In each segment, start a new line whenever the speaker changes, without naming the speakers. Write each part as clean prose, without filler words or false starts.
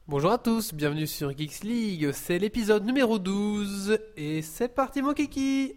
Bonjour à tous, bienvenue sur Geeks League, c'est l'épisode numéro 12 et c'est parti mon kiki.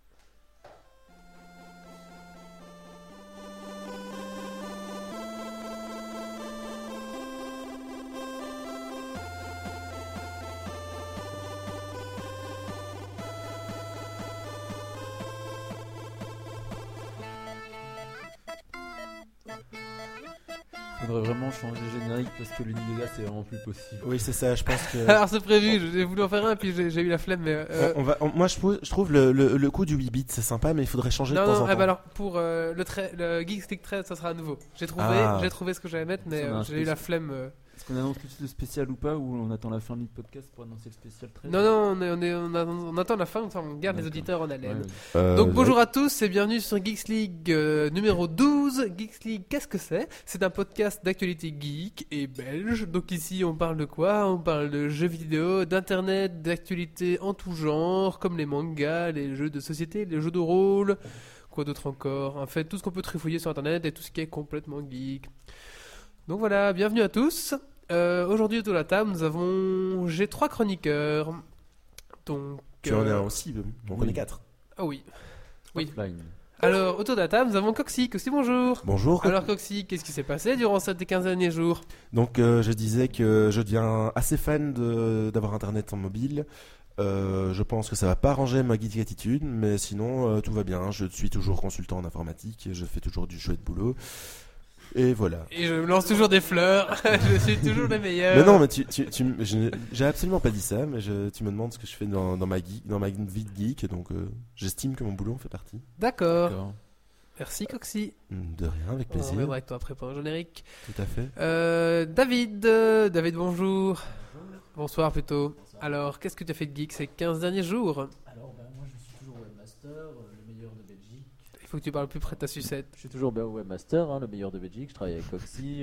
Faudrait vraiment changer le générique parce que l'univers c'est vraiment plus possible.
Oui, c'est ça, je pense que.
Alors c'est prévu, j'ai voulu en faire un puis j'ai eu la flemme mais...
Moi je trouve le coup du 8 bits c'est sympa, mais il faudrait changer de temps en temps.
bah alors pour le Geeks League 13 ça sera à nouveau. J'ai trouvé ce que j'allais mettre mais j'ai eu la flemme.
Est-ce qu'on annonce tout de suite le spécial ou pas, ou on attend la fin du podcast pour annoncer le spécial 13?
Non, on attend la fin, on garde les auditeurs en haleine.
Ouais.
Donc bonjour à tous et bienvenue sur Geeks League numéro 12. Geeks League, qu'est-ce que c'est? C'est un podcast d'actualité geek et belge. Donc ici on parle de quoi? On parle de jeux vidéo, d'internet, d'actualité en tout genre, comme les mangas, les jeux de société, les jeux de rôle, quoi d'autre encore? En fait tout ce qu'on peut trifouiller sur internet et tout ce qui est complètement geek. Donc voilà, bienvenue à tous. Aujourd'hui autour de la table j'ai 3 chroniqueurs. Donc
Tu en as un aussi, on est 4.
Ah oui. Oui.
Offline.
Alors, autour de la table, nous avons Coxy. Coxy, bonjour.
Bonjour.
Alors, Coxy, qu'est-ce qui s'est passé durant ces 15 derniers jours?
Donc je disais que je deviens assez fan d'avoir internet en mobile. Je pense que ça va pas arranger ma geek attitude, mais sinon tout va bien. Je suis toujours consultant en informatique et je fais toujours du chouette boulot. Et voilà.
Et je me lance toujours des fleurs. Je suis toujours le meilleur.
Mais non, mais j'ai absolument pas dit ça, mais tu me demandes ce que je fais dans ma vie de geek, et donc j'estime que mon boulot en fait partie.
D'accord. Merci, Coxy.
De rien, avec
On
plaisir.
reviendra avec toi après pour un générique.
Tout à fait.
David, bonjour. Bonsoir plutôt. Bonsoir. Alors, qu'est-ce que tu as fait de geek ces 15 derniers jours?
Alors, moi je suis toujours webmaster, le meilleur de Belgique.
Il faut que tu parles plus près de ta sucette.
Je suis toujours webmaster, le meilleur de Belgique. Je travaille avec Coxy.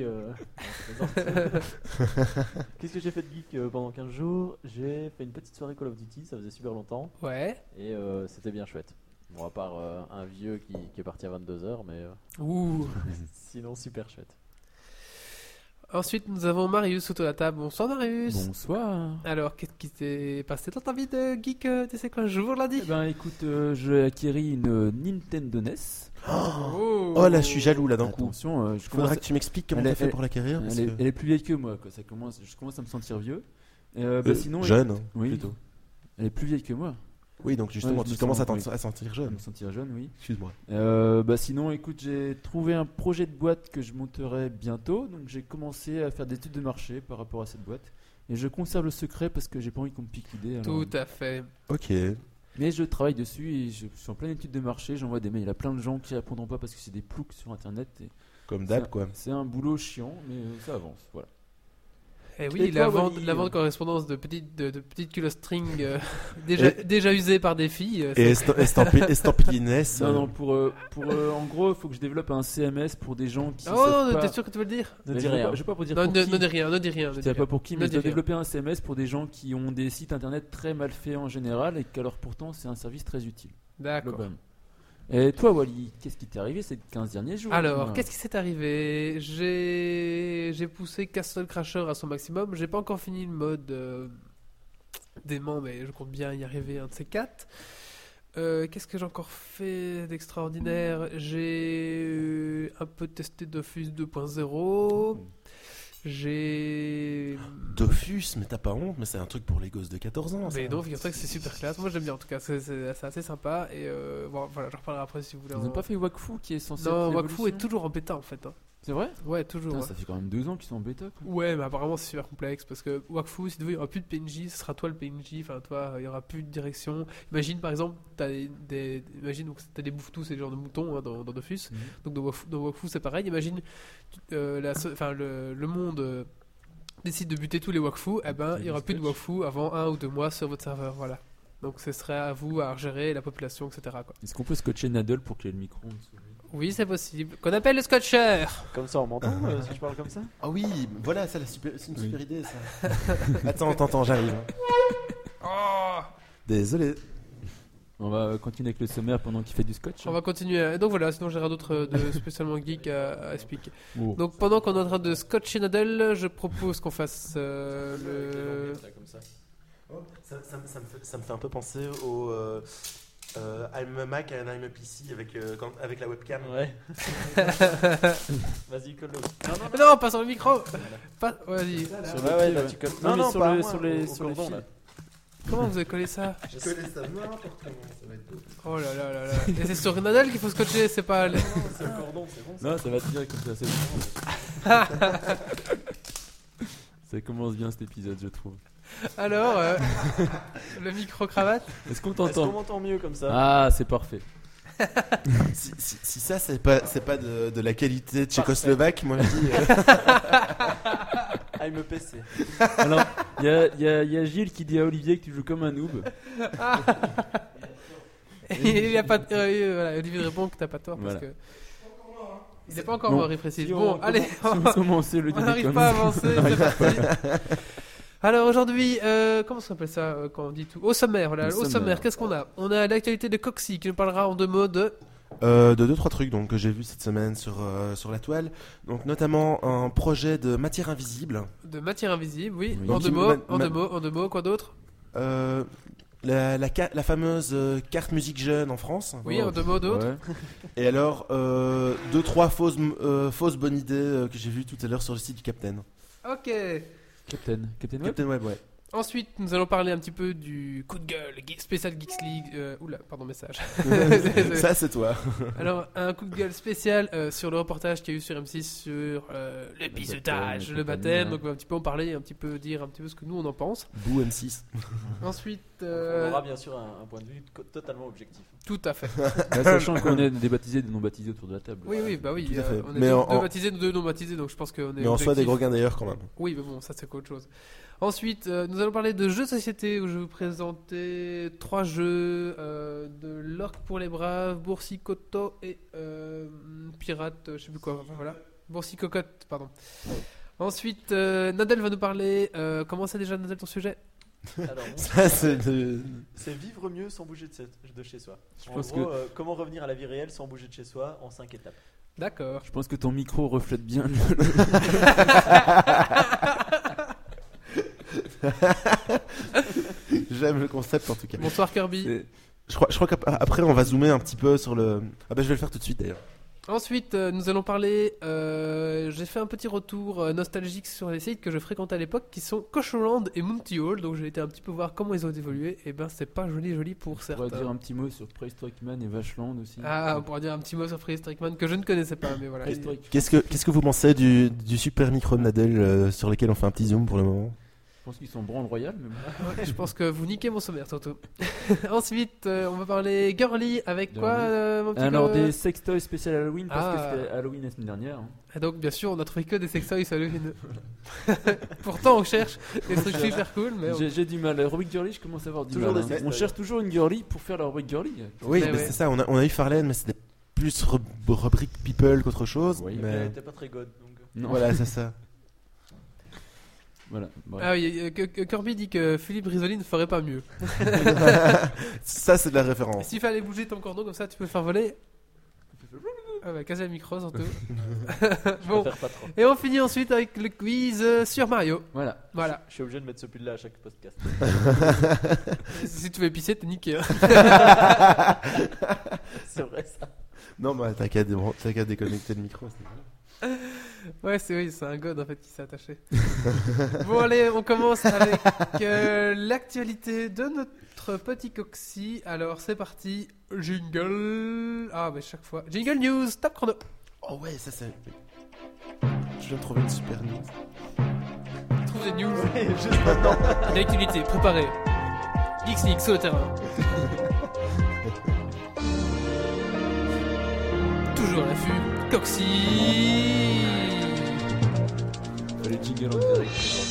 Qu'est-ce que j'ai fait de geek pendant 15 jours? J'ai fait une petite soirée Call of Duty, ça faisait super longtemps.
Ouais.
Et c'était bien chouette. Bon, à part un vieux qui est parti à 22h, mais
Ouh.
sinon super chouette.
Ensuite, nous avons Marius autour de la table. Bonsoir, Marius.
Bonsoir.
Alors, qu'est-ce qui s'est passé dans ta vie de geek ces 15 jours, lundi?
Eh ben écoute, j'ai acquéri une Nintendo NES.
Oh là, je suis jaloux là d'un coup.
Attention,
Faudra que tu m'expliques comment t'as fait pour l'acquérir. parce que-
elle est plus vieille que moi, quoi. Je commence à me sentir vieux. Sinon,
jeune, hein,
oui.
plutôt.
Elle est plus vieille que moi.
Oui, donc justement,
Ouais, je
tu
me
commences
sens-
à sentir
Je
jeune.
me sentir jeune, oui.
Excuse-moi.
Sinon, écoute, j'ai trouvé un projet de boîte que je monterai bientôt, donc j'ai commencé à faire des études de marché par rapport à cette boîte. Et je conserve le secret parce que j'ai pas envie qu'on me pique l'idée.
Tout à fait.
Ok.
Mais je travaille dessus et je suis en pleine étude de marché. J'envoie des mails à plein de gens qui répondront pas parce que c'est des ploucs sur internet. Et
Comme d'hab, quoi.
c'est un boulot chiant, mais ça avance. Voilà.
Et oui,
Et
la
toi,
vente
Wally,
correspondance de petites culottes string déjà usées par des filles.
Et estampillines.
Non, en gros, il faut que je développe un CMS pour des gens qui.
Oh,
savent pas...
t'es sûr que tu veux le dire?
Ne
Mais
dis
je vais
rien.
pas- Je vais pas pour dire
Non,
pour
ne
qui.
dis rien, ne dis rien.
Je sais pas pour qui,
Ne
mais je
dis
dois
rien.
développer un CMS pour des gens qui ont des sites internet très mal faits en général et qu'alors pourtant c'est un service très utile.
D'accord.
globalement. Et toi, Wally, qu'est-ce qui t'est arrivé ces 15 derniers jours?
Alors,
dis-moi.
qu'est-ce qui s'est arrivé? J'ai poussé Castle Crasher à son maximum. J'ai pas encore fini le mode dément, mais je compte bien y arriver un de ces 4. Qu'est-ce que j'ai encore fait d'extraordinaire? J'ai un peu testé Dofus 2.0. J'ai...
Dofus, mais t'as pas honte, mais c'est un truc pour les gosses de 14 ans. ça.
Mais non, figure-toi que c'est super classe. Moi j'aime bien en tout cas, c'est assez sympa. Et bon, voilà, j'en reparlerai après si vous voulez.
Ils n'ont pas fait Wakfu qui est censé.
Non,
être
Wakfu est
l'évolution
toujours en bêta en fait. Hein.
C'est vrai?
Ouais, toujours.
Putain,
Ouais.
ça fait quand même 2 ans qu'ils sont en bêta, quoi.
Ouais, mais apparemment c'est super complexe parce que Wakfu, si tu veux, il n'y aura plus de PNJ, ce sera toi le PNJ, enfin toi, il n'y aura plus de direction. Imagine par exemple, imagine donc t'as des bouffetous, c'est des genres de moutons hein, dans Dofus. Donc dans Wakfu c'est pareil, imagine le monde décide de buter tous les Wakfu, eh ben il n'y aura plus de Wakfu avant 1 ou 2 mois sur votre serveur, voilà. Donc ce serait à vous à gérer la population, etc. quoi.
Est-ce qu'on peut scotcher Nadal pour qu'il y ait le micro en dessous?
Oui, c'est possible. Qu'on appelle le scotcher.
Comme ça, on m'entend si je parle comme ça?
Ah oui, voilà, c'est une super idée ça. Attends, j'arrive.
Oh
Désolé.
On va continuer avec le sommaire pendant qu'il fait du scotch.
On va continuer. Et donc voilà, sinon j'ai rien d'autre de spécialement geek à expliquer.
Oh.
Donc pendant qu'on est en train de scotcher Nadal, je propose qu'on fasse le...
Comme ça.
Ça me fait un peu penser au I'm a Mac and I'm a PC avec la webcam.
Ouais. Vas-y, colle-le.
Non, pas sur le micro. Pas... Vas-y.
Sur
Ouais,
le
ouais,
pied,
là,
ouais.
tu colles.
Non, mais sur
pas à
le-
moi,
sur les-
au
sur les
cordon,
fils.
là.
Comment vous avez collé ça?
Je connais ça n'importe comment, ça va être beau.
Oh là là là là. Et c'est sur Nadal qu'il faut scotcher, c'est pas...
C'est le cordon, c'est bon.
Non, ça va te dire comme ça. Ça commence bien cet épisode, je trouve.
Alors, le micro-cravate.
Est-ce qu'on
Est-ce qu'on
t'entend?
m'entend mieux comme ça?
Ah, c'est parfait.
Si ça, c'est pas de la qualité tchécoslovaque, moi je dis.
I'm a PC.
Alors, il y a Gilles qui dit à Olivier que tu joues comme un noob.
Il y a pas... voilà, Olivier répond que t'as pas tort parce
Voilà.
que... Il n'est pas encore
Non.
mort, il précise.
Si on
Bon, allez,
Si on commençait le
on n'arrive
dîner
pas à
comme
avancer, c'est parti. Alors aujourd'hui, comment ça s'appelle ça quand on dit tout? Au sommaire, voilà.
Au
Au sommaire,
sommaire.
qu'est-ce qu'on a? On a l'actualité de Coxy qui nous parlera en 2 mots de
De 2-3 trucs donc, que j'ai vu cette semaine sur la toile. Donc notamment un projet de matière invisible.
matière invisible, oui.
Oui.
En
Donc,
2
il-
mots,
ma-
en
ma-
2 mots, en 2 mots, quoi d'autre?
La fameuse carte musique jeune en France.
Oui, en 2 mots d'autre.
Ouais.
Et alors 2-3 fausses bonnes idées que j'ai vues tout à l'heure sur le site du Captain.
Ok.
Captain Web.
Captain Web, ouais.
Ensuite, nous allons parler un petit peu du coup de gueule, spécial Geeks League. Oula, pardon, message.
Ça c'est toi.
Alors, un coup de gueule spécial sur le reportage qu'il y a eu sur M6 sur le bizutage, le baptême. Donc, on va un petit peu en parler, un petit peu dire un petit peu ce que nous on en pense.
Bou M6.
Ensuite,
On aura bien sûr un point de vue totalement objectif.
tout à fait.
Là, sachant qu'on est des baptisés et des non baptisés autour de la table.
Oui, oui, bah oui.
Tout à fait.
On est
Mais
deux
en-
baptisés, deux non baptisés, donc je pense qu'on est.
Mais en soi des
objectif.
gros gains d'ailleurs quand même.
Oui, mais bon, ça c'est qu'autre chose. Ensuite, nous allons parler de jeux de société où je vais vous présenter 3 jeux de l'Orque pour les Braves, Boursicoto et Pirate, je sais plus quoi. Enfin, voilà, Boursicocotte, pardon. Ensuite, Nadal va nous parler. Comment c'est déjà Nadal ton sujet?
Alors, bon,
Ça c'est de...
c'est vivre mieux sans bouger de chez soi.
Je
En
pense
gros, comment revenir à la vie réelle sans bouger de chez soi en 5 étapes.
D'accord.
Je pense que ton micro reflète bien.
J'aime le concept en tout cas.
Bonsoir Kirby.
C'est-
Je crois qu'après on va zoomer un petit peu sur le... Ah bah je vais le faire tout de suite d'ailleurs.
Ensuite, nous allons parler. J'ai fait un petit retour nostalgique sur les sites que je fréquentais à l'époque, qui sont Cocholand et Monty Hall. Donc j'ai été un petit peu voir comment ils ont évolué. Et ben c'est pas joli pour
On pourrait
certains.
dire un petit mot sur Prehistoric Man et Vachland aussi.
Ah, on pourrait dire un petit mot sur Prehistoric Man que je ne connaissais pas, mais voilà.
Prehistoric.
Qu'est-ce que vous pensez du super micro de Nadal sur lequel on fait un petit zoom pour le moment?
Je pense qu'ils sont branle royal, mais bon.
Ouais, je pense que vous niquez mon sommaire surtout. Ensuite, on va parler girly avec quoi, mon petit
Alors,
gars
des sextoys spécial Halloween parce
Ah.
que c'était Halloween la semaine dernière. hein.
Et donc, bien sûr, on a trouvé que des sextoys Halloween. Pourtant, on cherche des trucs super cool, mais on-
J'ai du mal. La rubrique girly, je commence à avoir du
Toujours
mal.
des
hein.
sextoys.
On cherche toujours une girly pour faire la rubrique girly.
Oui,
Mais
mais
ouais.
c'est ça, on a eu Farlane, mais c'était plus rubrique people qu'autre chose.
Oui.
mais...
T'es pas très god. Donc...
Non.
Voilà, c'est ça.
Voilà. Bref.
Ah oui, que Kirby dit que Philippe Risoli ne ferait pas mieux.
Ça, c'est de la
Et
référence.
s'il fallait bouger ton cordon comme ça, tu peux le faire voler. Ah bah, casser le micro surtout.
Je
Bon,
préfère pas trop.
et on finit ensuite avec le quiz sur Mario.
Voilà.
Voilà.
Je suis obligé de mettre ce pull-là à chaque podcast.
Si tu veux pisser, t'es niqué. Hein.
C'est vrai ça.
Non, bah t'as qu'à déconnecter le micro. c'est bon.
Ouais, c'est un god en fait qui s'est attaché. Bon, allez, on commence avec l'actualité de notre petit Coxy. Alors, c'est parti. Jingle. Ah, mais chaque fois. Jingle News, top chrono.
Oh ouais, ça c'est... Je viens de trouver une super news.
Trouve des news.
Juste maintenant.
L'actualité, préparée. Geeks League sur le terrain. Toujours à l'affût. Coxy.
Les jingles en direct.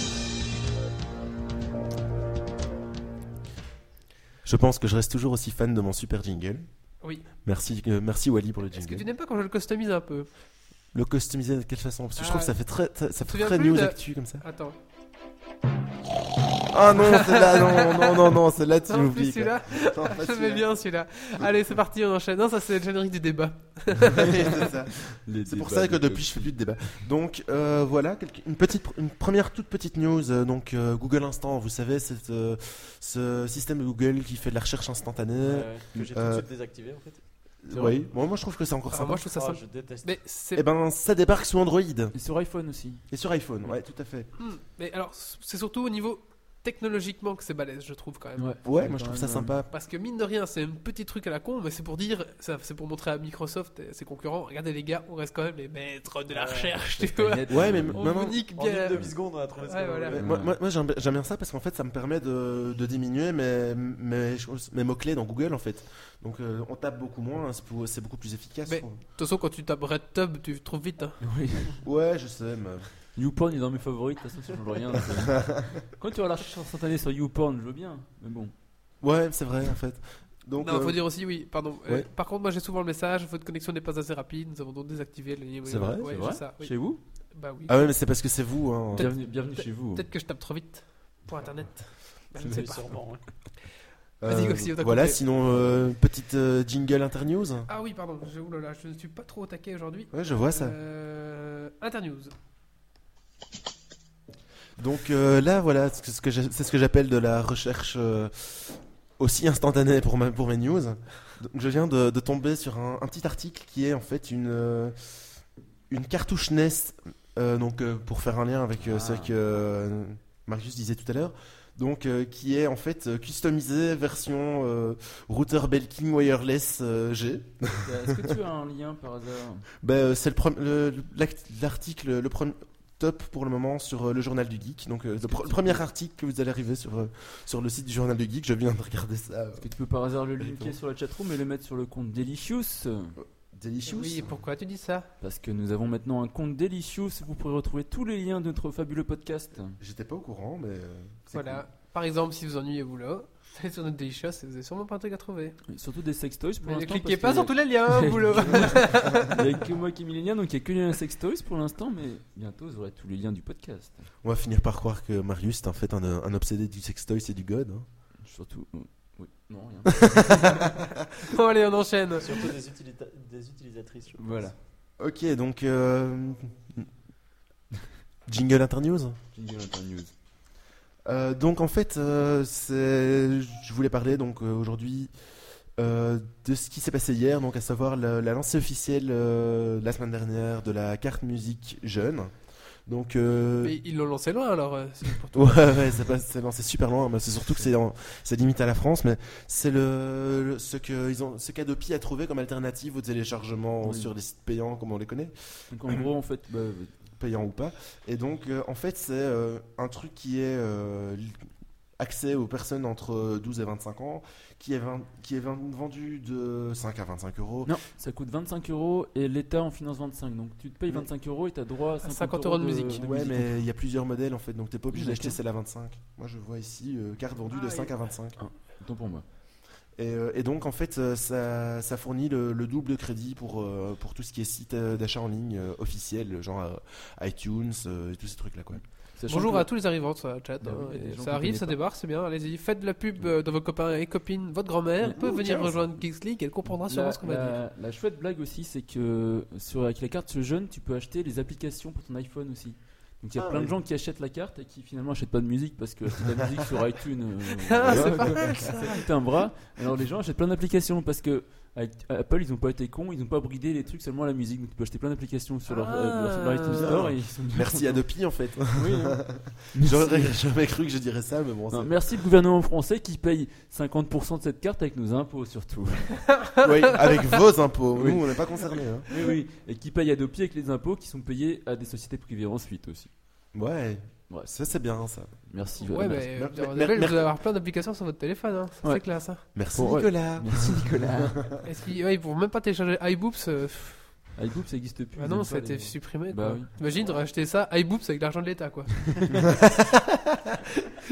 Je pense que je reste toujours aussi fan de mon super jingle.
Oui.
Merci Wally pour le
Est-ce que
jingle.
tu n'aimes pas quand je le customise un peu?
Le customiser de quelle façon? Parce que je trouve que ça fait très
souviens
très
plus
news
de-
actu comme ça.
Attends.
Ah non, celle-là, non, celle-là, tu
Non, plus
l'oublies.
celui-là.
Non, pas
J'aimais
celui-là.
bien celui-là. Allez, c'est parti, on enchaîne. Non, ça c'est le générique du débat.
C'est ça. C'est pour ça que depuis je fais plus de débat. Donc voilà, une première toute petite news. Donc Google Instant, vous savez, c'est ce système de Google qui fait de la recherche instantanée.
Que j'ai tout de suite désactivé en fait.
Oui, bon, moi je trouve que c'est encore
Alors,
sympa.
moi je trouve ça sympa.
Je déteste.
Mais c'est
Et ben ça débarque sous Android
Et sur iPhone aussi.
et sur iPhone, ouais, tout à fait.
Mais alors, c'est surtout au niveau technologiquement que c'est balèze, je trouve quand même.
Ouais, moi je trouve ça sympa.
Parce que mine de rien, c'est un petit truc à la con, mais c'est pour dire, c'est pour montrer à Microsoft et ses concurrents, regardez les gars, on reste quand même les maîtres de la recherche, tu vois.
Ouais, mais
On
maintenant,
vous nique
En
bien.
une demi-seconde, on a trouvé ce
Ouais,
qu'on
voilà.
voulait.
moi j'aime bien ça parce qu'en fait ça me permet de diminuer mes mots-clés dans Google en fait. Donc on tape beaucoup moins, c'est beaucoup plus efficace.
Mais-
je trouve.
De toute façon, quand tu tapes RedTube, tu trouves vite. Hein.
Oui.
Ouais, je sais, mais...
YouPorn est dans mes favoris, de toute façon, ça change rien. Quand tu vas la recherche instantanée sur YouPorn, je veux bien. Mais bon.
Ouais, c'est vrai en fait. Donc,
Non, faut dire aussi, oui, pardon.
ouais.
Par contre, moi j'ai souvent le message, votre connexion n'est pas assez rapide, nous avons donc désactivé le.
C'est vrai,
Ouais,
c'est vrai
c'est ça. Oui.
Chez vous
Bah oui.
Ah ouais, mais c'est parce que c'est vous. Hein.
Bienvenue chez vous.
Peut-être que je tape trop vite pour internet. Bah, je ne
Oui,
sais pas.
sûrement, ouais.
Vas-y, Goxy, on t'a
voilà,
coupé.
sinon, petite jingle internews.
Ah oui, pardon, oulala, je ne suis pas trop au taquet aujourd'hui.
Ouais, je vois ça.
Internews.
Donc là, voilà, c'est ce que j'appelle de la recherche aussi instantanée pour mes news. Donc, je viens de tomber sur un petit article qui est en fait une cartouche NES, pour faire un lien avec ce que Marius disait tout à l'heure. Donc, qui est en fait customisée version routeur Belkin wireless G.
Est-ce que tu as un lien par hasard
C'est l'article, le premier top pour le moment sur le journal du geek. Donc le premier article que vous allez arriver sur le site du journal du geek, je viens de regarder ça.
Est-ce que tu peux par hasard le linker sur la chatroom et le mettre sur le compte Delicious
Delicious.
Oui, et pourquoi tu dis ça?
Parce que nous avons maintenant un compte Delicious où vous pourrez retrouver tous les liens de notre fabuleux podcast.
J'étais pas au courant, mais c'est
Voilà.
cool.
Par exemple, si vous ennuyez vous là, allez sur notre Delicious et vous avez sûrement pas un truc à trouver.
Et surtout des sextoys pour
Mais ne
l'instant.
cliquez
parce
pas sur
que
tous les liens, boulot.
il n'y a que moi qui ai mis les liens, donc il n'y a que les sextoys pour l'instant, mais bientôt vous aurez tous les liens du podcast.
On va finir par croire que Marius est en fait un obsédé du sextoy, c'est du god. Hein.
Surtout. Oui, non, rien.
Bon, allez, on enchaîne.
Surtout des utilisatrices. je pense.
Voilà.
Ok, donc jingle internews.
Jingle Internews.
Donc en fait, je voulais parler donc aujourd'hui de ce qui s'est passé hier, donc à savoir la lancée officielle la semaine dernière de la carte musique jeune. Donc
Mais ils l'ont lancé loin alors. C'est pour tout.
ouais, c'est lancé super loin. Mais c'est surtout que c'est limité à la France, mais c'est ce qu'Adopi a trouvé comme alternative au téléchargement
Oui.
sur des sites payants comme on les connaît.
Donc en gros, en fait,
Payant ou pas. Et donc, en fait, c'est un truc qui est accès aux personnes entre 12 et 25 ans, qui est vendu de 5 à 25 euros.
non, ça coûte 25 € et l'État en finance 25. Donc tu te payes
Mais-
25 € et tu as droit à
50 euros de musique.
Ouais, mais il y a plusieurs modèles en fait, donc t'es pas obligé
Oui,
d'acheter
d'accord.
celle à 25. Moi, je vois ici carte vendue de
Ah,
5 à 25.
Autant pour moi.
Et donc, en fait, ça fournit le double crédit pour tout ce qui est site d'achat en ligne officiel, genre iTunes et tous ces trucs-là, quoi.
Sachant
Bonjour
que-
à tous les arrivants sur la chat.
Bah oui, il y a des gens
Ça
qu'on
arrive,
connaît
ça
pas.
débarque, c'est bien. Allez-y, faites de la pub de vos copains et copines. Votre grand-mère
Mais-
peut
Oh,
venir
tiens,
rejoindre Geeks League, elle comprendra sûrement ce qu'on va dire.
La chouette blague aussi, c'est que avec la carte jeune, tu peux acheter les applications pour ton iPhone aussi. Donc il y a
Ah,
plein de
oui.
gens qui achètent la carte et qui finalement achètent pas de musique parce que acheter de la musique sur iTunes,
Ah,
voilà,
c'est pas
quoi.
mal, ça.
Ça coûte un bras. Alors les gens achètent plein d'applications parce que avec Apple ils ont pas été cons, ils ont pas bridé les trucs seulement à la musique. Donc tu peux acheter plein d'applications sur leur iTunes Store et ils sont bien
Merci
contents.
Adopi, en fait.
Oui, hein.
J'aurais
Merci.
jamais cru que je dirais ça, mais bon,
Non, merci le gouvernement français qui paye 50% de cette carte avec nos impôts surtout.
oui, avec vos impôts.
Oui.
Nous, on n'est pas concernés. Hein.
Oui, oui, et qui paye Adopi avec les impôts qui sont payés à des sociétés privées ensuite aussi.
Ouais,
Ouais.
ça c'est bien, ça.
Merci.
Ouais,
merci.
mais
Merci.
vous allez avoir plein d'applications sur votre téléphone, hein. Ça,
Ouais.
c'est classe. Hein.
Merci
Bon, ouais.
Nicolas.
Merci Nicolas.
Est-ce qu'ils ils pourront même pas télécharger iBoops
iBoop ça existe plus.
Ah
ils
non,
aiment
ça a
pas
été
les-
supprimé.
Bah
Quoi.
oui.
Imagine de racheter ça, iBoops avec l'argent de l'État, quoi.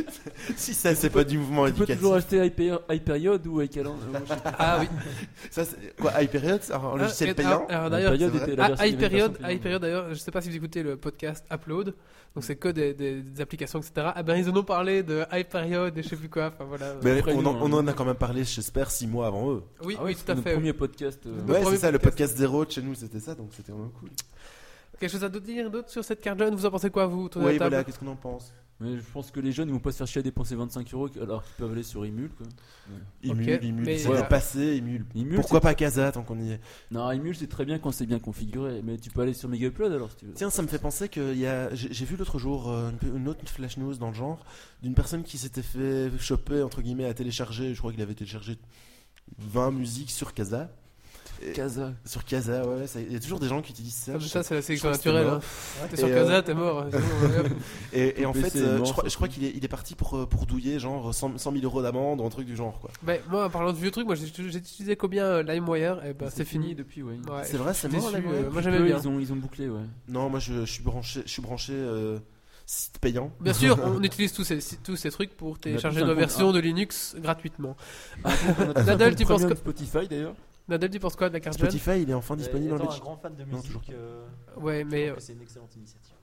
Si ça, c'est pas du mouvement
Tu peux
éducatif.
toujours acheter iPeriod ou iCalendar.
Ah oui.
Ça, c'est quoi, iPeriod, c'est un logiciel
Ah,
payant.
alors d'ailleurs,
iPeriod
c'est vrai.
était la version
iPeriod,
payante.
d'ailleurs, je sais pas si vous écoutez le podcast Upload, donc c'est que des applications, etc. Ah ben ils en ont parlé de iPeriod et je sais plus quoi, enfin voilà.
Mais
Après,
on
nous,
on en a quand même parlé, j'espère, 6 mois avant eux.
Oui,
Ah
oui,
ouais,
tout
c'était
à
notre
fait.
premier podcast.
Le
Ouais,
premier
c'est ça, le
podcast.
podcast 0 de chez nous, c'était ça, donc c'était vraiment cool.
Quelque chose à dire d'autre sur cette carte jeune? Vous en pensez quoi, vous, autour de
Oui,
la table?
voilà, qu'est-ce qu'on en pense?
Mais je pense que les jeunes ils vont pas se faire chier à dépenser 25 € alors qu'ils peuvent aller sur Emule quoi.
Emule,
mais
Emule, c'est
voilà.
dépassé, Emule.
Emule,
Pourquoi
c'est-
pas Casa tant qu'on y est?
Non, Emule c'est très bien quand c'est bien configuré, mais tu peux aller sur Mega Upload alors si tu veux.
Tiens, ça me fait penser que j'ai vu l'autre jour une autre flash news dans le genre d'une personne qui s'était fait choper, entre guillemets, à télécharger, je crois qu'il avait téléchargé 20 musiques sur Casa.
Casa.
Sur Casa, ouais, il y a toujours des gens qui utilisent ça.
Ah, mais ça, c'est la sélection
je crois que
naturelle.
c'était
Hein. T'es
Et,
sur Casa, t'es mort. C'est bon, hop.
Et en
Ton
fait,
PC est mort,
je crois
surtout.
qu'il est parti pour douiller genre 100 000 € d'amende ou un truc du genre, quoi.
Ben, moi, en parlant de vieux trucs, moi j'ai utilisé combien LimeWire? Et ben, c'est fini.
depuis, ouais.
Ouais,
C'est vrai,
je suis
c'est mort,
déçu,
LimeWire
moi
Depuis
j'aimais
peu,
bien.
Ils ont bouclé, ouais.
Non, moi je suis branché site payant.
Bien sûr, on utilise tous ces trucs pour télécharger
tous un
nos
compte-
versions de Linux gratuitement.
Nadal,
tu penses que-
Spotify d'ailleurs.
Nadal, tu penses quoi de la carte jeune?
Spotify, il est enfin disponible en
Étant un
Belgique.
grand fan de
Non, toujours
musique,
Ouais, mais
je trouve que c'est une excellente initiative.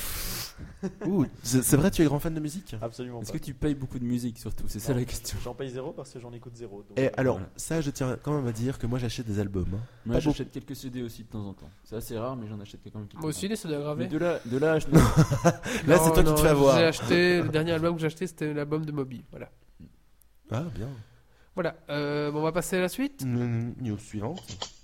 Ouh, c'est vrai, tu es grand fan de musique?
Absolument
Est-ce
pas.
que tu payes beaucoup de musique surtout? C'est ça
Non,
la question.
J'en paye 0 parce que j'en écoute 0. donc,
Et alors,
voilà.
ça, je tiens quand même à dire que moi j'achète des albums. Hein.
Moi
Pas
j'achète quelques CD aussi de temps en temps. C'est assez rare, mais j'en achète quand même quelques.
moi aussi, les CD
Mais
gravés.
de là, à
Là, c'est toi qui te fais avoir.
J'ai acheté, le dernier album que j'ai acheté, c'était l'album de Moby. Voilà.
Ah, bien.
Voilà. Bon, on va passer à la suite.
News suivante.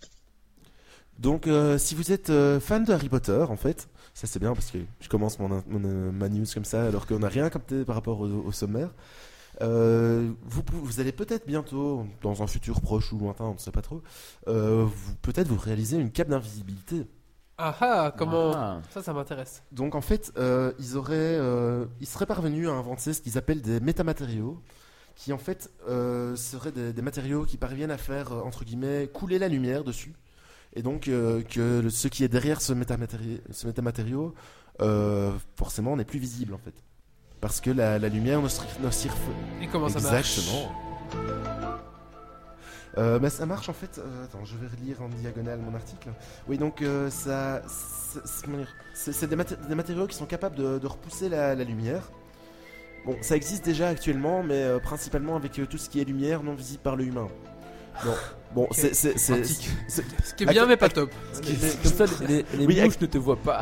Donc, si vous êtes fan de Harry Potter, en fait, ça c'est bien parce que je commence ma news comme ça alors qu'on n'a rien capté par rapport au sommaire. Vous allez peut-être bientôt, dans un futur proche ou lointain, on ne sait pas trop, peut-être vous réaliser une cape d'invisibilité.
Ah ah, comment.
Ah.
Ça m'intéresse.
Donc en fait, ils seraient parvenus à inventer ce qu'ils appellent des métamatériaux, qui en fait seraient des matériaux qui parviennent à faire, entre guillemets, couler la lumière dessus. Et donc ce qui est derrière ce métamatériau, forcément, n'est plus visible en fait. Parce que la lumière ne circule.
Et comment ça marche?
Exactement. Bah, ça marche en fait. Attends, je vais relire en diagonale mon article. Oui, donc c'est des matériaux qui sont capables de repousser la lumière. Bon, ça existe déjà actuellement, mais principalement avec tout ce qui est lumière non visible par le humain. Bon,
Ok.
Pratique.
Ce qui est bien, mais pas top.
Comme ça, les
Oui,
mouches ne te voient pas.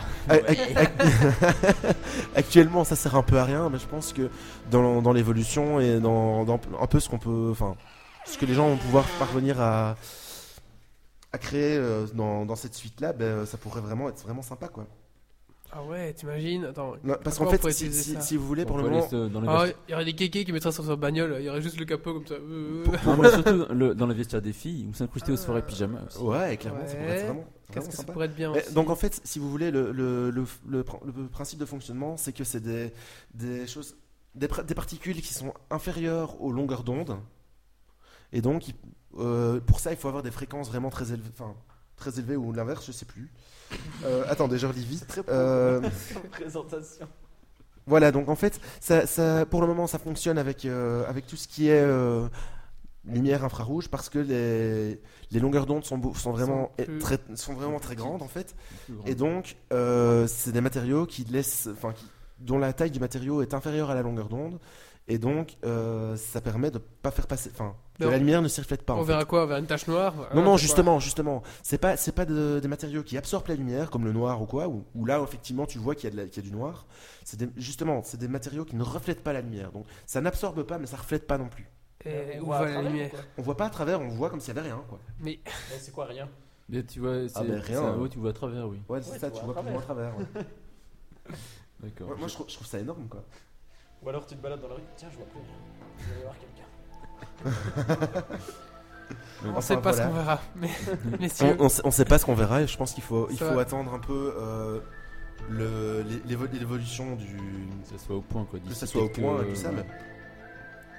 Actuellement, ça sert un peu à rien, mais je pense que dans l'évolution et dans un peu ce qu'on peut, enfin, ce que les gens vont pouvoir parvenir à créer dans cette suite-là, ben, ça pourrait vraiment être vraiment sympa, quoi.
Ah ouais, t'imagines? Attends.
Non, parce
comment
qu'en
on pourrait
fait,
utiliser ça?
si vous voulez, pour le
On peut
moment,
aller dans les
Ah,
vestiaires.
il y aurait des kékés qui mettraient sur sa bagnole, il y aurait juste le capot comme ça.
Non, mais surtout dans les vestiaires des filles ou s'incruster aux soirées pyjama aussi.
ouais, clairement, ça pourrait être
Ouais.
vraiment
Qu'est-ce que ça
sympa.
pourrait être bien
Mais
aussi.
donc en fait, si vous voulez, le principe de fonctionnement, c'est que c'est des choses, des particules qui sont inférieures aux longueurs d'onde, et donc pour ça, il faut avoir des fréquences vraiment très élevées ou l'inverse, je sais plus. Attendez, je relis vite.
Présentation.
Voilà, donc en fait, ça, pour le moment, ça fonctionne avec tout ce qui est lumière infrarouge parce que les longueurs d'onde sont vraiment sont vraiment très grandes en fait. Et donc, c'est des matériaux dont la taille du matériau est inférieure à la longueur d'onde. Et donc, ça permet de pas faire passer, que
Non.
la lumière ne se reflète pas.
On
en
verra
fait.
quoi? On verra une tache noire?
Non,
c'est quoi?
justement. C'est pas des matériaux qui absorbent la lumière, comme le noir ou quoi, où là, effectivement, tu vois qu'il y a du noir. C'est des matériaux qui ne reflètent pas la lumière. Donc, ça n'absorbe pas, mais ça reflète pas non plus.
Et
On
où
voit à
va la
travers,
lumière?
quoi.
On voit pas à travers, on voit comme s'il y avait rien, quoi.
Mais
Mais c'est quoi rien?
Mais tu vois, c'est
ben, rien,
c'est un
hein.
mot, tu vois à travers, oui.
Ouais, c'est
Ouais,
ça,
tu
tu
vois
vois
à
plus ou moins à travers. Ouais.
D'accord.
Moi, je trouve ça énorme, quoi.
Ou alors tu te balades dans la rue, tiens, je vois plus rien. Je vais aller voir quelqu'un.
on sait pas ce qu'on verra. Mais messieurs,
On sait pas ce qu'on verra et je pense qu'il faut
Ça va.
attendre un peu l'évolution
Que ça soit au point, quoi.
que
d'ici
ça soit au
quelques-
point et tout ça. Mais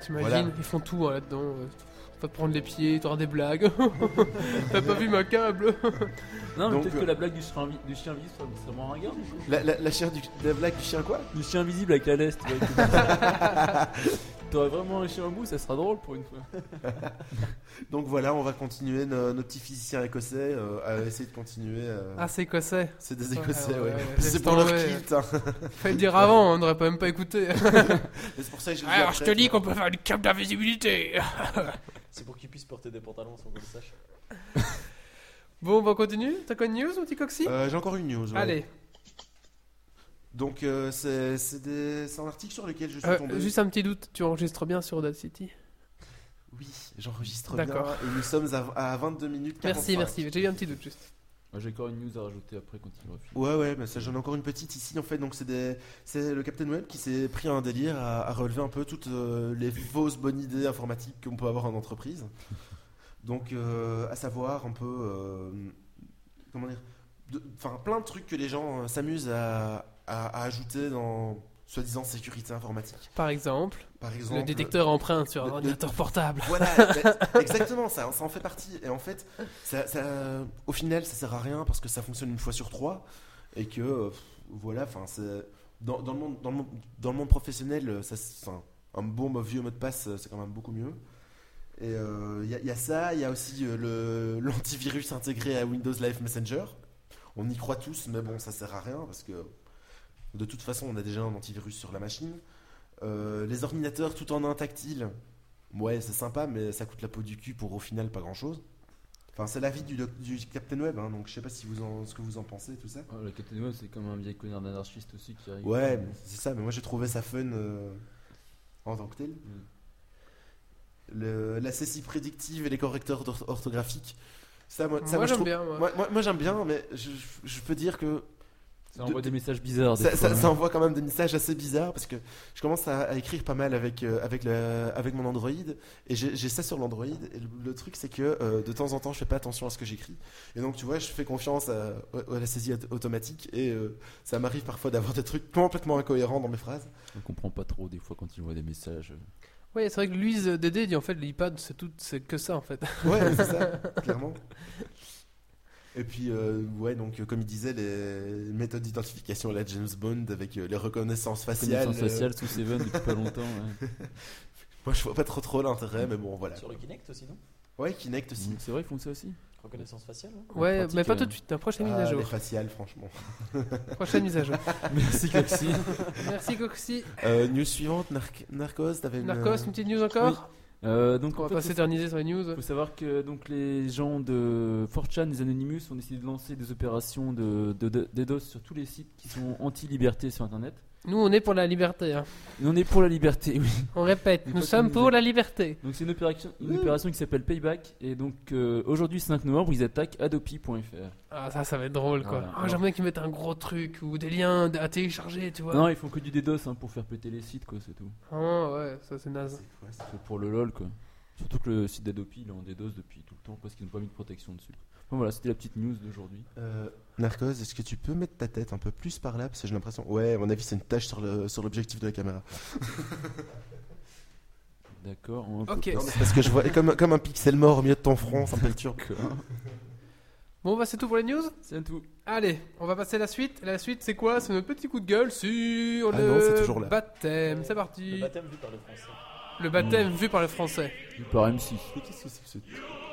T'imagines,
Voilà.
ils font tout là-dedans. Va te prendre les pieds, t'auras des blagues. T'as pas vu ma câble?
Non, mais
Donc,
peut-être que la blague du chien invisible serait vraiment ringard.
La blague du chien quoi?
Du chien invisible avec la laisse, tu vois. T'aurais vraiment un chien au bout, ça sera drôle pour une fois.
Donc voilà, on va continuer nos petits physiciens écossais à essayer de continuer.
Ah, c'est écossais.
C'est des écossais, ouais.
laisse
C'est pour leur
tomber.
kilt. Hein.
Fallait le dire avant, on n'aurait pas même pas écouté.
Et c'est pour ça que je le dis
Alors,
après,
je te dis
tu vois.
qu'on peut faire une cape d'invisibilité.
C'est pour qu'ils puissent porter des pantalons sans qu'on le sache.
Bon, on va continuer. T'as quoi de news, mon petit Coxy?
J'ai encore une news. Ouais.
Allez,
Donc c'est un article sur lequel je suis tombé.
juste un petit doute. Tu enregistres bien sur Audacity?
Oui, j'enregistre bien.
D'accord.
Et nous sommes à 22 minutes 45.
Merci. J'ai eu un petit doute juste.
Moi, j'ai encore une news à rajouter après quand il aura fini.
Ouais, mais ça, j'en ai encore une petite ici en fait. Donc c'est le Captain Web qui s'est pris un délire à relever un peu toutes les fausses bonnes idées informatiques qu'on peut avoir en entreprise. Donc à savoir un peu comment dire, enfin plein de trucs que les gens s'amusent à ajouter dans soi-disant sécurité informatique.
Par exemple,
Par exemple,
le détecteur empreinte sur un
le-
ordinateur portable.
Voilà, exactement, ça en fait partie. Et en fait, au final, ça sert à rien parce que ça fonctionne une fois sur 3 et que voilà, enfin, c'est dans le monde professionnel, un bon vieux mot de passe, c'est quand même beaucoup mieux. Et il y a ça, il y a aussi l'antivirus intégré à Windows Live Messenger. On y croit tous, mais bon, ça sert à rien parce que de toute façon, on a déjà un antivirus sur la machine. Les ordinateurs tout en un tactile, ouais, c'est sympa, mais ça coûte la peau du cul pour au final pas grand chose. Enfin, c'est l'avis du Captain Web, hein, donc je sais pas si ce que vous en pensez, tout ça.
Le Captain Web, c'est comme un vieil connard d'anarchiste aussi qui arrive.
Ouais, c'est ça, mais moi j'ai trouvé ça fun en tant que tel. La saisie prédictive et les correcteurs orthographiques, ça, moi
Moi,
je
j'aime
trouve-
bien. Moi.
moi, j'aime bien, mais je peux dire que
Ça envoie des messages bizarres. des fois,
ça
hein.
envoie quand même des messages assez bizarres parce que je commence à écrire pas mal avec mon Android et j'ai ça sur l'Android et le truc c'est que de temps en temps je fais pas attention à ce que j'écris et donc tu vois je fais confiance à la saisie automatique et ça m'arrive parfois d'avoir des trucs complètement incohérents dans mes phrases.
On comprend pas trop des fois quand il voit des messages.
Ouais, c'est vrai que Louise Dédé dit en fait l'iPad c'est que ça en fait.
Ouais, c'est ça, clairement. Et puis, ouais, donc, comme il disait, les méthodes d'identification à la James Bond avec les reconnaissances faciales.
Connaissance faciale sous Seven depuis pas longtemps. Ouais.
Moi, je vois pas trop l'intérêt, mais bon, voilà.
Sur le Kinect aussi, non?
Ouais, Kinect aussi.
C'est vrai, ils font ça aussi.
Reconnaissance faciale, hein.
Ouais,
pratique,
mais pas tout de suite. Prochaine mise à
Ah,
jour.
les faciales, franchement.
Prochaine mise à jour.
Merci, Coxy.
Merci Coxy.
News suivante, Narcos, t'avais
Narcos, une petite news encore?
Donc,
On va
en fait,
pas s'éterniser sur les news.
faut savoir que donc, les gens de 4chan, les Anonymous, ont décidé de lancer des opérations de DDoS sur tous les sites qui sont anti-liberté sur Internet.
Nous, on est pour la liberté. Hein.
Et on est pour la liberté, oui.
On répète,
Mais
nous
pas
sommes
que nous
pour
êtes-
la liberté.
Donc c'est une opération qui s'appelle Payback. Et donc aujourd'hui, 5 novembre, ils attaquent adopi.fr.
Ah, ça va être drôle quoi.
Voilà.
Ah, j'aimerais qu'ils mettent un gros truc ou des liens à télécharger, tu vois.
Non, ils font que du DDoS hein, pour faire péter les sites, quoi, c'est tout.
Ah, ouais, ça c'est naze.
C'est quoi ça?
C'est pour le LOL, quoi. Surtout que le site d'Adopi, il est en DDoS depuis tout le temps parce qu'ils n'ont pas mis de protection dessus. Bon, voilà, c'était la petite news d'aujourd'hui.
Narcos, est-ce que tu peux mettre ta tête un peu plus par là? Parce que j'ai l'impression. Ouais, à mon avis, c'est une tache sur l'objectif de la caméra.
D'accord.
Ok.
Non, mais c'est parce que je vois comme un pixel mort au milieu de ton front, ça me perturbe.
Bon, bah c'est tout pour les news.
C'est tout.
Allez, on va passer à la suite. La suite, c'est quoi? C'est notre petit coup de gueule sur
Ah
le
non, c'est toujours là.
baptême. C'est
Le
parti.
baptême vu par le français.
Le baptême vu par les Français.
Il par M6.
Mais qu'est-ce que c'est que ce.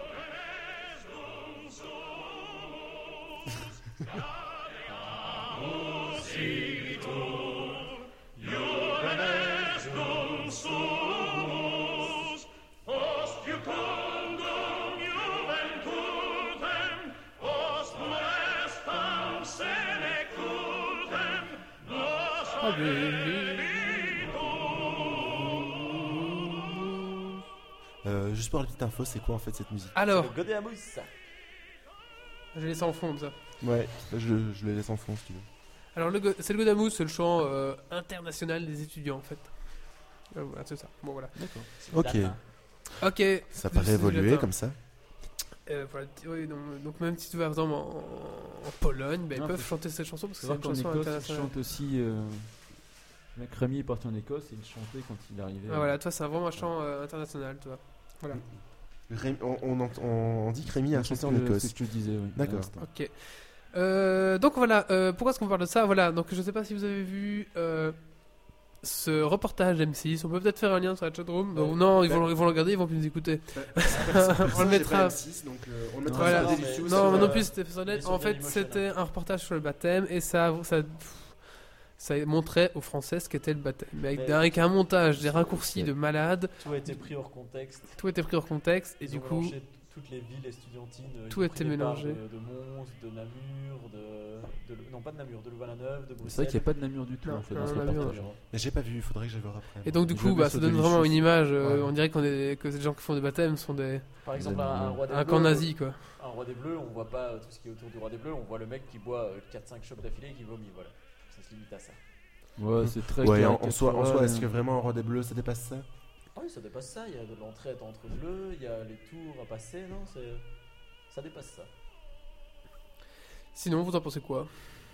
Juste pour la petite info, c'est quoi en fait cette musique?
Alors,
Le Godéamous.
je laisse en fond ça.
Ouais, je le laisse en fond si tu veux.
Alors, c'est le Godamous, c'est le chant international des étudiants en fait. Voilà, c'est ça. Bon, voilà.
D'accord.
Ok,
Ok.
ça paraît
C'est
évoluer
latin.
comme ça.
Voilà, oui, donc même si tu vas par exemple en Pologne, bah, ils
Non,
peuvent
faut-
chanter cette chanson parce que
Faut
c'est
savoir
une
qu'en
chanson
Écosse, ils
internationale.
chantent aussi mec Rémi est parti en Écosse et il chantait quand il arrivait.
Ah, voilà, toi, c'est vraiment un chant international, toi. Voilà.
On dit que Rémi a chanté en
C'est
Écosse.
ce que je disais, oui.
D'accord.
à l'instant.
Ok. Donc voilà, pourquoi est-ce qu'on parle de ça? Voilà, donc je sais pas si vous avez vu ce reportage M6. On peut peut-être faire un lien sur la chatroom.
Ouais.
Non, ils vont le regarder, ils vont plus nous écouter. On le mettra.
On le mettra
Voilà.
sur la délicieuse.
Non,
sur,
non plus, c'était sur net.
mais sur
En fait,
Dailymotion,
c'était un reportage sur le baptême et ça montrait aux Français ce qu'était le baptême. Mais
Mais-
avec un montage, des raccourcis de malade,
Tout a été pris hors contexte.
tout était pris hors contexte et
Ils
du
ont
coup.
mélangé toutes les villes estudiantines.
Tout
y
était
compris les bars
mélangé.
De Mons, de Namur, non pas de Namur, de Louvain-la-Neuve, de Bruxelles.
C'est vrai qu'il n'y a pas de Namur du tout
Non,
en fait
non,
dans ce
Namur,
reportage.
Mais j'ai pas vu, il faudrait que j'aille voir après.
Et donc du
Je
coup,
vais
bah,
mettre
ça
sur
donne vraiment une
Delicious.
image.
Ouais.
On dirait que les gens qui font des baptêmes sont
Par exemple,
Des
un roi des
un
Bleus.
camp nazi, quoi.
Un roi des Bleus, on voit pas tout ce qui est autour du roi des Bleus, on voit le mec qui boit 4-5 chopes d'affilée et qui vomit, voilà. Ça se limite à ça.
Ouais, c'est très
Ouais, en
caricatural,
soi, est-ce
hein.
que vraiment un roi des bleus ça dépasse ça?
Ah oui, ça dépasse ça, il y a de l'entrée entre bleus, il y a les tours à passer, non, ça dépasse ça.
Sinon, vous en pensez quoi?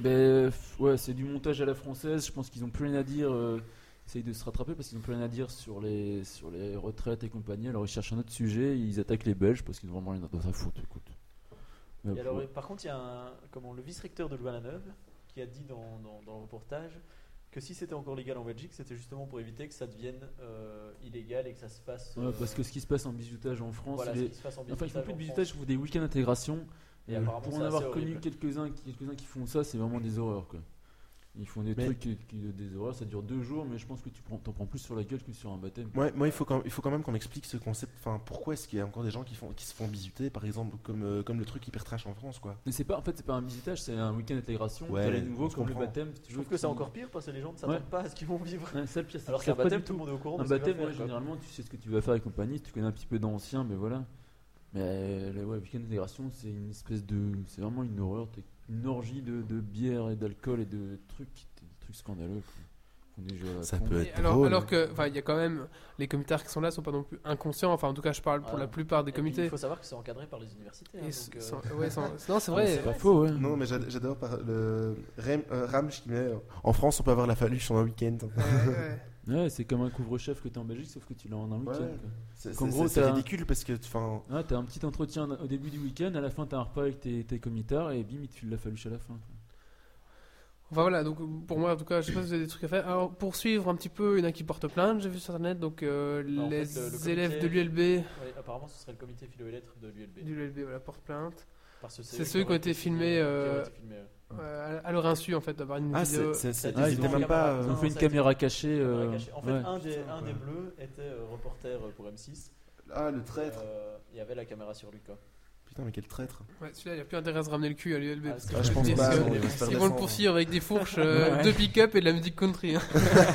Ouais, c'est du montage à la française. Je pense qu'ils ont plus rien à dire. Essayent de se rattraper parce qu'ils ont plus rien à dire sur les retraites et compagnie. Alors ils cherchent un autre sujet. Ils attaquent les Belges parce qu'ils ont vraiment rien à foutre. Écoute.
Et alors, par contre, il y a le vice-recteur de Louvain-la-Neuve qui a dit dans le reportage que si c'était encore légal en Belgique, c'était justement pour éviter que ça devienne illégal et que ça se fasse.
Ouais, parce que ce qui se passe en bizutage en France,
voilà,
il
ce
est-
qui se passe en
enfin ils font plus de
en
bizutage, ils font des week-ends d'intégration.
Et apparemment,
Pour
c'est
en avoir
assez
connu
horrible.
quelques-uns qui font ça, c'est vraiment des horreurs quoi. Ils font des
Mais-
trucs des horreurs, ça dure 2 jours, mais je pense que t'en prends plus sur la gueule que sur un baptême.
Moi, il faut quand même qu'on m'explique ce concept. Enfin, pourquoi est-ce qu'il y a encore des gens qui se font bisuter, par exemple, comme le truc hyper trash en France, quoi.
Mais c'est pas un bizutage, c'est un week-end d'intégration.
Ouais,
T'as les nouveaux
je
comme le
comprends.
baptême.
Je trouve que c'est encore pire parce que les gens ne s'attendent pas à ce qu'ils vont vivre.
Ouais, ça, le pire, c'est
Alors
qu'ils
qu'un
savent pas
baptême,
du
tout le monde est au courant.
Un
de ce qu'il va
baptême,
faire,
ouais,
quoi.
généralement, tu sais ce que tu vas faire et compagnie, tu connais un petit peu d'anciens, mais voilà. Mais le week-end d'intégration, c'est une espèce de. C'est vraiment une horreur. Une orgie de bière et d'alcool et de trucs scandaleux. Quoi. Ils font des jeux à la
Ça
con.
peut
Et
être
alors,
drôle.
alors que, enfin, il y a quand même les comitards qui sont là, sont pas non plus inconscients. Enfin, en tout cas, je parle pour
Ouais.
la plupart des
Et puis,
comités.
il faut savoir que c'est encadré par les universités. hein,
Et
donc,
non, c'est vrai.
C'est pas faux, ouais.
Non, mais j'adore le Ramj qui met en France, on peut avoir la faluche en un week-end.
Ouais.
Ouais, c'est comme un couvre-chef que t'as en Belgique, sauf que tu l'as en un week-end.
Ouais.
quoi.
C'est
Qu'en gros,
c'est
t'as-
ridicule parce que, enfin,
Ouais, t'as un petit entretien au début du week-end, à la fin t'as un repas avec tes comitards et bim, ils te filent la faluche à la fin. quoi.
Enfin voilà, donc pour moi en tout cas, je sais pas si vous avez des trucs à faire. Alors pour suivre un petit peu, il y en a qui portent plainte, j'ai vu sur internet, donc
en
les
fait, le
élèves
comité-
de l'ULB,
ouais, apparemment, ce serait le comité philo et lettres de l'ULB.
voilà, portent plainte.
Parce que
C'est ceux qui ont été filmés,
qui ont été filmés,
À leur insu en fait, d'avoir une vidéo.
c'est
Ah,
ils
ils
étaient
ont
même
fait
pas.
Ils ont
Non,
fait une
ça a été-
caméra cachée.
En fait,
ouais.
un des
ouais.
bleus était reporter pour M6.
Ah, le traître.
Il y avait la caméra sur lui, quoi.
Putain, mais quel traître.
Ouais, celui-là, il n'y a plus intérêt à se ramener le cul à l'ULB.
Ah,
parce
c'est-
que
Ah, je pense
veux dire
pas.
que
non, il va se faire
ils vont le
descendre.
poursuivre avec des fourches,
Ouais.
deux pick-up et de la musique country. hein.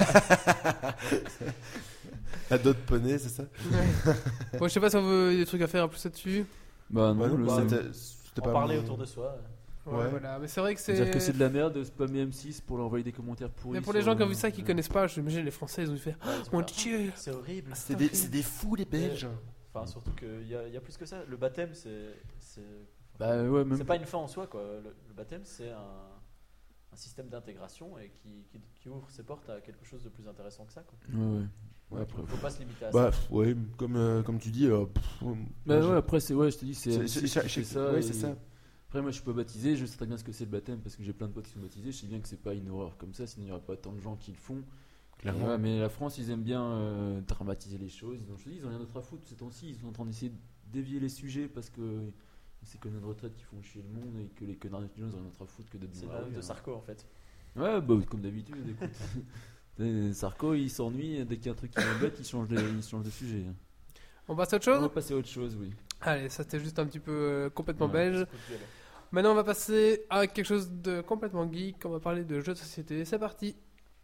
La dot poney, c'est ça?
Bon, je sais pas si on veut des trucs à faire en plus là-dessus.
Bah non,
Ouais,
le-
bah,
c'est-
c'était
En
pas
parler
mon-
autour de soi.
Ouais,
Ouais.
voilà, mais c'est vrai que
c'est-à-dire que c'est
c'est.
de la merde de spammer M6 pour leur envoyer des commentaires pourris.
Mais pour les
sur,
gens qui ont vu ça, qui
ouais.
connaissent pas, j'imagine les Français, ils ont dû faire Mon Dieu!
C'est horrible.
C'est des fous, les Belges.
Enfin, surtout qu'il y a plus que ça. Le baptême, c'est
Bah ouais, même.
c'est pas une fin en soi, quoi. Le baptême, c'est un système d'intégration et qui ouvre ses portes à quelque chose de plus intéressant que ça, quoi.
Ouais, ouais. Ouais,
Ouais,
après.
Il faut pas se limiter à
Bah,
ça.
ouais, comme tu dis.
Bah
moi,
ouais, après, c'est. Ouais, je te dis, c'est.
C'est-
M6
c'est-
qui fait
c'est-
ça.
ouais,
et-
c'est ça.
Après, moi, je suis pas baptisé, je sais très bien ce que c'est le baptême parce que j'ai plein de potes qui sont baptisés. Je sais bien que c'est pas une horreur comme ça, sinon il y aurait pas tant de gens qui le font.
Clairement.
Ouais, mais la France, ils aiment bien dramatiser les choses. Ils ont rien d'autre à foutre ces temps-ci. Ils sont en train d'essayer de dévier les sujets parce que ces connards de retraite qui font chier le monde et que les connards étudiants ils ont rien d'autre à foutre que d'être
C'est
dans
la
la rue,
de
hein.
Sarko, en fait.
Ouais, bah comme d'habitude, écoute. Sarko, il s'ennuie dès qu'il y a un truc qui l'embête, il change de sujet. hein.
On passe à autre
On
chose?
va passer à autre chose, oui.
Allez, ça c'était juste un petit peu complètement
Ouais.
belge.
Coup de gueule.
Maintenant, on va passer à quelque chose de complètement geek. On va parler de jeux de société. C'est parti.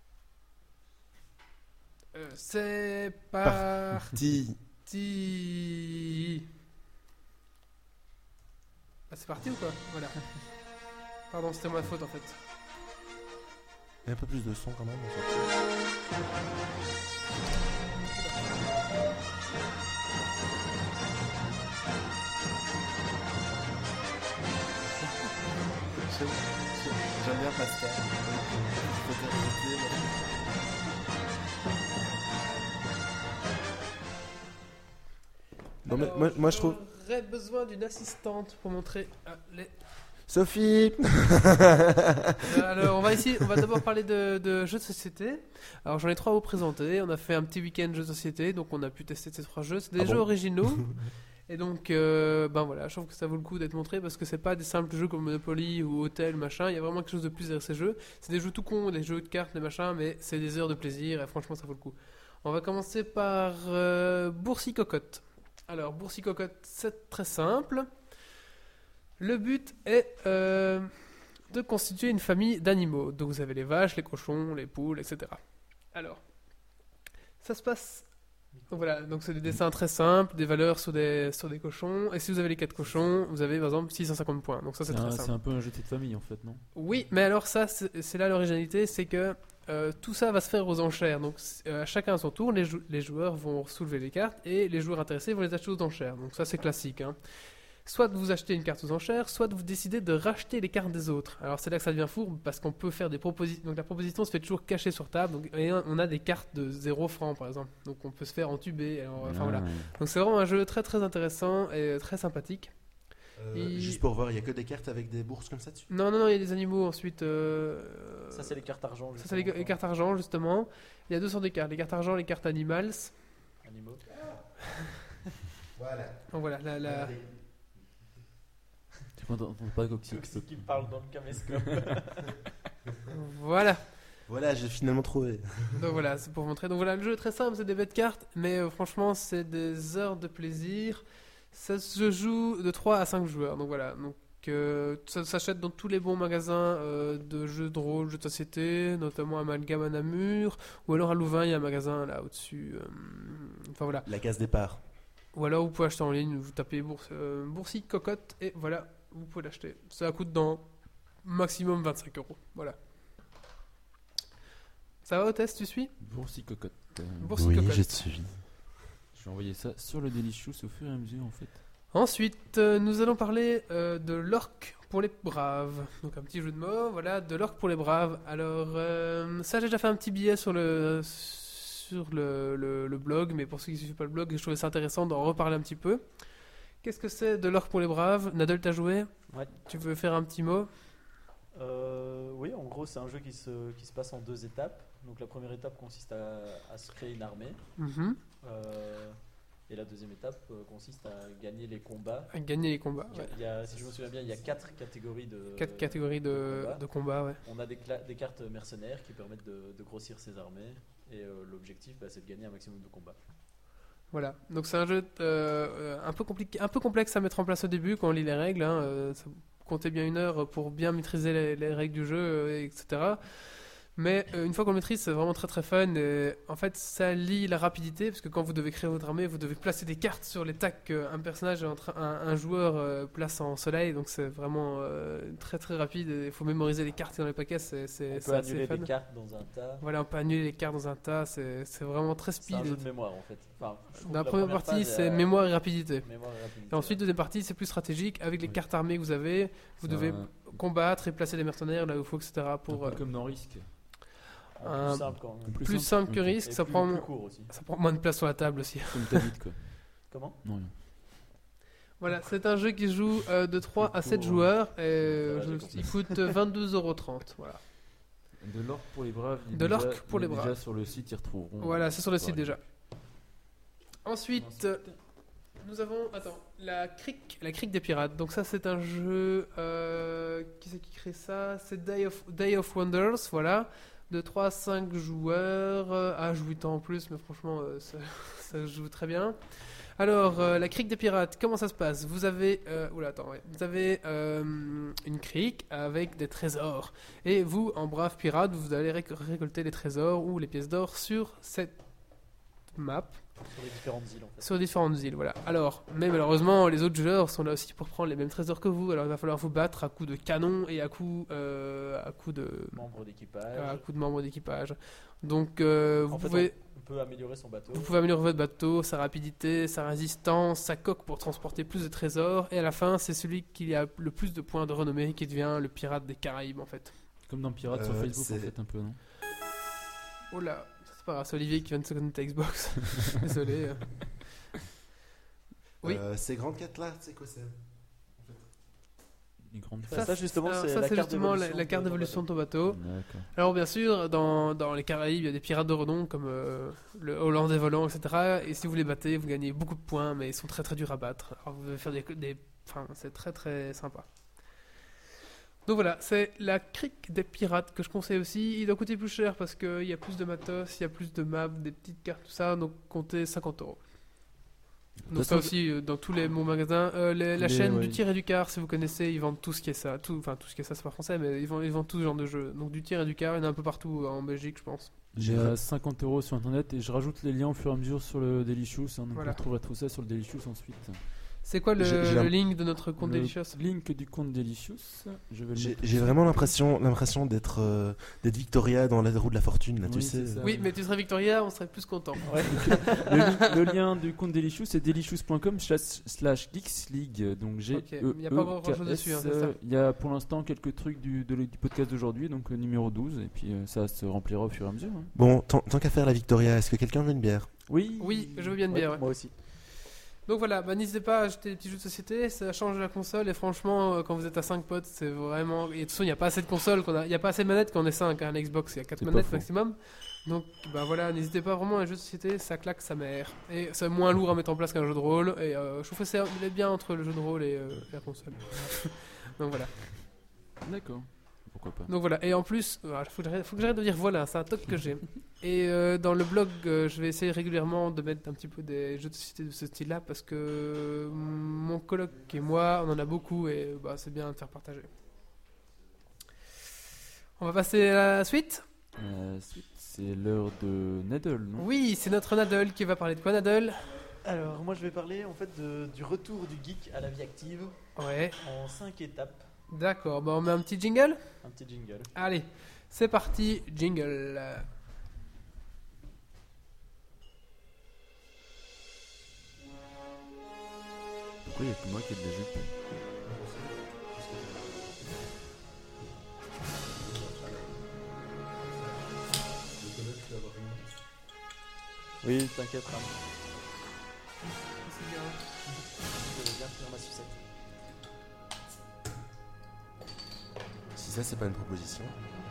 C'est parti.
Petit.
Ah, c'est parti ou quoi? Voilà. Pardon, c'était ma faute en fait.
Il y a un peu plus de son quand même. en fait. J'aime bien Pascal. Non, mais
Alors,
moi, je trouve.
J'aurais besoin d'une assistante pour montrer les.
Sophie.
Alors, on va d'abord parler de jeux de société. Alors, j'en ai 3 à vous présenter. On a fait un petit week-end jeux de société, donc on a pu tester ces 3 jeux. C'est des
Ah
jeux
bon
originaux. Et donc, ben voilà, je trouve que ça vaut le coup d'être montré parce que c'est pas des simples jeux comme Monopoly ou Hotel, machin. Il y a vraiment quelque chose de plus derrière ces jeux. C'est des jeux tout cons, des jeux de cartes, des machins, mais c'est des heures de plaisir et franchement, ça vaut le coup. On va commencer par Boursicocotte. Alors, Boursicocotte, c'est très simple. Le but est de constituer une famille d'animaux. Donc vous avez les vaches, les cochons, les poules, etc. Alors, ça se passe... Donc voilà, donc c'est des dessins très simples, des valeurs sur des cochons. Et si vous avez les 4 cochons, vous avez par exemple 650 points. Donc ça c'est très
C'est
simple.
un peu un jeu de famille en fait, non?
Oui, mais alors ça, c'est là l'originalité, c'est que tout ça va se faire aux enchères. Donc chacun à son tour, les joueurs vont soulever les cartes et les joueurs intéressés vont les acheter aux enchères. Donc ça c'est classique, hein. Soit vous achetez une carte aux enchères, soit vous décidez de racheter les cartes des autres. Alors c'est là que ça devient fourbe parce qu'on peut faire des propositions. Donc la proposition se fait toujours cachée sur table. Donc, et on a des cartes de 0 francs par exemple. Donc on peut se faire entuber. Alors, enfin, voilà. Donc c'est vraiment un jeu très très intéressant et très sympathique.
Juste pour voir, il y a que des cartes avec des bourses comme ça dessus.
Non, il y a des animaux ensuite.
Ça, c'est les cartes argent.
Ça, c'est les cartes argent justement. Il y a 200 des cartes. Les cartes argent, les cartes animals.
Animaux.
Voilà.
Donc voilà,
On n'entend pas de coccyx.
Toxic qui parle dans le caméscope.
voilà.
Voilà, j'ai finalement trouvé.
Donc voilà, c'est pour vous montrer. Donc voilà, le jeu est très simple, c'est des bêtes cartes, mais franchement, c'est des heures de plaisir. Ça se joue de 3 à 5 joueurs. Donc voilà, donc ça s'achète dans tous les bons magasins de jeux de rôle, jeux de société, notamment Amalgame à Namur, ou alors à Louvain, il y a un magasin là au-dessus. Enfin voilà.
La case départ.
Ou alors vous pouvez acheter en ligne, vous tapez Boursi Cocotte et voilà, vous pouvez l'acheter. Ça coûte dans maximum 25 €. Voilà. Ça va au test, tu suis?
Boursicocotte.
Boursicocotte.
j'ai suivi.
Je vais envoyer ça sur le Delicious au fur et à mesure en fait.
Ensuite, nous allons parler de l'orque pour les braves. Donc un petit jeu de mots, voilà, de l'orque pour les braves. Alors, ça j'ai déjà fait un petit billet sur le blog, mais pour ceux qui ne suivent pas le blog, je trouvais ça intéressant d'en reparler un petit peu. Qu'est-ce que c'est de l'orque pour les braves? Nadal, t'as joué?
Ouais.
Tu veux faire un petit mot?
Oui, en gros, c'est un jeu qui se passe en 2 étapes. Donc la première étape consiste à se créer une armée.
Mhm.
Et la deuxième étape consiste à gagner les combats.
À gagner les combats. Ouais.
Si je me souviens bien, il y a 4 catégories de
4 catégories de combat, ouais.
On a des cartes mercenaires qui permettent de grossir ses armées. Et l'objectif, c'est de gagner un maximum de combats.
Voilà, donc c'est un jeu un peu compliqué, un peu complexe à mettre en place au début quand on lit les règles. Ça comptait bien 1 heure pour bien maîtriser les règles du jeu, etc. Mais une fois qu'on le maîtrise, c'est vraiment très très fun. Et en fait, ça lie la rapidité parce que quand vous devez créer votre armée, vous devez placer des cartes sur les tacs qu'un personnage, un joueur place en soleil. Donc c'est vraiment très très rapide. Il faut mémoriser les cartes dans les paquets.
On peut annuler des cartes dans un tas.
Voilà, on peut annuler les cartes dans un tas. C'est vraiment très speed.
C'est un jeu de mémoire en fait. Enfin,
dans la première partie, c'est mémoire et rapidité.
Mémoire et rapidité.
Et ensuite, deuxième partie, c'est plus stratégique. Avec les cartes armées que vous avez, vous devez combattre et placer des mercenaires là où il faut, etc. Pour,
un peu comme dans Risk.
Plus simple quand même.
Plus simple que Risk, ça prend moins de place sur la table aussi.
Comme t'as dit quoi.
Comment?
Non, rien.
Voilà, c'est un jeu qui joue de 3 à 7 joueurs et il coûte 22,30 €. Voilà.
De l'orque pour les braves.
De l'orque pour les braves.
Déjà sur le site, ils retrouveront.
Voilà, c'est sur le site déjà. Ensuite, nous avons la crique des pirates. Donc ça, c'est un jeu. Qui c'est qui crée ça? C'est Day of Wonders, voilà. De 3 à 5 joueurs. Je 8 ans en plus, mais franchement, ça joue très bien. Alors, la crique des pirates, comment ça se passe? Vous avez, vous avez une crique avec des trésors. Et vous, en brave pirate, vous allez récolter les trésors ou les pièces d'or sur cette map.
Sur les différentes îles en fait.
Sur différentes îles, voilà. Alors, mais malheureusement, les autres joueurs sont là aussi pour prendre les mêmes trésors que vous. Alors, il va falloir vous battre à coups de canon et à coups de
membres d'équipage.
À coups de membres d'équipage. Donc,
On peut améliorer son bateau.
Vous pouvez améliorer votre bateau, sa rapidité, sa résistance, sa coque pour transporter plus de trésors. Et à la fin, c'est celui qui a le plus de points de renommée qui devient le pirate des Caraïbes, en fait.
Comme dans Pirates sur Facebook, en fait, un peu, non?
Oh là, c'est pas grave, c'est Olivier qui vient de se connecter à Xbox. Désolé. Oui.
Ces grandes cartes là, c'est quoi ça?
Une grande
Ça, justement,
alors,
c'est
ça,
la
c'est
carte
justement
d'évolution
la carte
de ton
d'évolution de ton bateau.
D'accord.
Alors bien sûr, dans les Caraïbes, il y a des pirates de renom comme le Hollandais volant, etc. Et si vous les battez, vous gagnez beaucoup de points, mais ils sont très très durs à battre. Alors vous devez faire enfin, c'est très très sympa. Donc voilà, c'est la crique des pirates que je conseille aussi. Il doit coûter plus cher parce qu'il y a plus de matos, il y a plus de maps, des petites cartes, tout ça. Donc comptez 50 €. Donc ça aussi, dans tous les bons magasins. La chaîne
ouais.
du tir et du quart, si vous connaissez, ils vendent tout ce qui est ça. Enfin, tout ce qui est ça, c'est pas français, mais ils vendent tout ce genre de jeu. Donc du tir et du quart, il y en a un peu partout en Belgique, je pense.
J'ai à 50 € sur internet et je rajoute les liens au fur et à mesure sur le Delicious. Donc
Voilà.
vous retrouverez tout ça sur le Delicious ensuite.
C'est quoi
J'ai
le link de notre compte
Le
Delicious?
link du compte Delicious. Je vais le mettre
J'ai
ici.
vraiment l'impression d'être Victoria dans la roue de la fortune, là, tu
Oui,
sais.
c'est ça.
Oui, mais tu serais Victoria, on serait plus content.
Le lien du compte Delicious, c'est delicious.com/geeksleague. Donc
Ok, il n'y a pas grand-chose dessus, hein, c'est ça.
Il y a pour l'instant quelques trucs du podcast d'aujourd'hui, donc numéro 12, et puis ça se remplira au fur et à mesure. Hein.
Bon, tant qu'à faire la Victoria, est-ce que quelqu'un veut une bière?
Oui,
Oui, je veux bien une bière. Ouais.
Moi aussi.
Donc voilà, n'hésitez pas à acheter des petits jeux de société, ça change la console et franchement, quand vous êtes à 5 potes, c'est vraiment. Et de toute façon, il n'y a pas assez de consoles, il n'y a pas assez de manettes quand on est 5. Hein, Xbox, il y a 4
C'est pas
manettes
faux.
maximum. Donc voilà, n'hésitez pas vraiment à un jeu de société, ça claque sa mère. Et c'est moins lourd à mettre en place qu'un jeu de rôle. Et je trouve que c'est bien entre le jeu de rôle et la console. Donc voilà.
D'accord. Pourquoi pas.
Donc voilà, et en plus, il faut que j'arrête de dire voilà, c'est un toc que j'ai. Et dans le blog, je vais essayer régulièrement de mettre un petit peu des jeux de société de ce style-là parce que mon coloc et moi, on en a beaucoup et c'est bien de faire partager. On va passer à la suite.
Ensuite, c'est l'heure de Nadal, non?
Oui, c'est notre Nadal qui va parler de quoi, Nadal?
Alors, moi, je vais parler en fait du retour du geek à la vie active
Ouais,
en 5 étapes.
d'accord, on met un petit jingle.
Un petit jingle.
Allez, c'est parti, jingle.
Pourquoi il n'y a que moi qui ai de la jupe?
Oui, t'inquiète, Ram.
C'est bien.
Je vais bien finir ma sucette.
Si ça, c'est pas une proposition.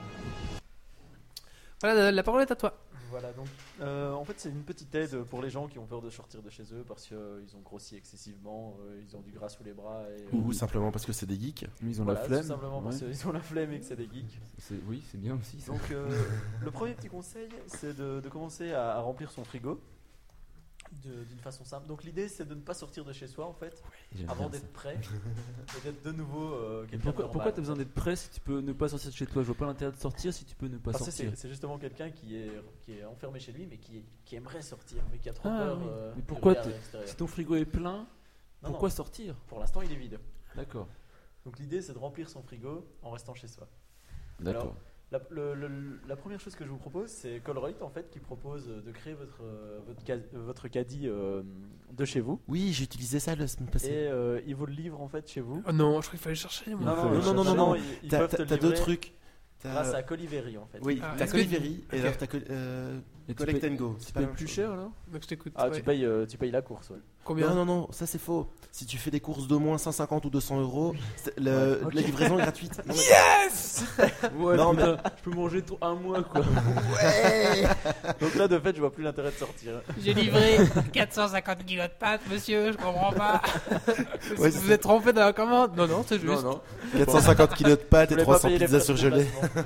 Voilà, Nadal, la parole est à toi.
Voilà, donc en fait c'est une petite aide pour les gens qui ont peur de sortir de chez eux parce qu'ils ont grossi excessivement, ils ont du gras sous les bras et
Ou simplement parce que c'est des geeks.
Ils ont
voilà,
la flemme.
tout simplement parce
Ouais.
qu'ils ont la flemme et que c'est des geeks.
Oui, c'est bien aussi. Ça.
Donc le premier petit conseil c'est de commencer à remplir son frigo d'une façon simple. Donc l'idée c'est de ne pas sortir de chez soi en fait
J'aime
avant
bien
d'être prêt et d'être de nouveau
ça.
quelqu'un de
Pourquoi
normal.
t'as besoin d'être prêt si tu peux ne pas sortir de chez toi? Je vois pas l'intérêt de sortir si tu peux ne pas
Parce que
sortir.
c'est justement quelqu'un qui est enfermé chez lui mais qui aimerait sortir mais qui a trop
Ah,
peur.
oui. Mais
du
pourquoi
regard
t'es-
extérieur.
Si ton frigo est plein,
Non,
pourquoi
non,
sortir?
pour l'instant il est vide.
D'accord.
Donc l'idée c'est de remplir son frigo en restant chez soi.
D'accord.
La première chose que je vous propose, c'est Colruyt en fait qui propose de créer votre caddie de chez vous
Oui, j'ai utilisé ça la semaine passée.
et il vous le livre en fait chez vous.
Oh non, je crois qu'il fallait chercher. Moi.
Non,
ils
T'as
peuvent te le
deux
livrer
trucs.
grâce à Colivery en fait.
Oui,
Ah,
t'as
est-ce que-
Colivery et
Ok.
alors t'as
Et tu
Collect
payes-
and Go.
Tu
C'est pas
payes
la même
plus
chose.
cher alors?
Donc je t'écoute.
Ah,
ouais.
tu payes la course. Ouais.
Combien?
Non, ça c'est faux. Si tu fais des courses d'au moins 150 ou 200 €,
Ok.
la livraison est gratuite. Non, mais-
Yes.
Ouais,
Non,
putain, je peux manger un mois quoi.
Donc là de fait je vois plus l'intérêt de sortir.
J'ai livré 450 kilos de pâtes, monsieur, je comprends pas.
Ouais,
vous
c'est-
êtes trompé dans la commande? Non, non, c'est juste.
non.
450 kilos de pâtes
Je
et
voulais pas
300
payer les
pizzas
frais de
surgelées.
déplacement.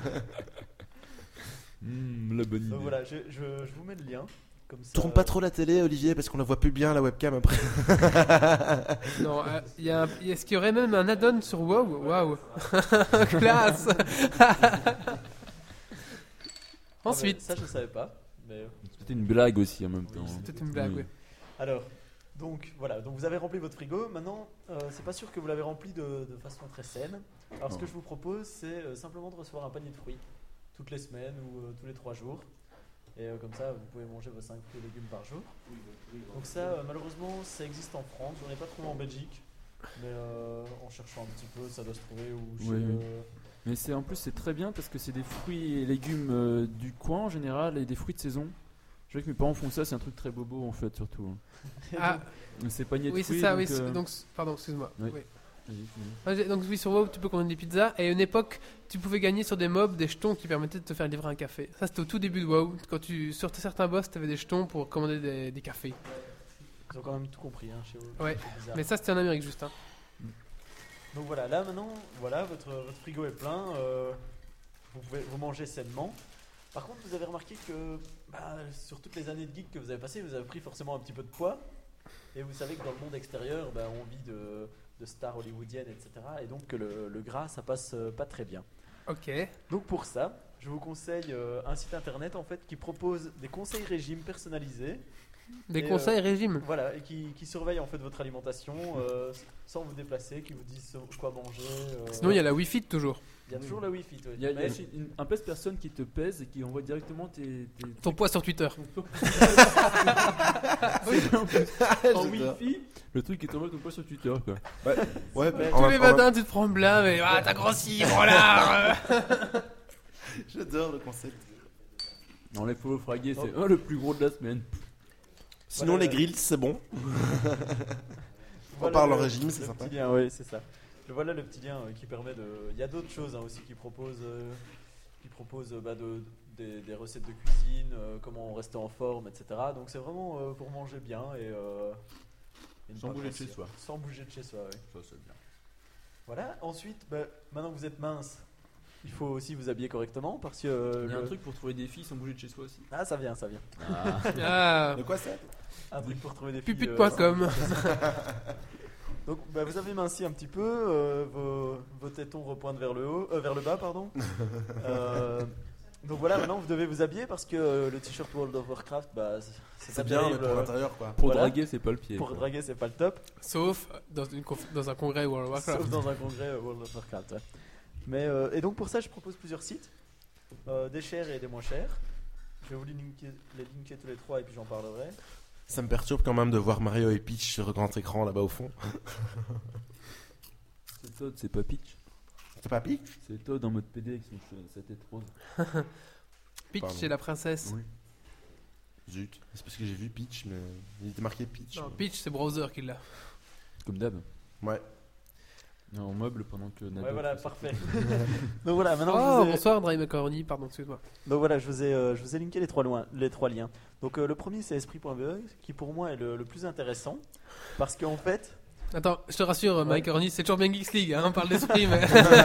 La bonne idée.
Donc voilà, je vous mets le lien. Comme ça,
Tourne pas trop la télé, Olivier, parce qu'on la voit plus bien la webcam après.
Non, est-ce qu'il y aurait même un add-on sur WoW? Waouh. Classe. Ensuite.
Ça je savais pas. Mais
C'était une blague aussi en même temps.
C'était une blague, oui.
alors, donc voilà, donc vous avez rempli votre frigo. Maintenant, c'est pas sûr que vous l'avez rempli de façon très saine. Alors, ce que je vous propose, c'est simplement de recevoir un panier de fruits toutes les semaines ou tous les 3 jours. Et comme ça, vous pouvez manger vos 5 fruits et légumes par jour. Donc ça, malheureusement, ça existe en France. J'en ai pas trouvé en Belgique. Mais en cherchant un petit peu, ça doit se trouver. Ou chez,
Oui. Mais en plus c'est très bien parce que c'est des fruits et légumes du coin en général et des fruits de saison. Je vois que mes parents font ça, c'est un truc très bobo en fait, surtout.
Ah,
Mais c'est panier de
oui, c'est
fruits.
ça,
donc,
oui. Donc, pardon, excuse-moi.
Oui.
Oui.
vas-y, finis.
Donc, oui, sur WoW, tu peux commander des pizzas. Et à une époque, tu pouvais gagner sur des mobs des jetons qui permettaient de te faire livrer un café. Ça, c'était au tout début de WoW. Quand tu sortais certains boss, tu avais des jetons pour commander des cafés.
Ils ont quand même tout compris chez eux.
Ouais.
C'est bizarre.
Mais ça, c'était en Amérique, juste. Hein.
Donc voilà, là maintenant, voilà, votre frigo est plein. Vous mangez sainement. Par contre, vous avez remarqué que sur toutes les années de geek que vous avez passées, vous avez pris forcément un petit peu de poids. Et vous savez que dans le monde extérieur, on vit de stars hollywoodiennes, etc. Et donc que le gras, ça passe pas très bien.
Ok.
Donc pour ça, je vous conseille un site internet en fait qui propose des conseils régime personnalisés.
Des
Et,
conseils régime.
Voilà, et qui surveille en fait votre alimentation sans vous déplacer, qui vous disent quoi manger.
Sinon, il y a la Wi-Fi toujours.
Il y a toujours la Wi-Fi. Ouais.
Il y a
Mais-
aussi un pèse-personne qui te pèse et qui envoie directement
Ton poids sur Twitter.
en Wi-Fi, le truc qui t'envoie ton poids sur Twitter quoi.
Ouais,
Mais
Tous les matins, tu te prends blanc, mais t'as grossi, voilà.
J'adore le concept.
Non, les faux fragués, c'est le plus gros de la semaine.
Sinon,
Voilà,
les grills, c'est bon.
Voilà
parle en
le-
régime, c'est
le
sympa.
petit lien, oui, c'est ça. Voilà le petit lien qui permet de. Il y a d'autres choses aussi qui proposent, des recettes de cuisine, comment rester en forme, etc. Donc c'est vraiment pour manger bien et ne
Sans
pas
bouger de
grossir.
chez soi.
Sans bouger de chez soi, oui.
Ça, c'est bien.
Voilà. Ensuite, maintenant que vous êtes mince, il faut aussi vous habiller correctement parce que.
Il y a un truc pour trouver des filles sans bouger de chez soi aussi.
Ah, ça vient.
Ah,
De quoi ça?
Un truc pour trouver des filles.
pupute.com.
Donc vous avez minci un petit peu, vos tétons repointent vers le bas, pardon. Donc voilà, maintenant vous devez vous habiller parce que le t-shirt World of Warcraft, c'est
C'est
pas
bien, mais
terrible,
pour l'intérieur, quoi.
Pour
Voilà.
draguer, c'est pas le pied.
pour
quoi.
draguer, c'est pas le top,
Sauf dans un congrès World of Warcraft.
sauf dans un congrès World of Warcraft. Ouais. Mais et donc pour ça, je propose plusieurs sites, des chers et des moins chers. Je vais vous les linker tous les trois et puis j'en parlerai.
Ça me perturbe quand même de voir Mario et Peach sur grand écran là-bas au fond.
C'est Todd, c'est pas Peach.
C'est pas Peach?
C'est Todd en mode PD avec sa tête rose.
Peach,
Pardon.
c'est la princesse.
Oui.
Zut. C'est parce que j'ai vu Peach, mais il était marqué Peach.
Non, Peach, c'est Browser qui l'a.
Comme d'hab.
Ouais.
Non, en meuble pendant que Nado.
Ouais, voilà,
fait ça.
parfait. Donc voilà, maintenant
Oh,
je vous ai...
bonsoir, Dry Macaroni, pardon, excuse-moi.
Donc voilà, je vous ai linké les trois liens. Donc le premier c'est esprit.be qui pour moi est le plus intéressant parce qu'en fait,
Attends, je te rassure, Macaroni, c'est toujours bien Geeks League, hein, on parle d'esprit, mais.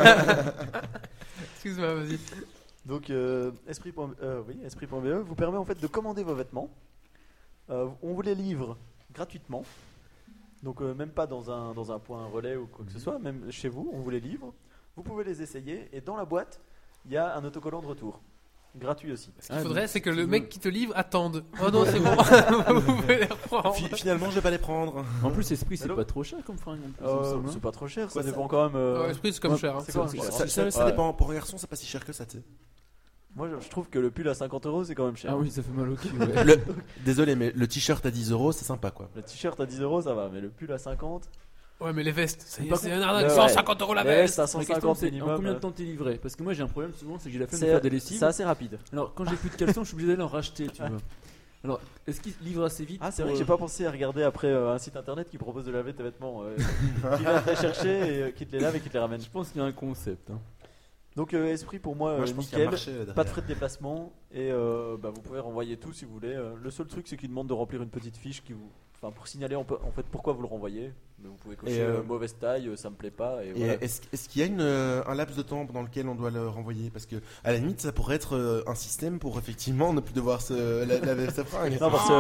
Excuse-moi, vas-y.
donc esprit.be vous permet en fait de commander vos vêtements. On vous les livre gratuitement. Donc même pas dans un point relais ou quoi que ce soit, même chez vous, on vous les livre. Vous pouvez les essayer et dans la boîte, il y a un autocollant de retour. Gratuit aussi.
Ce qu'il faudrait,
donc,
c'est que
si
le
tu
mec
veux-
qui te livre attende. Oh non, c'est bon, vous pouvez les reprendre.
Finalement, je vais pas les prendre.
En plus, Esprit, c'est
Mais
pas trop cher comme fringue en plus. il me semble, hein.
c'est pas trop cher, ça
Quoi, ça
dépend quand même.
Ouais, esprit, c'est comme
ouais,
cher. Hein.
c'est quoi,
c'est-
cher.
Ça
Ouais.
dépend. Pour un garçon, c'est pas si cher que ça, tu sais.
Moi je trouve que le pull à 50 €, c'est quand même cher.
Ah oui, ça fait mal au cul. Ouais.
Désolé, mais le t-shirt à 10 €, c'est sympa, quoi.
Le t-shirt à 10 € ça va, mais le pull à 50.
Ouais, mais les vestes, c'est
Par
c'est
contre,
un arnaque,
ouais.
150 € la
Les
veste.
vestes à
La question,
150
c'est
minimum.
en combien de temps t'es livré? Parce que moi j'ai un problème souvent, c'est que j'ai la flemme de
C'est
faire des lessives.
c'est assez rapide.
Alors quand j'ai plus de caleçon, je suis obligé d'aller en racheter, tu vois. Alors, est-ce qu'ils livrent assez vite
Ah, c'est
pour,
vrai que j'ai pas pensé à regarder après un site internet qui propose de laver tes vêtements. Qui vient te les chercher et qui te les lave et qui te les ramène.
Je pense qu'il y a un concept. Hein.
Donc, esprit pour moi,
Moi, je pense qu'il y a un
nickel.
marché derrière.
Pas de frais de déplacement et vous pouvez renvoyer tout si vous voulez. Le seul truc, c'est qu'il demande de remplir une petite fiche pour signaler en fait pourquoi vous le renvoyez. Mais vous pouvez cocher
Et,
mauvaise taille, ça me plaît pas. Et
Et
voilà.
est-ce qu'il y a un laps de temps pendant lequel on doit le renvoyer? Parce que à la limite, ça pourrait être un système pour effectivement ne plus devoir laver sa fringue.
Non, parce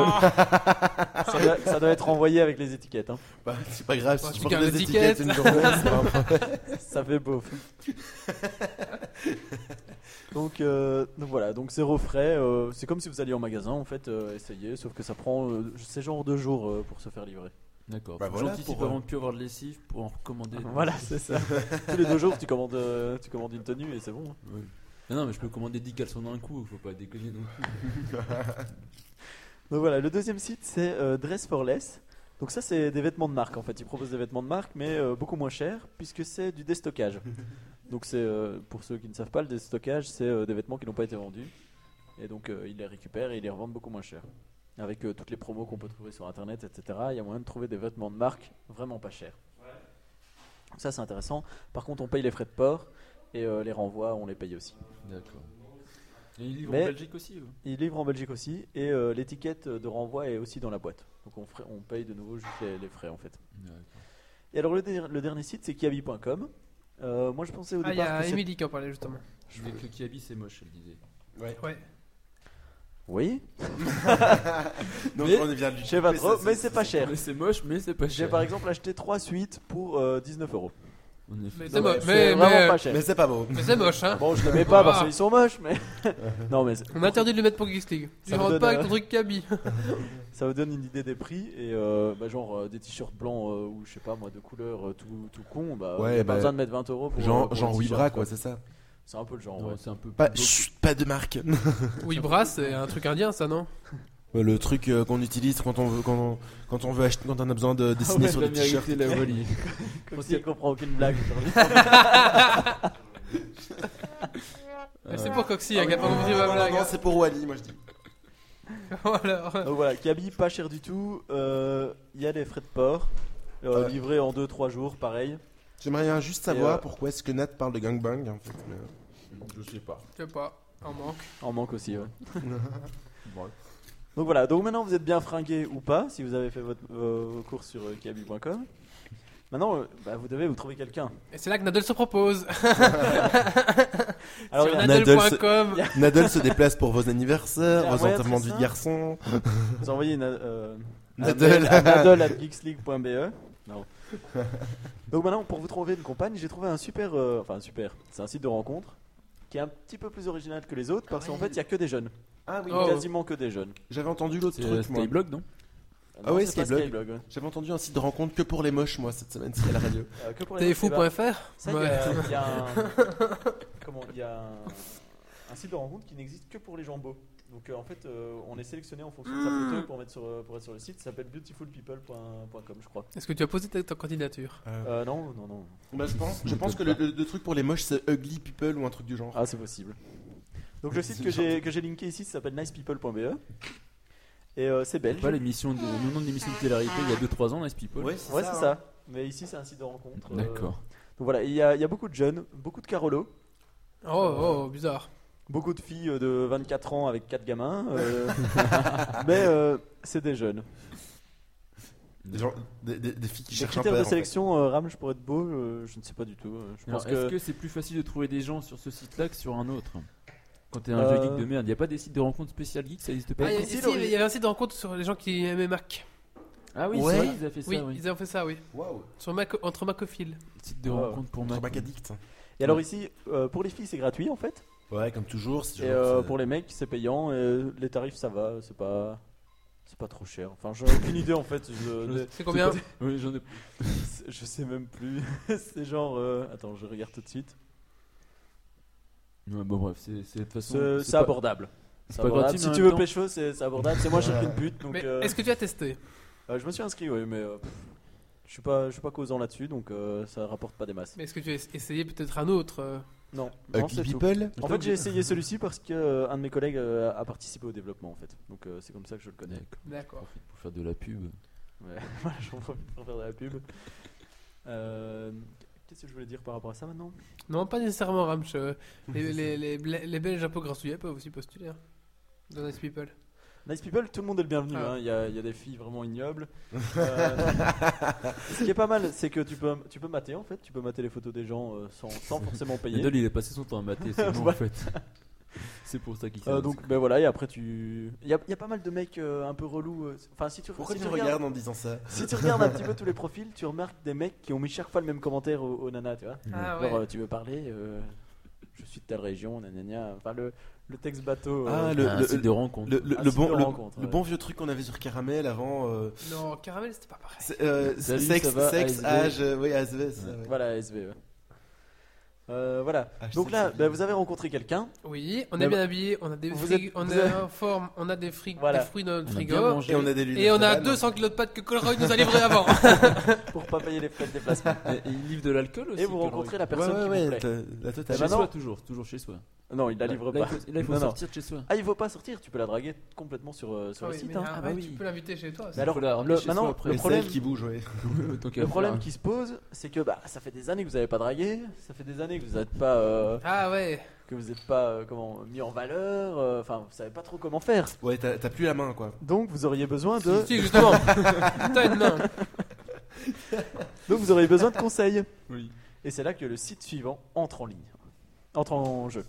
que ça doit être renvoyé avec les étiquettes. Hein.
Bah, c'est pas grave,
Bah,
si
tu
tu portes
gardes
des
l'étiquette.
étiquettes une journée, c'est pas un problème.
Ça fait beau. Donc voilà, donc zéro frais. C'est comme si vous alliez en magasin en fait, essayez, sauf que ça prend c'est genre 2 jours pour se faire livrer.
D'accord.
Bah
Faut
voilà,
j'anticipe
pour,
avant de plus avoir de lessive pour en recommander.
Voilà, c'est ça. Tous les 2 jours, tu commandes une tenue et c'est bon.
Oui. Non, mais je peux commander 10 caleçons d'un coup, faut pas déconner non plus.
Donc voilà, le deuxième site c'est Dress for Less. Donc ça c'est des vêtements de marque en fait. Ils proposent des vêtements de marque mais beaucoup moins chers puisque c'est du déstockage. Donc c'est pour ceux qui ne savent pas, le déstockage c'est des vêtements qui n'ont pas été vendus. Et donc ils les récupèrent et ils les revendent beaucoup moins cher. Avec toutes les promos qu'on peut trouver sur internet, etc. Il y a moyen de trouver des vêtements de marque vraiment pas chers. Ça c'est intéressant. Par contre on paye les frais de port et les renvois on les paye aussi.
D'accord. Et ils livrent
Mais-
en Belgique aussi eux.
Ils livrent en Belgique aussi et l'étiquette de renvoi est aussi dans la boîte. Donc on paye de nouveau juste les frais en fait.
D'accord.
Et alors le dernier site c'est kiabi.com. Moi je pensais au
Ah, il y
départ
a
que c'est...
Emily qui en parlait justement.
Je dis que Kiabi c'est moche, elle disait.
Ouais.
Oui,
Donc
Mais-
on vient de
je sais pas trop, mais c'est pas cher.
Mais c'est moche, mais c'est pas
J'ai
cher.
par exemple acheté 3 suites pour 19 €.
En effet.
Mais
Non,
c'est moche.
c'est
Mais,
vraiment pas cher.
Mais c'est pas beau.
mais c'est moche, hein.
Bon, je les mets pas parce
Ah.
qu'ils sont moches, mais. Non, mais
On a interdit de le mettre pour Geeks League. Tu
Ça me
rentres
donne,
pas avec ton truc Kaby.
ça vous donne une idée des prix. Et genre des t-shirts blancs ou je sais pas moi, de couleur tout con. Bah,
Ouais,
y a pas
bah,
besoin de mettre 20 € pour.
Genre
pour un t-shirt,
Wibra, quoi, c'est ça.
C'est un peu le genre,
Non,
ouais.
c'est un peu
Pas,
plus
chut, pas de marque.
Oui, Brass, c'est un truc indien, ça, non?
Le truc qu'on utilise quand on veut acheter, quand on a besoin de dessiner
ouais,
sur
la
des t-shirts.
mérité, la volie.
Comme si elle comprend aucune blague.
C'est pour Coxy, hein, qui a pas compris ma
Non,
blague.
non, c'est pour Wally, moi je dis.
Voilà.
Donc voilà, Kaby, pas cher du tout. Il y a des frais de port. Livrés en 2-3 jours, pareil.
J'aimerais bien juste savoir
Et,
pourquoi est-ce que Nat parle de gangbang en fait.
Je sais pas.
Je sais pas, en manque.
En manque aussi, ouais.
Bon.
Donc voilà, donc maintenant vous êtes bien fringué ou pas, si vous avez fait vos courses sur kiabi.com. Maintenant, vous devez vous trouver quelqu'un.
Et c'est là que Nadal se propose.
Alors,
Sur
il y a-
nadal.com.
Nadal se déplace pour vos anniversaires,
Il y a un
vos
moyen de
enterrements de
faire
vie de
ça
garçon.
vous envoyez
Nadal.
nadal@geeksleague.be. Non. Donc maintenant, pour vous trouver une compagne, j'ai trouvé un super, c'est un site de rencontre qui est un petit peu plus original que les autres parce qu'en fait, il y a que des jeunes,
Ah oui,
Oh.
quasiment que des jeunes.
j'avais entendu l'autre
C'est
truc moi.
Skyblog, non?
Ah ouais,
c'est pas
Skyblog.
Skyblog, ouais.
J'avais entendu un site de rencontre que pour les moches moi cette semaine à la radio.
Que pour les mecs, c'est pas-
Téfou.fr.
Ça, il y a il y a un site de rencontre qui n'existe que pour les gens beaux. Donc en fait, on est sélectionné en fonction de sa photo pour être sur le site. Ça s'appelle beautifulpeople.com, je crois.
Est-ce que tu as posé ta candidature?
Non.
Bah, je pense que le truc pour les moches c'est Ugly People ou un truc du genre.
Ah, c'est possible. Donc le site que j'ai linké ici, ça s'appelle nicepeople.be. Et c'est belge.
Pas l'émission de, le nom de l'émission de télé-réalité il y a 2-3 ans, Nice People.
Ouais,
Ouais, c'est ça. Mais ici, c'est un site de rencontre.
D'accord.
Donc voilà, il y a beaucoup de jeunes, beaucoup de carolos,
Oh, bizarre.
beaucoup de filles de 24 ans avec 4 gamins. Mais c'est des jeunes.
Des, gens, des filles qui
Les
cherchent un
critères
père.
de sélection, Ram, je pourrais être beau, je ne sais pas du tout. Je
Alors,
pense
est-ce
que.
que c'est plus facile de trouver des gens sur ce site-là que sur un autre? Quand t'es un
Euh,
vieux geek de merde, il n'y a pas des sites de rencontres spéciales geek, ça existe pas?
Ah,
ici,
il y avait un site de rencontre sur les gens qui aimaient Mac.
Ah oui,
Ouais.
c'est vrai, ils avaient fait ça,
Oui,
oui.
ils ont fait ça, oui.
Waouh.
Sur entre Macophiles.
Site de
Ouais.
rencontres pour
Sur
Mac.
Mac Addict.
Et alors ici, pour les filles, c'est gratuit en fait.
Ouais, comme toujours. c'est
Et
toujours- c'est-
pour les mecs, c'est payant. Et les tarifs, ça va, c'est pas trop cher. Enfin, j'ai aucune idée en fait.
C'est combien?
Oui, j'en ai.
Je sais même plus. C'est genre. Attends, je regarde tout de suite.
Ouais, bon, bref, c'est de toute façon.
C'est
pas-
abordable.
c'est
C'est
pas
abordable.
gratuit, mais
Si
en
tu
même
veux
temps-
pécho, c'est abordable. C'est moi, j'ai pris une pute. Donc,
Mais est-ce que tu as testé?
je me suis inscrit, oui, mais je suis pas causant là-dessus, donc ça rapporte pas des masses.
Mais est-ce que tu as essayé peut-être un autre?
Non,
Ugly
c'est tout.
People.
En fait, j'ai essayé celui-ci parce que un de mes collègues a participé au développement, en fait. Donc, c'est comme ça que je le connais.
D'accord.
D'accord.
Profite pour faire de la pub.
Ouais, voilà, j'en profite pour faire de la pub. Qu'est-ce que je voulais dire par rapport à ça maintenant?
Non, pas nécessairement, Ramch. Les Belges un peu grassouillés peuvent aussi postuler. Hein, dans Nice People.
Nice People, tout le monde est le bienvenu.
Ah.
Hein. Il y a des filles vraiment ignobles. Ce qui est pas mal, c'est que tu peux mater en fait. Tu peux mater les photos des gens sans forcément payer.
Nadal, il a passé son temps à mater, c'est bon
Ouais.
en fait. C'est pour ça qu'il s'est
Donc ben voilà, et après il y a pas mal de mecs un peu relous. Enfin si tu
Pourquoi
si
tu
regardes-
regardes en disant ça?
Si tu regardes un petit peu tous les profils, tu remarques des mecs qui ont mis chaque fois le même commentaire au nana, tu vois.
Ah
Genre,
ouais.
tu veux parler je suis de telle région, nanana. Enfin, le texte bateau.
Ah,
un site de rencontre.
Le
Un site de rencontre,
le
ouais.
bon vieux truc qu'on avait sur Caramel avant.
Non, Caramel, c'était pas pareil.
Salut,
Sexe,
ça va,
sexe,
ASV.
âge, oui, ASV, c'est ça, ouais.
Voilà, SV. Ouais. Voilà.
Ah, je
Donc
sais
là,
que c'est
ben,
bien.
vous avez rencontré quelqu'un.
Oui, on
Mais
est bien habillé, on a des
vous
frig-
êtes-
on
vous
est
êtes-
en forme, on a des
Voilà.
fruits dans notre
On a bien
frigo.
mangé.
Et on a des lunettes.
Et on a
de
200 kilos de pâtes que Colroy nous a livré avant.
Pour pas payer les frais de déplacement.
Et il livre de l'alcool aussi.
Et vous
Colroy.
rencontrez la
Ouais,
personne qui vous
ouais,
plaît.
la totale.
Et
Chez
maintenant-
soi, toujours chez soi.
Non, il la livre
Là,
pas.
il faut
Non, non.
sortir de chez soi.
Ah, il faut pas sortir, tu peux la draguer complètement sur le site.
mais
hein.
Ah bah
tu
oui.
peux l'inviter chez toi.
Mais alors,
Faut la ramener chez
maintenant,
soi après.
le
Mais
problème-
c'est elle qui bouge, ouais.
Le problème qui se pose, c'est que ça fait des années que vous n'avez pas dragué, ça fait des années que vous n'êtes pas,
Ah ouais.
comment, mis en valeur, enfin, vous savez pas trop comment faire.
Ouais, t'as plus la main, quoi.
Donc, vous auriez besoin de,
Si, justement. T'as une main.
conseils.
Oui.
Et c'est là que le site suivant entre en jeu.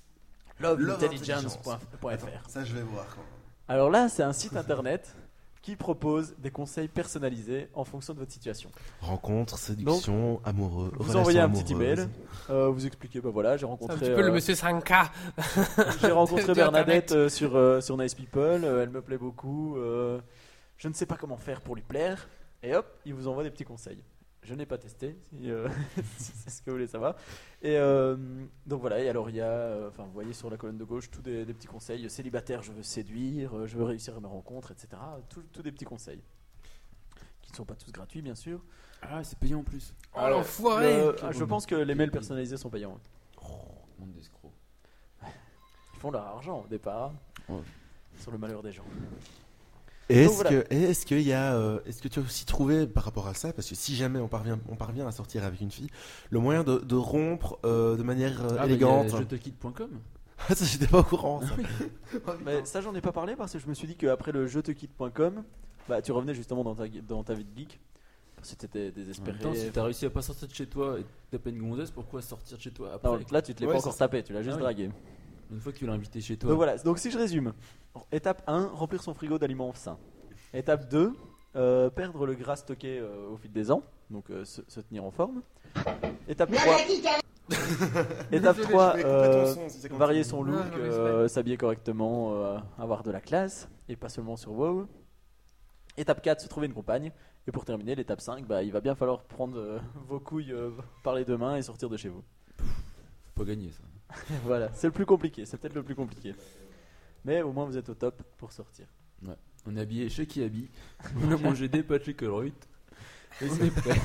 Loveintelligence.fr.
Ça, je vais voir. Quand même.
Alors là, c'est un site internet qui propose des conseils personnalisés en fonction de votre situation.
Rencontre, séduction, amoureux.
Vous
relations
envoyez un petit
amoureuses.
email, vous expliquez, voilà, j'ai
Un
rencontré,
petit peu le monsieur 5K.
j'ai rencontré
de
Bernadette sur Nice People, elle me plaît beaucoup, je ne sais pas comment faire pour lui plaire, et hop, il vous envoie des petits conseils. Je n'ai pas testé, si c'est ce que vous voulez savoir. Et donc voilà, et alors il y a, vous voyez sur la colonne de gauche, tous des petits conseils. Célibataire, je veux séduire, je veux réussir à mes rencontres, etc. Tous des petits conseils. Qui ne sont pas tous gratuits, bien sûr.
Ah, c'est payant en plus.
Oh l'enfoiré.
Je pense que les mails personnalisés sont payants.
Monde d'escrocs.
Ils font leur argent au départ,
Ouais.
sur le malheur des gens.
Et
Donc voilà.
est-ce que tu as aussi trouvé par rapport à ça, parce que si jamais on parvient à sortir avec une fille, le moyen de rompre de manière élégante.
Jetequitte.com.
Ah, ça, j'étais pas au courant. Ça.
Mais ça, j'en ai pas parlé parce que je me suis dit qu'après le jetequitte.com, tu revenais justement dans ta vie de geek. Parce que t'étais
En
désespéré.
même temps, si t'as réussi à pas sortir de chez toi et t'as pas une gonzesse, pourquoi sortir de chez toi après
Non, là, tu te l'es
Ouais,
pas
c'est
encore
ça.
tapé, tu l'as juste
Ah oui.
dragué.
Une fois que tu l'as invité chez toi.
Donc voilà, donc si je résume. Étape 1, remplir son frigo d'aliments sains. Étape 2, perdre le gras stocké au fil des ans, donc se tenir en forme. Étape 3, Étape 3, varier son look,
Non, je respecte.
s'habiller correctement, avoir de la classe, et pas seulement sur WoW. Étape 4, se trouver une compagne. Et pour terminer, l'étape 5, il va bien falloir prendre vos couilles par les deux mains et sortir de chez vous.
Faut pas gagner ça.
Voilà, c'est le plus compliqué, c'est peut-être le plus compliqué. Mais au moins vous êtes au top pour sortir.
On est habillé chez qui habille. On a mangé des pâtes chez Colruyt. Et c'est prêt.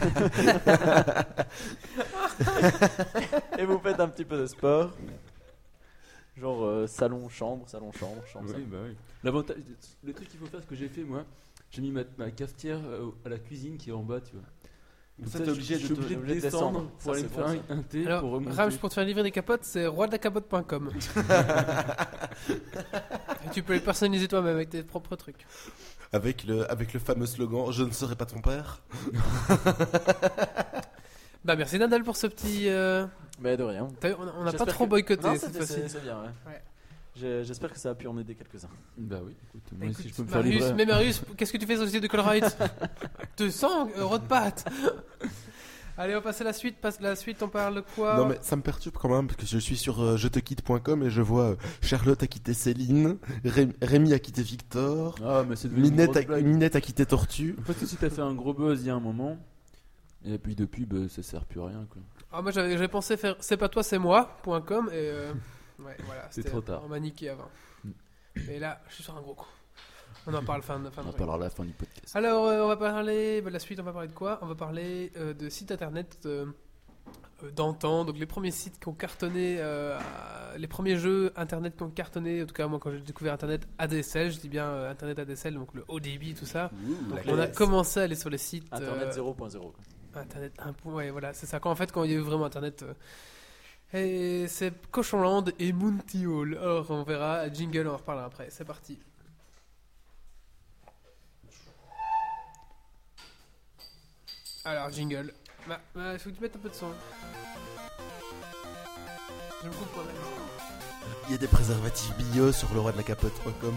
Et vous faites un petit peu de sport. Genre salon-chambre.
Oui, bah oui. L'avantage, le truc qu'il faut faire, ce que j'ai fait moi, j'ai mis ma cafetière à la cuisine qui est en bas, tu vois.
Ça,
Ça,
t'es obligé
je suis
de
obligé
obligé
de
de descendre.
descendre
Ça,
pour aller
c'est
me faire
bon,
un thé
Alors,
pour remonter.
Rage, pour te faire livrer des capotes, c'est roidelacapote.com. Et tu peux les personnaliser toi-même avec tes propres trucs.
avec le fameux slogan je ne serai pas ton père.
Bah merci Nadal pour ce petit.
Mais de rien.
T'as vu, on n'a pas
J'espère
trop
que-
boycotté
Non,
cette fois-ci.
c'est bien, ouais.
Ouais.
J'espère que ça a pu en aider quelques-uns.
Bah oui, écoute, moi
Écoute,
si je peux me faire
Marius,
livrer.
mais Marius, qu'est-ce que tu fais sur le site de Colruyt 200 euros de pâtes. Allez, on passe à la suite. La suite, on parle de quoi?
Non mais ça me perturbe quand même parce que je suis sur jetequitte.com et je vois Charlotte a quitté Céline, Rémi a quitté Victor,
Ah, mais c'est devenu une grosse blague.
Minette a quitté Tortue.
En fait, aussi, t'as fait un gros buzz il y a un moment. Et puis depuis, ça sert plus à rien, quoi.
Ah, moi j'avais pensé faire c'est pas toi, c'est moi.com et ouais, voilà.
C'est
c'était-
trop tard.
On m'a niqué avant.
Mm.
Et là, je suis sur un gros coup. On en parle fin de
On en
truc.
parlera à la fin du podcast.
Alors, on va parler. La suite, on va parler de quoi? On va parler de sites internet d'antan. Donc, les premiers sites qui ont cartonné, les premiers jeux internet qui ont cartonné. En tout cas, moi, quand j'ai découvert internet ADSL, je dis bien internet ADSL, donc le haut débit, tout ça. Donc, on a commencé à aller sur les sites.
Internet 0.0.
Internet 1. Ouais, voilà, c'est ça. Quand il y a eu vraiment internet. Et c'est Cochonland et Moonty Hall. Alors, on verra. Jingle, on en reparlera après. C'est parti. Alors, jingle. Il faut que tu mettes un peu de son. Je me coupe moi-même.
Il y a des préservatifs bio sur le roi de la capote.com.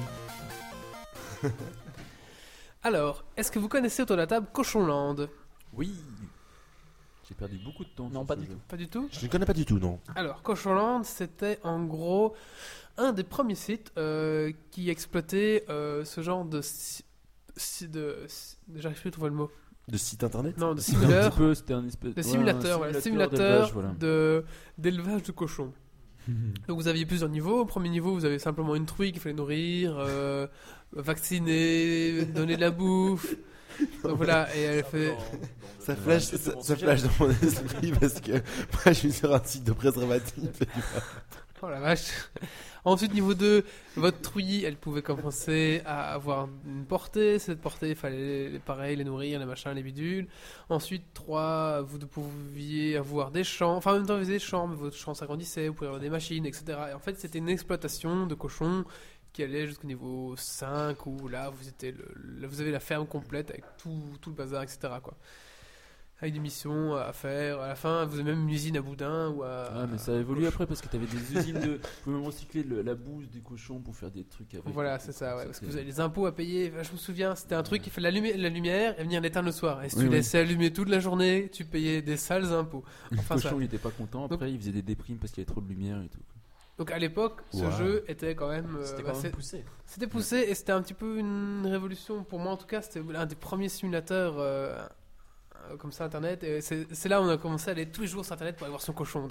Alors, est-ce que vous connaissez autour de la table Cochonland?
Oui. J'ai perdu beaucoup de temps.
Non,
sur
pas
ce
du
jeu.
Pas du tout?
Je ne connais pas du tout, non.
Alors, Cochonland, c'était en gros un des premiers sites qui exploitait ce genre de. J'arrive plus à trouver le mot.
De site internet.
Non, de
C'était un
simulateur.
petit peu, c'était un espèce
De simulateur, voilà,
d'élevage,
simulateur
voilà.
d'élevage de cochons. Donc vous aviez plusieurs niveaux. Au premier niveau, vous avez simplement une truie qu'il fallait nourrir, vacciner, donner de la bouffe. Donc voilà, et elle fait.
Ça flash, ça flash dans mon esprit parce que moi je suis sur un site de préservatifs.
Oh la vache. Ensuite, niveau 2, votre truie, elle pouvait commencer à avoir une portée. Cette portée, il fallait pareil, les nourrir, les machins, les bidules. Ensuite, 3, vous pouviez avoir des champs. Enfin, en même temps, vous avez des champs, mais votre champ s'agrandissait, vous pouviez avoir des machines, etc. Et en fait, c'était une exploitation de cochons qui allait jusqu'au niveau 5, où là, vous avez la ferme complète avec tout le bazar, etc. quoi. Avec des missions à faire. À la fin, vous avez même une usine à boudin ou à.
Ah, mais ça a évolué après parce que t'avais des usines de. Tu pouvais même recycler la bouse des cochons pour faire des trucs avec.
Voilà, c'est ça, ouais. Parce que vous avez les impôts à payer. Enfin, je me souviens, c'était un truc, il fallait allumer la lumière et venir l'éteindre le soir. Et si tu laissais allumer toute la journée, tu payais des sales impôts.
Enfin, le cochon, il était pas content. Après, il faisait des déprimes parce qu'il y avait trop de lumière et tout.
Donc à l'époque, ce jeu était quand même.
C'était quand même poussé.
C'était poussé et c'était un petit peu une révolution. Pour moi, en tout cas, c'était l'un des premiers simulateurs. Comme ça internet et c'est là où on a commencé à aller tous les jours sur internet pour aller voir son cochon.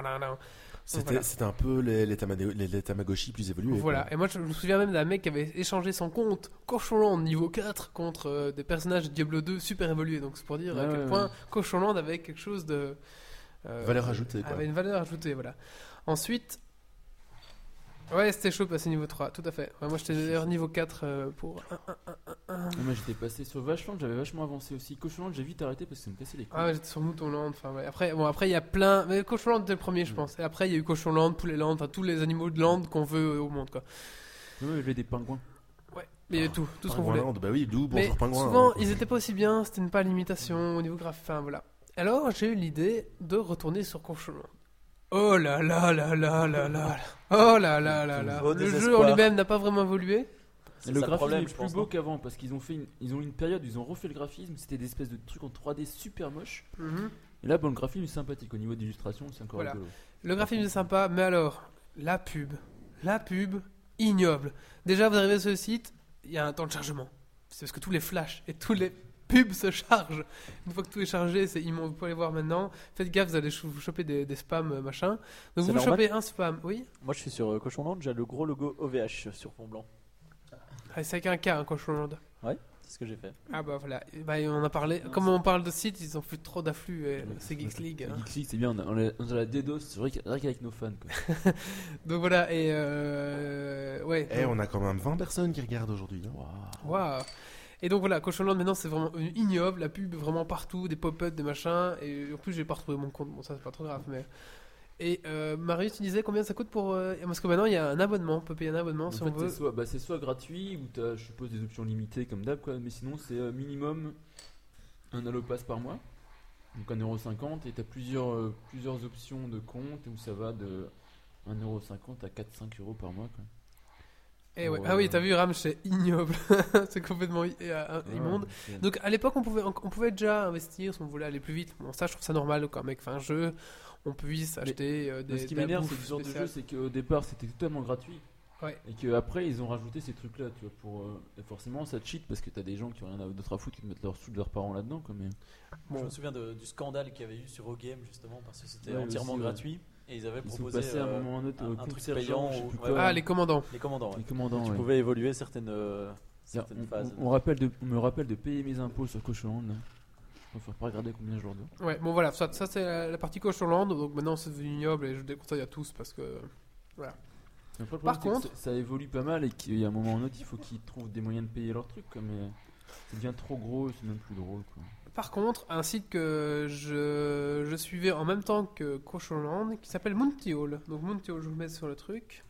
C'était un peu les Tamagotchi plus évolués.
Voilà,
quoi.
et moi je me souviens même d'un mec qui avait échangé son compte Cochonland niveau 4 contre des personnages de Diablo 2 super évolués. Donc c'est pour dire à quel point Cochonland avait quelque chose de
valeur ajoutée quoi.
Avait une valeur ajoutée, voilà. Ensuite ouais, c'était chaud de passer niveau 3, tout à fait. Ouais, moi j'étais d'ailleurs niveau 4 pour
Moi j'étais passé sur Vachland, j'avais vachement avancé aussi. Cochonland, j'ai vite arrêté parce que ça me cassait les couilles.
Ah ouais, j'étais sur Moutonland, enfin ouais. Après il y a plein, mais Cochonland était le premier je pense. Et après il y a eu Cochonland, Pouletland, enfin tous les animaux de land qu'on veut au monde quoi.
Ouais, il y avait des pingouins.
Ouais, il y avait tout ce qu'on voulait.
Bah oui, d'où
Mais
bonjour pingouin.
souvent ils étaient pas aussi bien, c'était pas l'imitation au niveau graphique, enfin voilà. Alors j'ai eu l'idée de retourner sur Cochonland. Oh là là là là là là. Oh là là là là. Le jeu en lui-même n'a pas vraiment évolué.
Le graphisme est plus beau qu'avant parce qu'ils ont ils ont eu une période où ils ont refait le graphisme, c'était des espèces de trucs en 3D super moches. Et là, bon, le graphisme est sympathique au niveau d'illustration, c'est encore rigolo.
Le graphisme est sympa, mais alors la pub ignoble. Déjà, vous arrivez sur le site, il y a un temps de chargement. C'est parce que tous les flashs et tous les pubs se chargent. Une fois que tout est chargé, c'est immonde. Vous pouvez aller voir maintenant. Faites gaffe, vous allez vous choper des spams machin. Donc vous chopez un spam, oui.
Moi je suis sur Cochonland, j'ai le gros logo OVH sur fond blanc.
Ah, c'est avec un K, un Cochonland.
Ouais, c'est ce que j'ai fait.
Ah bah voilà, bah, on a parlé. Comme on parle de sites, ils ont fait trop d'afflux. C'est Geeks League. Hein.
Geeks League, c'est bien, on a la DDoS, c'est vrai qu'avec nos fans. Quoi.
Donc voilà, et ouais.
Et on a quand même 20 personnes qui regardent aujourd'hui. Hein.
Waouh. Et donc voilà, Cochonland maintenant c'est vraiment ignoble, la pub vraiment partout, des pop-ups, des machins, et en plus j'ai pas retrouvé mon compte, bon ça c'est pas trop grave, mais... Et Marius, tu disais combien ça coûte pour... Parce que maintenant il y a un abonnement, on peut payer un abonnement si on veut.
C'est soit gratuit, ou tu as je suppose des options limitées comme d'hab, quoi, mais sinon c'est minimum un Allopass par mois, donc 1,50€, et tu as plusieurs options de compte, où ça va de 1,50€ à 4-5€ par mois, quoi.
Et ouais. Ah oui, t'as vu Ram, c'est ignoble. C'est complètement immonde. Donc à l'époque, on pouvait déjà investir si on voulait aller plus vite. Bon, ça, je trouve ça normal quand mec fait un jeu. On puisse acheter des.
Ce qui m'énerve, c'est que ce genre de jeu, c'est qu'au départ, c'était totalement gratuit.
Ouais.
Et qu'après, ils ont rajouté ces trucs-là, tu vois, pour. Forcément, ça cheat parce que t'as des gens qui ont rien d'autre à foutre qui mettent leurs sous de leurs parents là-dedans, quoi. Mais...
Bon. Je me souviens du scandale qu'il y avait eu sur OGame, justement, parce que c'était entièrement
aussi,
gratuit. Et ils avaient proposé
à un moment ou un autre
un truc payant.
Ah, les commandants.
Les commandants,
Les commandants,
tu pouvais évoluer certaines phases.
On me rappelle de payer mes impôts sur Cochonland. Il faut pas regarder combien je leur dois.
Ouais, bon voilà, ça c'est la partie Cochonland. Donc maintenant c'est devenu ignoble et je déconseille à tous parce que. Voilà.
Après,
Par contre,
ça évolue pas mal et qu'il y a un moment ou un autre, il faut qu'ils trouvent des moyens de payer leurs trucs. Quoi, mais ça devient trop gros et c'est même plus drôle. Quoi.
Par contre, un site que je suivais en même temps que Cochonland qui s'appelle Monty Hall. Donc Monty Hall, je vous mets sur le truc.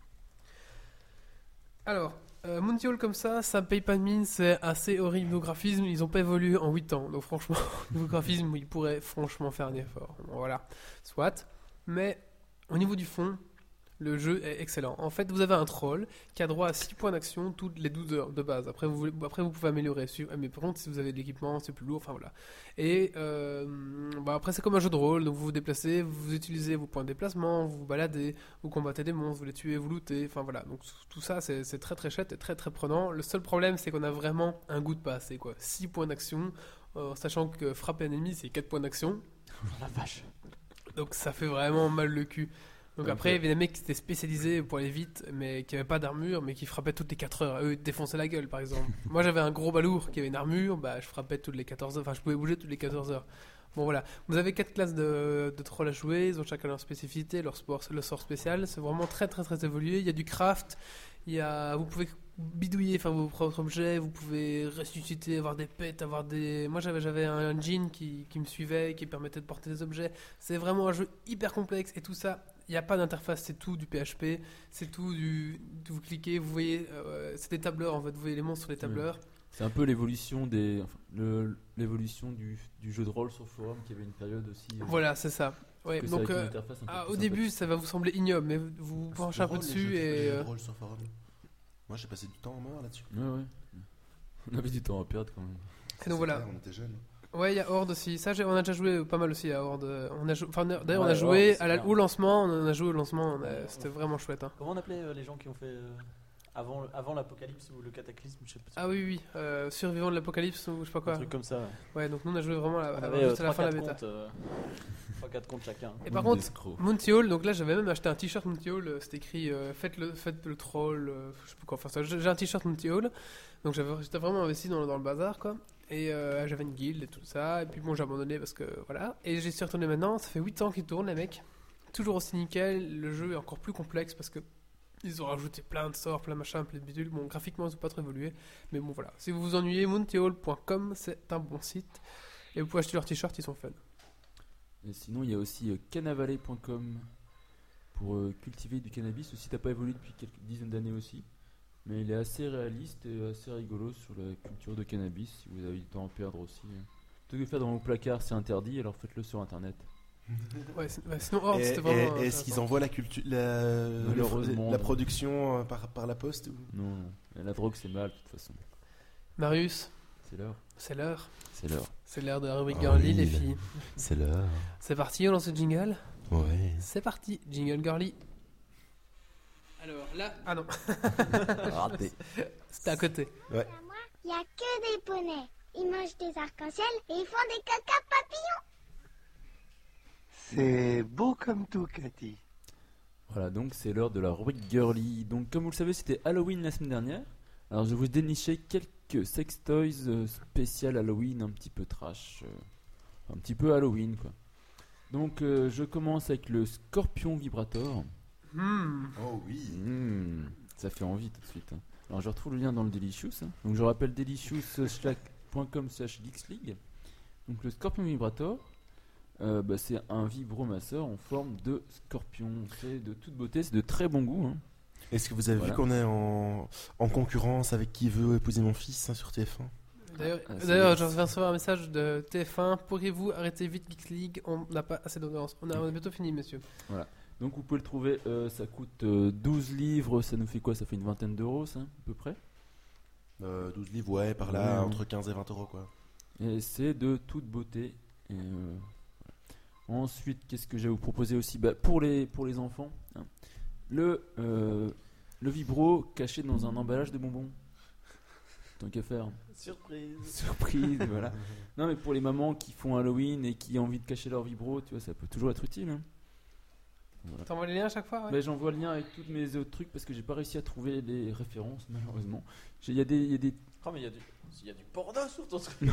Alors, Monty Hall comme ça paye pas de mine, c'est assez horrible. Nos graphismes, ils ont pas évolué en 8 ans. Donc franchement, nos graphismes, ils pourraient franchement faire un effort. Bon, voilà, soit. Mais au niveau du fond, le jeu est excellent. En fait, vous avez un troll qui a droit à 6 points d'action toutes les 12 heures de base. Après, vous pouvez améliorer. Mais par contre, si vous avez de l'équipement, c'est plus lourd. Enfin voilà. Et après, c'est comme un jeu de rôle. Donc, vous vous déplacez, vous utilisez vos points de déplacement, vous vous baladez, vous combattez des monstres, vous les tuez, vous lootez. Enfin voilà. Donc, tout ça, c'est très très chouette et très très prenant. Le seul problème, c'est qu'on a vraiment un goût de pas assez, quoi. 6 points d'action, sachant que frapper un ennemi, c'est 4 points d'action.
La vache.
Donc, ça fait vraiment mal le cul. Donc après, il y avait des mecs qui étaient spécialisés pour aller vite, mais qui n'avaient pas d'armure, mais qui frappaient toutes les 4 heures. Eux, ils défonçaient la gueule, par exemple. Moi, j'avais un gros balourd qui avait une armure, bah, je frappais toutes les 14 heures. Enfin, je pouvais bouger toutes les 14 heures. Bon voilà, vous avez 4 classes de trolls à jouer, ils ont chacun leur spécificité, leur sort spécial, c'est vraiment très très très évolué. Il y a du craft, vous pouvez bidouiller vos propres objets, vous pouvez ressusciter, avoir des pets, Moi j'avais un djinn qui me suivait, qui permettait de porter des objets. C'est vraiment un jeu hyper complexe et tout ça, il n'y a pas d'interface, c'est tout du PHP, c'est tout vous cliquez, vous voyez, c'est des tableurs en fait, vous voyez les monstres sur les tableurs.
C'est un peu l'évolution l'évolution du jeu de rôle sur forum qui avait une période aussi.
Voilà, c'est ça. Ouais,
que ça
donc
avec une interface un peu
au
plus
début ça va vous sembler ignoble, mais vous penchez un peu dessus et...
Moi j'ai passé du temps en mort là-dessus.
Ouais. On avait du temps à perdre quand même.
Et donc voilà.
On était jeunes.
Ouais, il y a Horde aussi. Ça, on a déjà joué pas mal aussi à Horde. D'ailleurs, on a
Ouais,
joué
Horde, c'est bien.
au lancement. On a joué au lancement. C'était vraiment chouette. Hein.
Comment on appelait les gens qui ont fait avant l'apocalypse ou le cataclysme, je sais pas.
Ah oui. Survivant de l'apocalypse ou je sais pas
Un
quoi.
truc comme ça. Ouais.
Ouais, donc nous on a joué vraiment
On
juste
avait
à la fin de la bêta.
3-4 comptes chacun.
Et par contre, Monty Hall, donc là j'avais même acheté un t-shirt Monty Hall. C'était écrit faites le troll. Je sais pas quoi. Enfin, j'ai un t-shirt Monty Hall. Donc j'étais vraiment investi dans le bazar quoi. Et j'avais une guilde et tout ça. Et puis bon, j'ai abandonné parce que voilà. Et j'y suis retourné maintenant. Ça fait 8 ans qu'il tourne, les mecs. Toujours aussi nickel. Le jeu est encore plus complexe parce que ils ont rajouté plein de sorts, plein de machins, plein de bidules. Bon, graphiquement, ils n'ont pas trop évolué. Mais bon, voilà. Si vous vous ennuyez, montyhall.com, c'est un bon site. Et vous pouvez acheter leurs t-shirts, ils sont fun.
Et sinon, il y a aussi canavalet.com pour cultiver du cannabis. Ce site n'a pas évolué depuis quelques dizaines d'années aussi. Mais il est assez réaliste et assez rigolo sur la culture de cannabis, si vous avez du temps à perdre aussi. Tout ce que faire dans vos placards, c'est interdit, alors faites-le sur internet.
Ouais, sinon, Horde, c'était vraiment.
Est-ce qu'ils envoient la production par la poste ou...
Non, la drogue c'est mal de toute façon.
Marius,
C'est l'heure.
c'est l'heure.
C'est l'heure.
C'est l'heure de la rubrique
Ah
girly,
oui.
les filles.
C'est l'heure.
C'est parti, on lance le jingle.
Ouais.
C'est parti, jingle girly. Alors là. Ah non,
Raté.
c'était à côté.
Ouais.
Il n'y a que des poneys. Ils mangent des arcs-en-ciel et ils font des caca papillons.
C'est beau comme tout, Cathy.
Voilà, donc c'est l'heure de la rubrique girly. Donc comme vous le savez, c'était Halloween la semaine dernière. Alors je vais vous dénicher quelques sex toys spécial Halloween, un petit peu trash, un petit peu Halloween quoi. Donc je commence avec le Scorpion Vibrator.
Oh oui.
Ça fait envie tout de suite. Hein. Alors je retrouve le lien dans le Delicious. Hein. Donc je rappelle delicious.com/geeksleague. Donc le Scorpion Vibrator, c'est un vibromasseur en forme de scorpion. C'est de toute beauté, c'est de très bon goût. Hein.
Est-ce que vous avez vu qu'on est en concurrence avec Qui veut épouser mon fils sur TF1
D'ailleurs, je viens de recevoir un message de TF1. Pourriez-vous arrêter vite Geeks League? On n'a pas assez d'audience. On a bientôt fini, messieurs.
Voilà. Donc vous pouvez le trouver, ça coûte 12 livres, ça nous fait quoi? Ça fait une vingtaine d'euros, ça, à peu près.
12 livres, ouais, par là,
Ouais.
entre 15 et 20 euros, quoi.
Et c'est de toute beauté. Et, voilà. Ensuite, qu'est-ce que j'ai à vous proposer aussi? Pour les enfants, hein, le vibro caché dans un emballage de bonbons. Tant qu'à faire.
Surprise.
Surprise, voilà. Non, mais pour les mamans qui font Halloween et qui ont envie de cacher leur vibro, tu vois, ça peut toujours être utile. Hein. Voilà.
T'envoies les liens à chaque fois, ouais.
Mais j'envoie le lien avec tous mes autres trucs parce que j'ai pas réussi à trouver les références malheureusement. Il y a des
Oh, mais il y a du porno sur ton truc.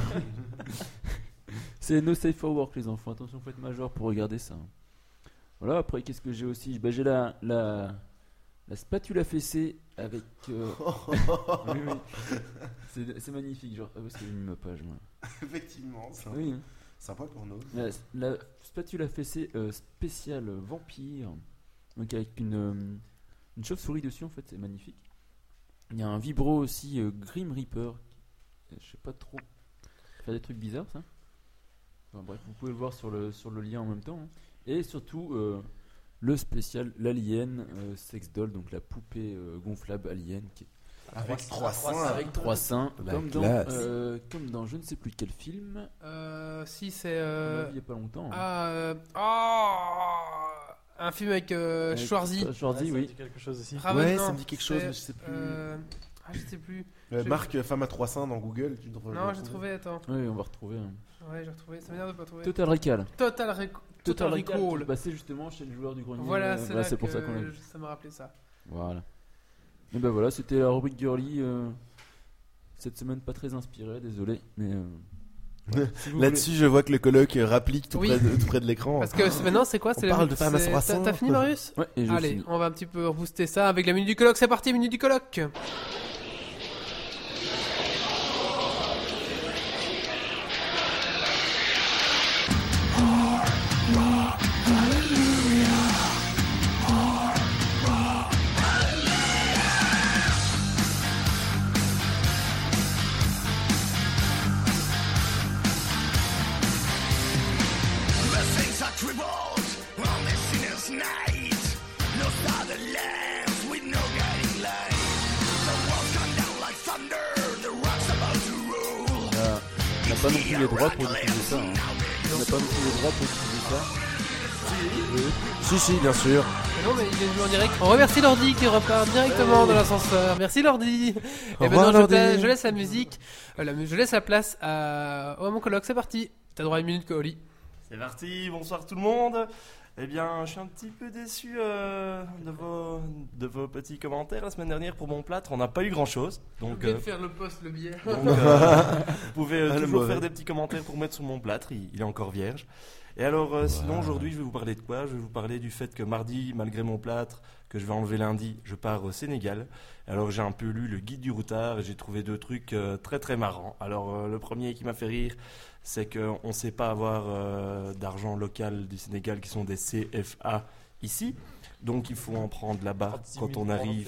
c'est no safe for work les enfants. Attention, faut être majeur pour regarder ça. Voilà. Après, qu'est-ce que j'ai aussi? J'ai la spatule à fessée avec. Oui, oui. C'est magnifique. Genre, où est-ce que j'ai mis ma page moi?
Effectivement, c'est
Oui. Hein.
sympa pour nous.
La spatule à fessée spéciale vampire, donc avec une chauve-souris dessus en fait, c'est magnifique. Il y a un vibro aussi Grim Reaper, je sais pas trop faire des trucs bizarres ça. Enfin, bref, vous pouvez le voir sur le lien en même temps. Hein. Et surtout le spécial l'Alien Sex Doll, donc la poupée gonflable Alien qui est
Avec 3 seins.
avec 3 seins,
La
comme
classe.
comme dans je ne sais plus quel film.
Si c'est.
On l'a vu il y a pas longtemps.
Un film avec Schwarzy.
Schwarzy,
Ouais, ça
oui.
me dit quelque chose aussi.
Raven,
Ouais,
non,
ça me dit quelque chose,
c'est,
mais je sais plus.
je sais plus.
Marque femme à 3 seins dans Google. Tu devrais
Non,
le
j'ai trouvé, attends.
Oui, on va retrouver. Hein.
Ouais, j'ai retrouvé. Ça m'énerve de pas trouver.
Total Recall.
Total Recall.
Bah, c'est justement chez le joueur du grenier.
Voilà, c'est là
pour
que
ça qu'on l'a.
ça m'a rappelé ça.
Voilà. Et ben voilà, c'était la rubrique girly. Cette semaine pas très inspirée, désolé, mais
Là-dessus, je vois que le colloque rapplique tout,
Oui.
tout près de l'écran.
Parce que maintenant, c'est quoi?
On parle de femmes à son racine.
T'as fini, Marius?
Ouais, et je
Allez,
finis.
on va un petit peu rebooster ça avec la minute du colloque. C'est parti, minute du colloque.
On n'a pas non plus les droits pour utiliser ça. Hein. On n'a pas non plus les droits pour utiliser ça.
Si, bien sûr.
Mais non, mais il est joué en direct. On remercie Lordi qui repart directement dans l'ascenseur. Merci Lordi. Et
revoir,
maintenant,
Lordi.
je laisse la musique, je laisse la place à mon colloque. C'est parti. T'as droit à une minute, Oli.
C'est parti, bonsoir tout le monde. Eh bien, je suis un petit peu déçu de vos petits commentaires la semaine dernière pour mon plâtre. On n'a pas eu grand-chose. Donc,
de faire le poste, le billet.
vous pouvez
le
toujours
mauvais.
faire des petits commentaires pour mettre sur mon plâtre. Il est encore vierge. Et alors, sinon, aujourd'hui, je vais vous parler de quoi? Je vais vous parler du fait que mardi, malgré mon plâtre, que je vais enlever lundi, je pars au Sénégal. Alors, j'ai un peu lu le guide du routard et j'ai trouvé deux trucs très très marrants. Alors, le premier qui m'a fait rire, c'est qu'on ne sait pas avoir d'argent local du Sénégal qui sont des CFA ici. Donc, il faut en prendre là-bas quand on arrive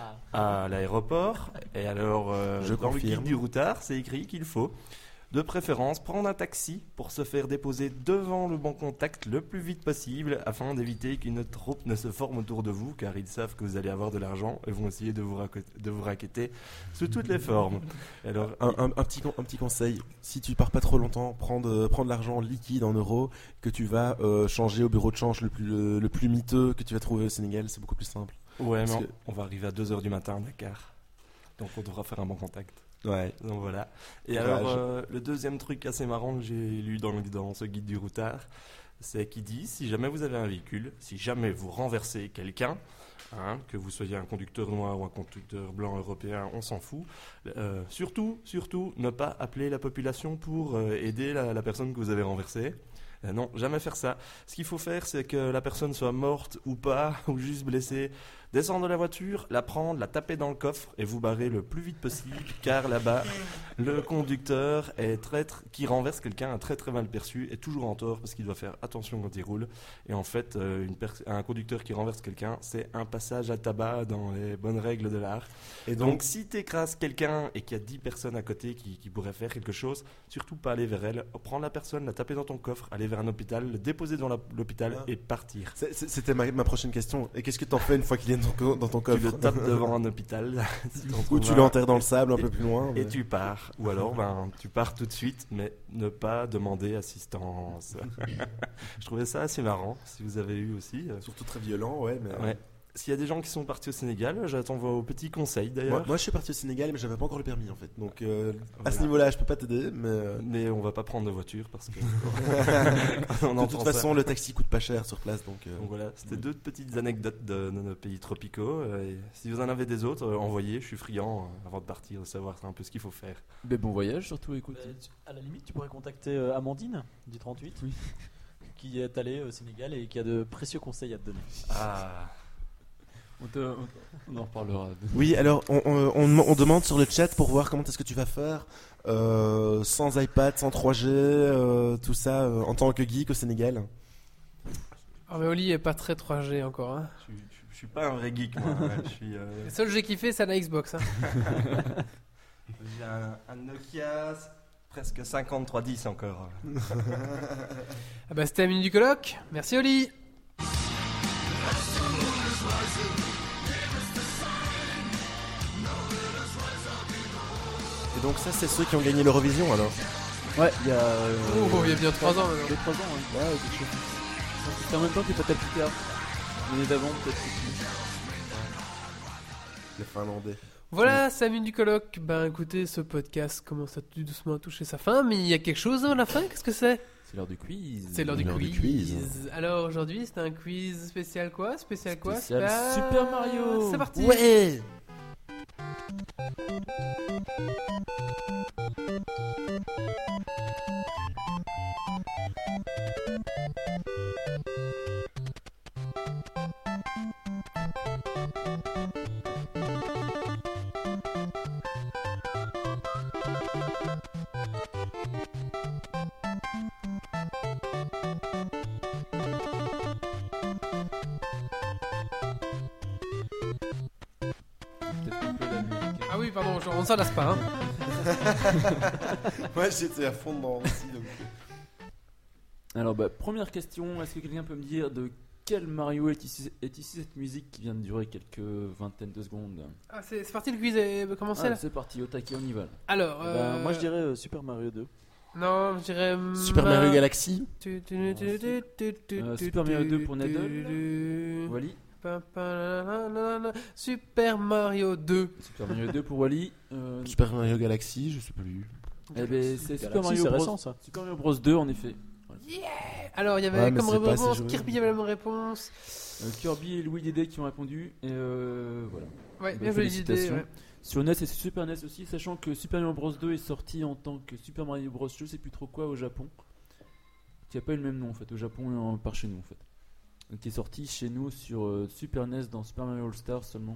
à l'aéroport. Et alors,
Je
dans le
confirme.
guide du routard, c'est écrit qu'il faut de préférence prendre un taxi pour se faire déposer devant le bon contact le plus vite possible afin d'éviter qu'une troupe ne se forme autour de vous, car ils savent que vous allez avoir de l'argent et vont essayer de vous raqueter sous toutes les formes. Et alors,
Un petit conseil, si tu pars pas trop longtemps, prends de l'argent liquide en euros que tu vas changer au bureau de change le plus miteux que tu vas trouver au Sénégal, c'est beaucoup plus simple.
ouais, mais
parce que-
on va arriver à 2h du matin à Dakar, donc on devra faire un bon contact.
Ouais.
Donc voilà. Et
Courage.
alors, le deuxième truc assez marrant que j'ai lu dans ce guide du routard, c'est qu'il dit, si jamais vous avez un véhicule, si jamais vous renversez quelqu'un, hein, que vous soyez un conducteur noir ou un conducteur blanc européen, on s'en fout, surtout, ne pas appeler la population pour aider la personne que vous avez renversée. Non, jamais faire ça. Ce qu'il faut faire, c'est que la personne soit morte ou pas, ou juste blessée, descendre de la voiture, la prendre, la taper dans le coffre et vous barrer le plus vite possible, car là-bas, le conducteur est qui renverse quelqu'un, très très mal perçu, est toujours en tort parce qu'il doit faire attention quand il roule. Et en fait, un conducteur qui renverse quelqu'un, c'est un passage à tabac dans les bonnes règles de l'art.
Et
Donc si tu écrases quelqu'un et qu'il y a 10 personnes à côté qui pourraient faire quelque chose, surtout pas aller vers elle, prendre la personne, la taper dans ton coffre, aller vers un hôpital, le déposer dans l'hôpital
Ah.
et partir.
C'était ma prochaine question. Et qu'est-ce que t'en fais une fois qu'il est dans ton
Tu
coffre?
le tapes devant un hôpital, si t'en
Ou
trouves
tu
un,
l'enterres dans le sable un peu plus loin.
et
mais-
tu pars. Ou alors tu pars tout de suite, mais ne pas demander assistance. Je trouvais ça assez marrant, si vous avez eu aussi.
Surtout très violent, ouais. Mais...
Ouais. S'il y a des gens qui sont partis au Sénégal, j'attends vos petits conseils d'ailleurs.
Moi, je suis parti au Sénégal, mais j'avais pas encore le permis en fait. Donc, à
Voilà.
ce niveau-là, je peux pas t'aider. Mais
Mais on va pas prendre de voiture parce que. on
de
entend
toute
ça.
façon, le taxi coûte pas cher sur place. Donc,
Donc voilà, c'était deux petites anecdotes de nos pays tropicaux. Et si vous en avez des autres, envoyez. Je suis friand avant de partir de savoir un peu ce qu'il faut faire.
Mais bon voyage surtout, écoute.
À la limite, tu pourrais contacter Amandine du 38,
Oui.
qui est allée au Sénégal et qui a de précieux conseils à te donner.
Ah,
On en reparlera.
Oui, alors on demande sur le chat pour voir comment est-ce que tu vas faire sans iPad, sans 3G, tout ça en tant que geek au Sénégal.
Ah, mais Oli est pas très 3G encore. Hein.
je suis pas un vrai geek, moi. Ouais, je suis.
Le seul jeu qu'il fait, c'est la Xbox. Hein.
J'ai un Nokia presque 5310 encore.
Ah bah, c'était la minute du colloque. Merci Oli.
Et donc ça, c'est ceux qui ont gagné l'Eurovision alors.
Ouais, il y a.
Oh, il y a bien 3 ans maintenant.
2-3 ans, ouais, quelque chose. C'était en même temps que Fatal Peter. L'année d'avant, peut-être.
Les Finlandais.
Voilà, c'est la minute du colloque. Ben écoutez, ce podcast commence à tout doucement à toucher sa fin, mais il y a quelque chose à la fin. Qu'est-ce que c'est?
C'est l'heure du quiz.
C'est l'heure du
L'heure du
quiz.
quiz.
Alors aujourd'hui, c'est un quiz spécial quoi? Spécial quoi?
Spécial Super Mario.
C'est parti.
Ouais.
pardon, on s'en lasse pas. Hein.
Ouais, j'étais à fond dedans aussi. Donc...
Alors, première question, est-ce que quelqu'un peut me dire de quel Mario est issue cette musique qui vient de durer quelques vingtaines de secondes?
Ah, c'est parti, le quiz est commencé là.
C'est parti, au taquet, on y va.
Alors,
Moi je dirais Super Mario 2.
Non, je dirais.
Super Mario Galaxy.
Super Mario 2 pour Nadal. Wally.
Super Mario 2.
Super Mario 2 pour Wally.
Super Mario Galaxy, je sais plus.
Eh ben, c'est Super
Galaxy,
Mario
c'est
Bros.
récent, ça.
Super Mario Bros 2 en effet.
Alors, il y avait
Ouais, mais
comme
c'est pas
réponse
assez joué.
Kirby avait la même réponse.
Kirby et Louis Dédé qui ont répondu. Et voilà.
Ouais,
Bah,
bien joué les idées.
félicitations.
Ouais.
Sur NES et sur Super NES aussi, sachant que Super Mario Bros 2 est sorti en tant que Super Mario Bros, je sais plus trop quoi, au Japon. Qui a pas eu le même nom en fait, au Japon par chez nous en fait. Donc, qui est sorti chez nous sur Super NES dans Super Mario All Stars seulement.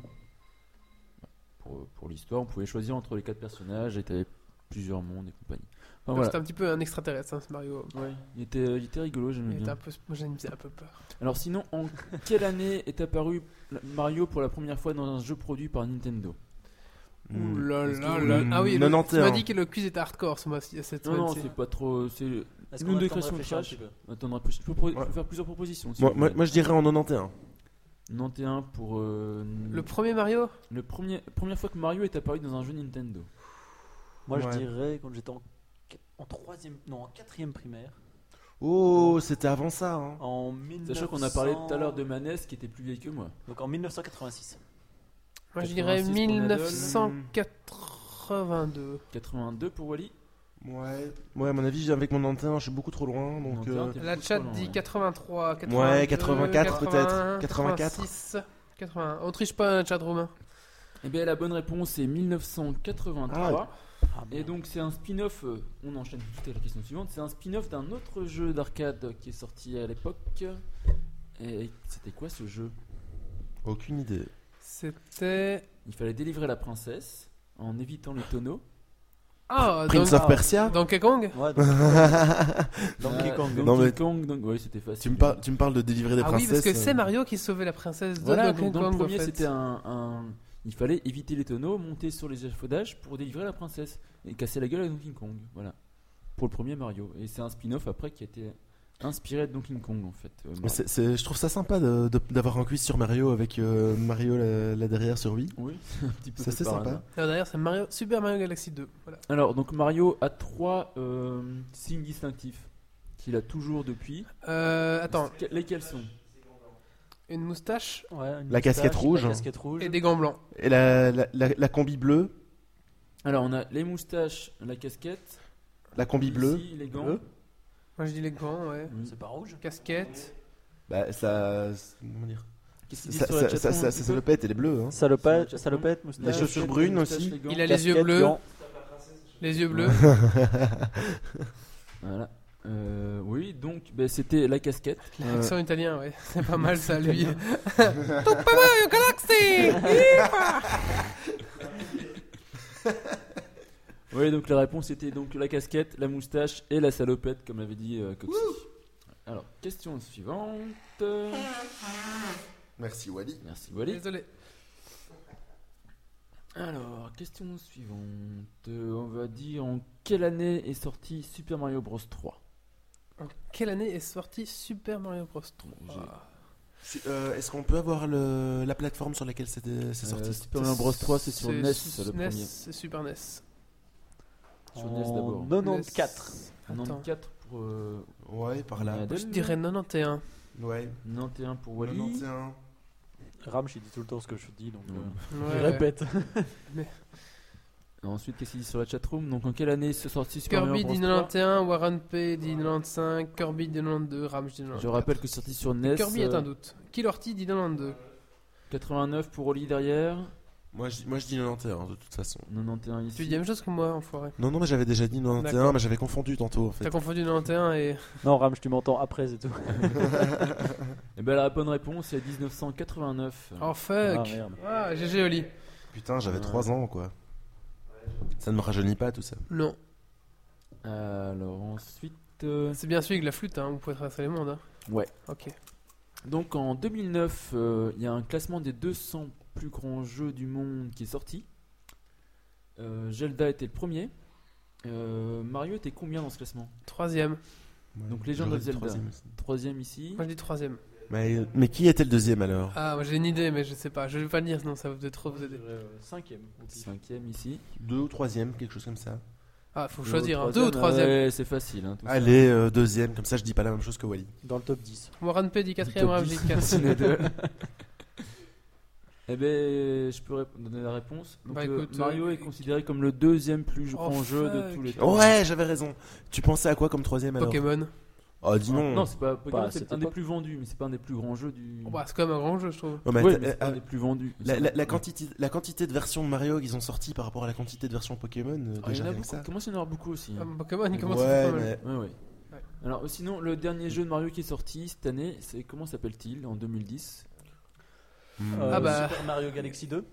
Pour l'histoire, on pouvait choisir entre les 4 personnages et t'avais plusieurs mondes et compagnie. Enfin,
Donc,
voilà.
c'était un petit peu un extraterrestre, hein, ce Mario.
Ouais, il était rigolo,
Il
j'aimais
était
bien.
un peu, moi, j'ai un peu peur.
Alors sinon, en quelle année est apparu Mario pour la première fois dans un jeu produit par Nintendo?
Ouh là
Est-ce
là
que-
là. Ah oui, tu
91.
m'as dit que le quiz était hardcore ce mois-ci. Cette
Non,
semaine-ci.
c'est pas trop. C'est
Est-ce
une
qu'on a le temps de
décrétion de
réfléchir un
trash.
petit peu?
Attends, je peux faire plusieurs propositions. si
Moi,
vous
moi,
voulez.
moi, je dirais en 91.
91 pour.
Le premier Mario.
Première fois que Mario est apparu dans un jeu Nintendo.
Moi je
Ouais.
dirais quand j'étais en quatrième primaire.
Oh, c'était avant ça. Hein.
En 1900...
Sachant qu'on a parlé tout à l'heure de ma NES qui était plus vieille que moi.
Donc en 1986.
Moi, je dirais
86 pour Nadal.
1982.
82 pour Wally.
Ouais, à mon avis, avec mon 91, je suis beaucoup trop loin. Donc,
91, t'es
La
beaucoup
chat
trop loin,
dit
ouais.
83, 82,
Ouais, 84 peut-être.
81,
84.
86, 80. On triche pas un chat romain.
Eh bien, la bonne réponse est 1983.
Ah,
Et donc, c'est un spin-off. On enchaîne tout de suite avec la question suivante. C'est un spin-off d'un autre jeu d'arcade qui est sorti à l'époque. Et c'était quoi ce jeu?
aucune idée.
C'était.
Il fallait délivrer la princesse en évitant les tonneaux.
Ah,
Prince
donc,
of Persia.
Donkey Kong.
Ouais, Donkey Kong.
Non, mais-
Kong, donc ouais, c'était facile.
Tu me parles de délivrer des
Ah oui,
princesses.
parce que c'est Mario qui sauvait la princesse de
Voilà,
Donkey
donc dans le
Kong.
premier,
en fait.
c'était il fallait éviter les tonneaux, monter sur les échafaudages pour délivrer la princesse et casser la gueule à Donkey Kong. Voilà. Pour le premier Mario. Et c'est un spin-off après qui a été inspiré de Donkey Kong en fait.
Mais je trouve ça sympa d'avoir un quiz sur Mario avec Mario là derrière sur Wii.
Oui, c'est un petit peu
Ça,
fait
c'est
par
sympa.
hasard.
Alors derrière, c'est Super Mario Galaxy 2. Voilà.
Alors, donc Mario a 3 signes distinctifs qu'il a toujours depuis.
Attends,
Lesquels sont?
une moustache
Ouais, une
La casquette
moustache,
rouge.
La casquette rouge.
et des gants blancs.
Et la combi bleue.
Alors, on a les moustaches, la casquette,
La combi bleue.
ici, les gants.
Bleu.
Moi, je dis les gants, ouais.
C'est pas rouge.
Casquette.
Bah, ça. Comment dire
Qu'est-ce qu'il dit
Ça,
sur la
ça,
chatroom,
ça,
un
ça,
petit
ça
peu
le pète, elle est bleue. Hein.
Salopette, moustache.
Les chaussures brunes
moustache,
aussi.
les gants.
Il a les yeux
Casquette,
bleus.
gants.
Les yeux bleus.
Voilà. Oui, donc c'était la casquette.
L'accent italien, ouais. C'est pas mal ça, lui. Super Mario Galaxy.
Oui, donc la réponse était donc la casquette, la moustache et la salopette, comme l'avait dit Coxy. Alors, question suivante.
Merci Wally.
Merci Wally.
Désolé.
Alors, question suivante. On va dire en quelle année est sorti Super Mario Bros 3?
En quelle année est sorti Super Mario Bros 3?
Est-ce qu'on peut avoir la plateforme sur laquelle c'est sorti
Super Mario Bros 3, c'est sur NES, le
NES,
premier.
c'est Super NES.
Sur NES d'abord.
94.
Attends.
94 pour
Ouais, par là.
Nadal.
Je dirais 91.
Ouais.
91 pour Wally.
91.
Ram, je dis tout le temps ce que je dis, donc
Ouais.
je
Ouais.
répète.
Ensuite, qu'est-ce qu'il dit sur la chatroom? Donc, en quelle année est sorti Super
Kirby
Mario
dit
Bros 3?
91, Warren P dit 95, Kirby dit 92, Ram dit 94.
Je rappelle que c'est sorti sur NES.
Kirby est un doute. Killorty dit 92.
89 pour Oli derrière.
Moi je dis 91 de toute façon.
91
Tu
ici.
dis la même chose que moi, enfoiré.
Non, mais j'avais déjà dit 91,
D'accord.
mais j'avais confondu tantôt en fait.
T'as confondu 91 et.
Non, Ram, tu m'entends après, c'est tout.
Et ben la bonne réponse est 1989.
Oh fuck.
Ah, merde.
Ah, GG Oli.
Putain, j'avais 3 ans quoi. Ça ne me rajeunit pas tout ça.
Non.
Alors ensuite.
C'est bien celui avec la flûte, hein. Vous pouvez traverser les mondes. Hein.
Ouais.
Ok.
Donc en 2009, il y a un classement des 200 plus grands jeux du monde qui est sorti. Zelda était le premier. Mario était combien dans ce classement?
3ème.
Donc Legend
J'aurais
of
dit
Zelda.
troisième aussi.
3ème ici.
Moi je dis 3ème.
Mais qui était le deuxième alors?
Ah, moi j'ai une idée, mais je sais pas. Je vais pas le dire, sinon ça va peut-être trop vous aider.
5ème.
5ème ici.
2 ou 3ème, quelque chose comme ça.
Ah, faut
Deux
choisir.
ou
2 ou 3ème.
Ouais, c'est facile. Hein, tout ça.
Allez, deuxième, comme ça je dis pas la même chose que Wally.
Dans le top 10.
Warren P dit 4ème,
Top
Rav
10.
dit 4ème.
Eh ben, je peux donner la réponse. Donc,
Bah, écoute,
Mario est considéré comme le deuxième plus grand jeu de
fuck.
tous les temps.
Ouais, j'avais raison. Tu pensais à quoi comme troisième alors?
Pokémon.
Oh, dis non.
Non, c'est pas Pokémon,
Pas à
c'est
cette
un des
époque.
plus vendus, mais c'est pas un des plus grands jeux du.
Oh, bah, c'est quand même un grand jeu, je trouve.
Oh, mais
Ouais,
t'as-
mais c'est pas un des plus vendus.
la quantité de versions de Mario qu'ils ont sorties par rapport à la quantité de versions Pokémon,
Ah, il y
déjà
en a
rien que
beaucoup.
ça.
Commence à y en avoir beaucoup aussi.
Ah,
Hein.
Pokémon, il commence à
Ouais,
faire pas mal.
mais
Ouais, ouais.
Ouais.
Alors, sinon, le dernier jeu de Mario qui est sorti cette année, c'est comment s'appelle-t-il en 2010?
Ah bah.
Super Mario Galaxy 2,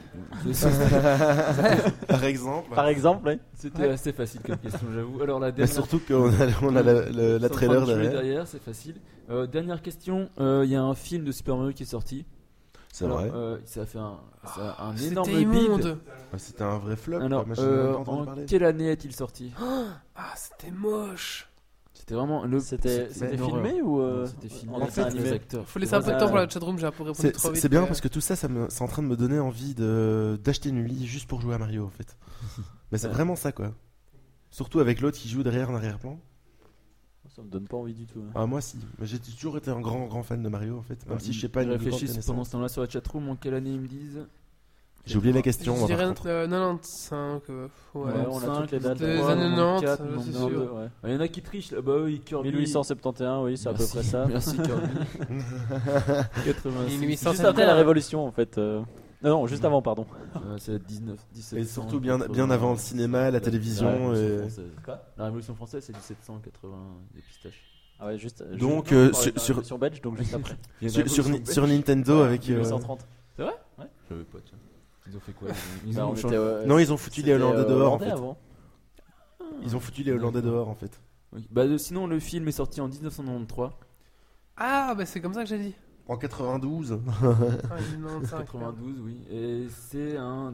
par exemple.
par exemple. Ouais.
C'était
Ouais.
assez facile comme question, j'avoue. Alors, la
Mais
dernière.
surtout qu'on a la
Ils sont en
trailer
train de jouer
derrière.
c'est facile. Dernière question, il y a un film de Super Mario qui est sorti.
C'est
Alors,
vrai.
ça a fait un
C'était
énorme
immonde.
bide.
C'était un vrai flop.
Alors,
quoi. Moi, j'en ai même pas entendu
en
parler.
quelle année est-il sorti?
Ah, c'était moche.
C'était vraiment le.
C'était
une
filmé
horreur.
ou
Non, c'était filmé.
en
En
dessin
fait,
animé
les acteurs.
Faut laisser un peu de temps pour la chatroom, j'ai un peu répondu trop vite.
C'est bien
mais-
parce que tout ça, c'est en train de me donner envie d'acheter une Wii juste pour jouer à Mario en fait. Mais c'est
Ouais.
vraiment ça quoi. Surtout avec l'autre qui joue derrière en arrière-plan.
Ça me donne pas envie du tout. Hein.
Ah moi si, mais j'ai toujours été un grand fan de Mario en fait, même si je sais pas
Ils
une grande
réfléchissent
connaissance.
pendant ce temps-là sur la chatroom en quelle année ils me disent.
J'ai oublié la question.
Je
moi,
dirais
par contre.
95. Ouais.
Ouais, on a toutes les dates.
Des
93,
années 90,
94,
je suis
92.
sûr.
Ouais.
Il y en a qui trichent là. Bah oui, Kirby.
1871, oui, c'est à peu
Merci.
près ça.
Merci Kirby. 86.
1800.
Juste après la Révolution, en fait. Non, juste avant, pardon.
C'est 19, 17.
Et surtout bien avant le cinéma, la télévision. et-
Quoi ?
La Révolution française, c'est 1780 des pistaches.
Ah ouais, juste.
Donc,
juste-
sur-
la
sur-
Révolution belge, donc juste après.
Il y a une
Sur
Révolution
sur
belge.
Nintendo avec.
1830.
Je savais pas, tiens. Ils ont fait quoi? Ils
Bah,
ont
on
changé.
était,
Non, ils ont foutu les
c'était,
Hollandais dehors en
Hollandais
fait.
avant.
Ils ont foutu les Hollandais dehors en fait.
Oui. Bah, sinon, le film est sorti en 1993.
Ah, bah c'est comme ça que j'ai dit.
En 92.
Ah, 95.
92, oui. Et c'était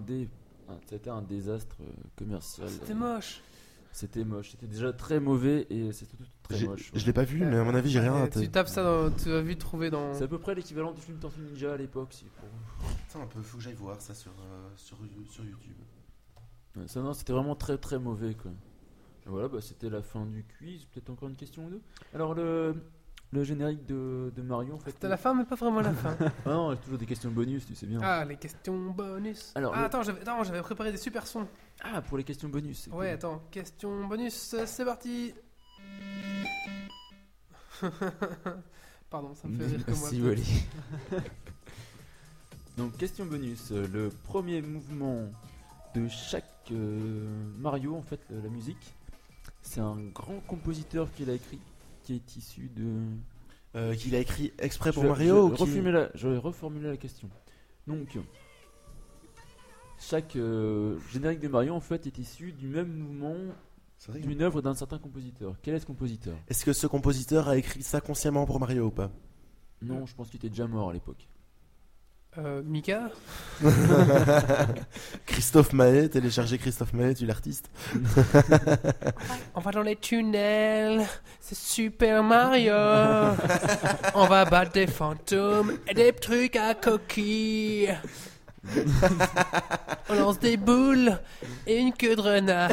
un désastre commercial.
C'était moche.
C'était moche. C'était déjà très mauvais et c'était tout très moche.
Je l'ai pas vu, mais à mon avis j'ai rien raté.
Tu tapes ça, dans, tu vas vite trouver dans.
C'est à peu près l'équivalent du film Tortue Ninja à l'époque.
Putain, un peu, faut que j'aille voir ça sur YouTube.
Ouais, ça, non, c'était vraiment très très mauvais quoi. Et voilà, bah, c'était la fin du quiz. Peut-être encore une question ou deux. Alors le générique de Mario en fait.
C'était la fin, mais pas vraiment la fin.
Ah non, il y a toujours des questions bonus, tu sais bien.
Ah, les questions bonus.
Alors,
Ah, attends, j'avais préparé des super sons.
Ah, pour les questions bonus. c'est
Ouais,
cool.
attends, question bonus, c'est parti. Pardon, ça me fait rire comme moi.
Merci Wally. Donc question bonus, le premier mouvement de chaque Mario, en fait, la musique, c'est un grand compositeur qui l'a écrit, qui est issu de...
Qu'il a écrit exprès pour
Je vais-
Mario
je vais reformuler la question. Donc, chaque générique de Mario, en fait, est issu du même mouvement
C'est vrai que-
d'une œuvre d'un certain compositeur. Quel est ce compositeur?
Est-ce que ce compositeur a écrit ça consciemment pour Mario ou pas?
Non, je pense qu'il était déjà mort à l'époque.
Mika.
Christophe Maé, téléchargez Christophe Maé, tu l'artiste.
On va dans les tunnels, c'est Super Mario. On va battre des fantômes et des trucs à coquilles. On lance des boules et une queue de renard.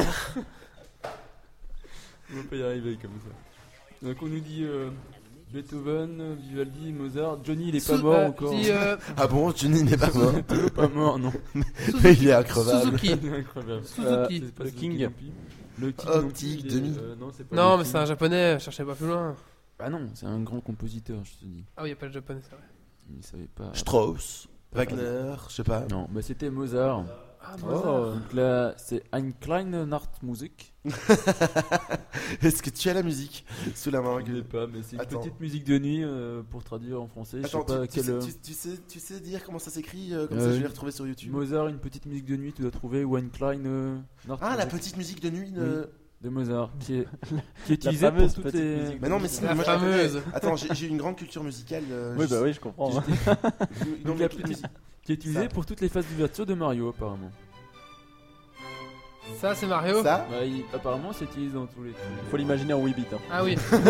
On va pas y arriver comme ça. Donc on nous dit Beethoven, Vivaldi, Mozart. Johnny il est pas mort encore.
Dis,
Ah bon, Johnny n'est pas mort.
Il est pas mort, non.
Mais il est increvable.
Suzuki.
Incroyable.
Suzuki.
C'est pas
le
Suzuki
King.
non plus. Le King
Optique,
non plus, il est-
demi.
non, c'est pas
Non,
le
mais
King.
c'est un japonais, cherchez pas plus loin.
Ah non, c'est un grand compositeur, je te dis.
Ah oui, y a pas le japonais, c'est vrai.
Il savait pas.
Strauss, Wagner, je sais pas.
Non, bah c'était Mozart.
Ah,
Donc là, c'est Ein kleine Nachtmusik.
Est-ce que tu as la musique sous la main?
Je l'ai pas, mais c'est une
Attends.
petite musique de nuit pour traduire en français. Je sais
Attends,
pas
tu
quelle.
tu sais dire comment ça s'écrit? Comme ça je vais les retrouver sur YouTube.
Mozart, une petite musique de nuit, tu dois trouver Ein kleine Nachtmusik.
Ah, la petite musique de nuit.
De Mozart, qui est utilisée pour
fameuse
toutes
petite
les.
musique.
Mais non, mais
La
sinon, moi, je la
fameuse.
connais. Attends, j'ai une grande culture musicale.
Oui, bah oui, je comprends. hein.
Donc,
Donc la petite qui est utilisée
Ça.
pour toutes les phases d'ouverture de Mario apparemment.
Ça, c'est Mario.
Ça
Bah, apparemment, c'est utilisé dans tous les trucs.
Faut l'imaginer en 8 bits. Hein.
Ah oui.
C'est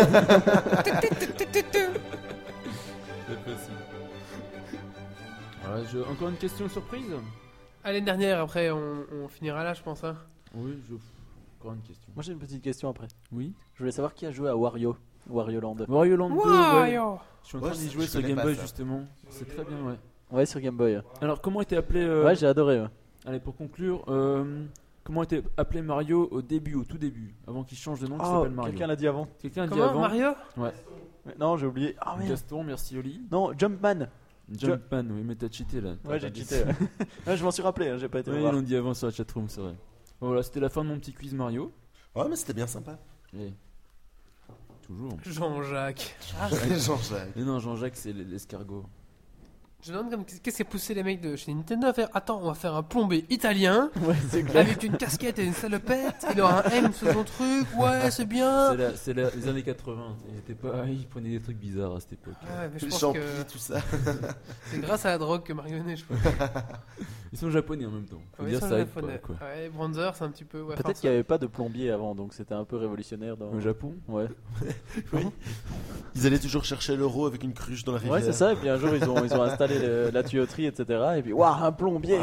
possible. Voilà, encore une question surprise.
Allez, une dernière, après on finira là, je pense. Hein.
Oui, encore une question.
Moi j'ai une petite question après.
Oui.
Je voulais savoir qui a joué à Wario Land.
Wario Land 2, ouais.
Wario.
Je suis en train
Ouais,
d'y
je
jouer sur
connais
Game
pas
Boy
ça.
justement. C'est très bien, ouais.
Ouais, sur Game Boy.
Alors, comment était appelé
Ouais, j'ai adoré. Ouais.
Allez, pour conclure, comment était appelé Mario au tout début, avant qu'il change de nom, qu'il
Oh,
s'appelle Mario.
quelqu'un l'a dit avant.
Quelqu'un a dit
Comment
avant.
Mario?
Mais non, j'ai oublié. Ah merde.
Gaston, merci Oli.
Non, Jumpman.
Jumpman, oui, mais t'as cheaté là.
Ouais, j'ai cheaté. Ouais. Ouais, je m'en suis rappelé, hein, j'ai pas été
Oui,
le
ils
voir.
l'ont dit avant sur la chatroom, c'est vrai. Voilà, c'était la fin de mon petit quiz Mario.
Ouais, mais c'était bien sympa.
Et... Toujours.
Jean-Jacques.
Jean-Jacques.
Mais non, Jean-Jacques, c'est l'escargot.
Je me demande qu'est-ce qui a poussé les mecs de chez Nintendo à faire. Attends, on va faire un plombier italien
Ouais, c'est clair.
avec une casquette et une salopette. Il aura un M sous son truc. Ouais, c'est bien.
Les années 80. Ils prenaient des trucs bizarres à cette époque.
Ouais, mais je
Les
pense
champis,
que
tout ça.
c'est grâce à la drogue que Mario est né, je pense.
Ils sont japonais en même temps. Faut
Ouais,
dire
ils sont
ça aide
japonais.
pas, quoi.
Ouais, Bronzer, c'est un petit peu. Ouais,
Peut-être
enfin,
qu'il n'y avait pas de plombier avant, donc c'était un peu révolutionnaire. Dans...
Au Japon.
Ouais.
Ils allaient toujours chercher l'euro avec une cruche dans la rivière.
Ouais, c'est ça. Et puis un jour, ils ont installé la tuyauterie, etc. Et puis, waouh, un plombier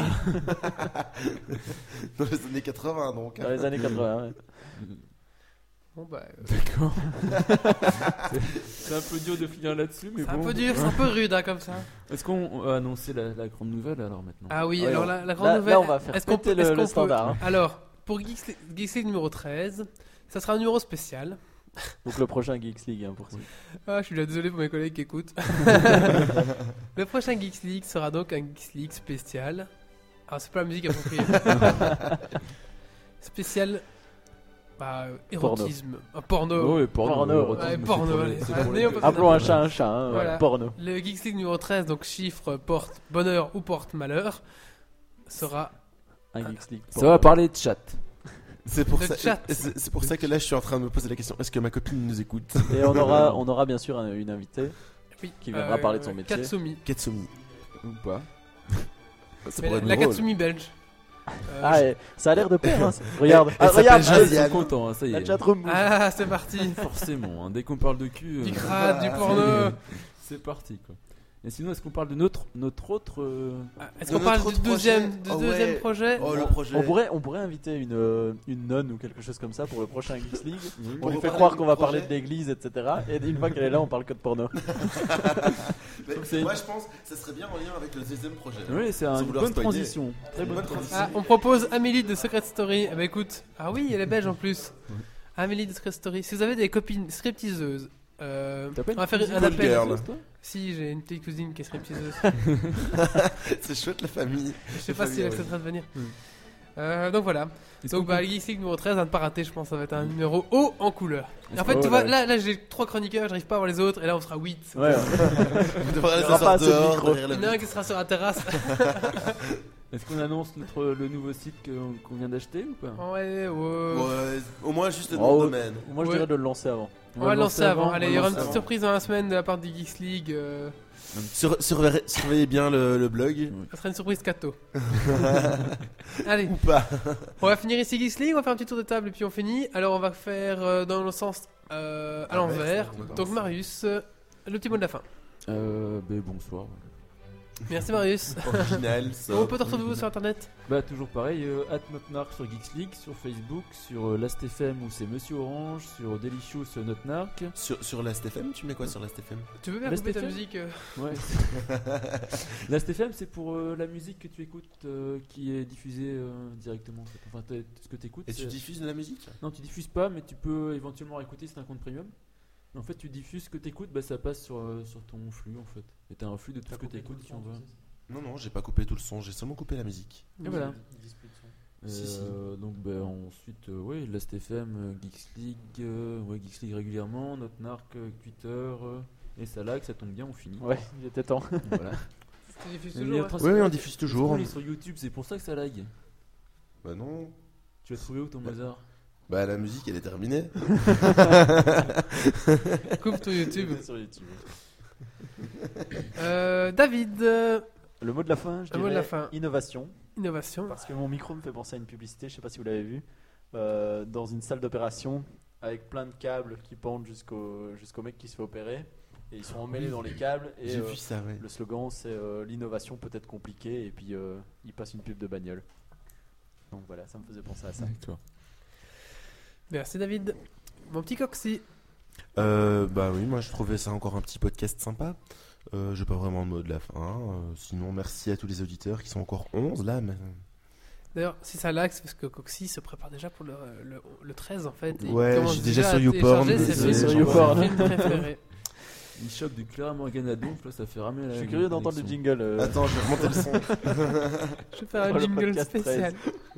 Dans les années 80, donc.
dans les années 80. Ouais.
Bon, bah,
D'accord. C'est un peu dur de finir là-dessus, mais
c'est un
bon.
peu dur, c'est un peu rude hein, comme ça.
Est-ce qu'on va annoncer la grande nouvelle alors maintenant?
Ah oui,
Ouais,
alors
on-
la grande
là,
nouvelle.
là, on va faire
est-ce qu'on
péter
peut- est-ce
le
qu'on peut-
standard. Hein.
Alors, pour Geeks League numéro 13, ça sera un numéro spécial.
Donc le prochain Geeks League, hein, pour ça.
Ah, je suis là, désolé pour mes collègues qui écoutent. Le prochain Geeks League sera donc un Geeks League spécial. Alors, c'est pas la musique appropriée. Spécial. Bah, érotisme. Porno.
Ouais, porno.
Porno.
érotisme,
Ouais,
c'est
porno,
pour les-
allez.
c'est
Allez,
pour les-
on peut-
Appelons un chat, hein,
Voilà.
porno.
Le Geeks League numéro 13, donc chiffre porte bonheur ou porte malheur, sera.
Un Geeks League.
Ça va parler de chat.
C'est pour
Le
ça.
chat.
C'est pour ça que là, je suis en train de me poser la question. Est-ce que ma copine nous écoute?
Et on aura bien sûr une invitée.
Oui,
Qui viendra parler de son métier.
Katsumi.
Katsumi.
Ou pas.
Ça
Mais
pourrait être
la
drôle.
Katsumi belge.
Ah, et ça a l'air de plaire. Hein. Regarde,
elle
regarde,
s'appelle
Ils
Josiane.
sont contents, hein, ça y
la
est.
chatroom bouge.
Ah, c'est parti.
Forcément, hein, dès qu'on parle de cul,
Du crade, du porno.
c'est parti quoi. Et sinon, est-ce qu'on parle de notre autre
Est-ce
De
qu'on parle
notre
du deuxième,
projet. Oh
deuxième
ouais.
projet
Oh, le projet.
On pourrait inviter une nonne ou quelque chose comme ça pour le prochain Geeks League. On lui fait
reparler
croire
du
qu'on va
projet.
parler de l'église, etc. Et une fois qu'elle est là, on parle que de porno.
Mais
Donc c'est-
moi, je pense que ça serait bien en lien avec le deuxième projet.
Oui, c'est
Sans
une
vouloir
bonne
spoiler.
transition. Très bonne
Bonne
transition.
Ah, on propose Amélie de Secret Story. Eh ben écoute, ah oui, elle est belge en plus. Amélie de Secret Story. Si vous avez des copines stripteaseuses,
T'as pas
on va faire
cousine
un
Call
appel.
girl.
toi
Si, j'ai une petite cousine qui est stripteaseuse.
C'est chouette la famille.
Je sais pas si elle acceptera de venir. Donc voilà.
Est-ce
Donc
qu'on
bah, Geeks League numéro 13, à ne pas rater, je pense, ça va être un numéro haut en couleur. Et en fait,
Oh
tu
là
vois, là j'ai 3 chroniqueurs, j'arrive pas à voir les autres, et là on sera 8.
Ouais,
On devrait
Il y
aller
aura pas
s'asseoir
assez de
dehors
micro.
derrière
Il y en a
la
un qui sera sur la terrasse.
Est-ce qu'on annonce le nouveau site qu'on vient d'acheter ou pas
Ouais, ouais.
Ouais, au moins juste le
Oh,
nom de domaine.
moi je
Ouais.
dirais de le lancer avant.
On va le lancer avant. Allez, il y aura une
lancer
petite
avant.
surprise dans la semaine de la part du Geeks League.
Surveillez bien le blog.
Ça sera une surprise cadeau. Allez,
Ou pas.
on va finir ici Geeks League, on va faire un petit tour de table et puis on finit. Alors on va faire dans le sens à l'envers.
on va commencer.
Donc Marius, le petit mot de la fin.
Bonsoir.
Merci Marius.
Original, ça.
On peut te retrouver où sur internet?
Bah toujours pareil, @notnark sur Geeks League, sur Facebook, sur Last.fm où c'est Monsieur Orange, sur Delicious Notnark.
Sur Last.fm, tu mets quoi sur Last.fm?
Tu veux bien
Laisse
couper ta
tes faits.
musique
Ouais. Last.fm c'est pour la musique que tu écoutes qui est diffusée directement. En fait. Enfin, ce que tu écoutes.
Et tu diffuses de la musique?
Non, tu diffuses pas, mais tu peux éventuellement écouter si t'as un compte premium. Mais en fait, tu diffuses ce que t'écoutes, bah ça passe sur ton flux en fait. Et t'as un flux de tout ce que t'écoutes si on veut.
Non, j'ai pas coupé tout le son, j'ai seulement coupé la musique.
Et voilà.
Si, si.
Donc ensuite, ouais, Last.fm, Geeks League, Geeks League régulièrement, Notnark, Twitter, et ça lag, ça tombe bien, on finit.
Ouais, il était temps.
Voilà.
Tu diffuses
Mais
toujours
il y a
ouais.
Oui, on diffuse toujours.
On est sur YouTube, c'est pour ça que ça lag.
Bah non.
Tu as trouvé où ton Mozart?
Bah la musique elle est terminée.
Coupe ton YouTube.
Sur YouTube.
David,
Le mot de la fin, je
Le mot de
dirais
la fin.
innovation.
innovation.
Parce que mon micro me fait penser à une publicité, je sais pas si vous l'avez vu. dans une salle d'opération avec plein de câbles qui pendent jusqu'au mec qui se fait opérer. Et ils sont emmêlés dans les câbles. Et
J'ai vu ça, ouais.
le slogan, c'est l'innovation peut être compliquée. Et puis, il passe une pub de bagnole. Donc voilà, ça me faisait penser à ça.
D'accord.
Merci David. Mon petit Coxy.
Bah oui, moi je trouvais ça encore un petit podcast sympa. J'ai pas vraiment le mot de la fin. Sinon, merci à tous les auditeurs qui sont encore 11 là. Mais...
D'ailleurs, si ça lag, c'est parce que Coxy se prépare déjà pour le 13 en fait. Et il
Ouais,
commence
je suis déjà sur
à
YouPorn,
télécharger ses
désolé,
films
sur YouPorn.
films préférés.
Il chope du Clara Morgana Donf, là ça fait ramer la.
Je suis curieux d'entendre le jingle.
Attends, je vais remonter le son.
Je vais faire un
Pour le
jingle
podcast
spécial.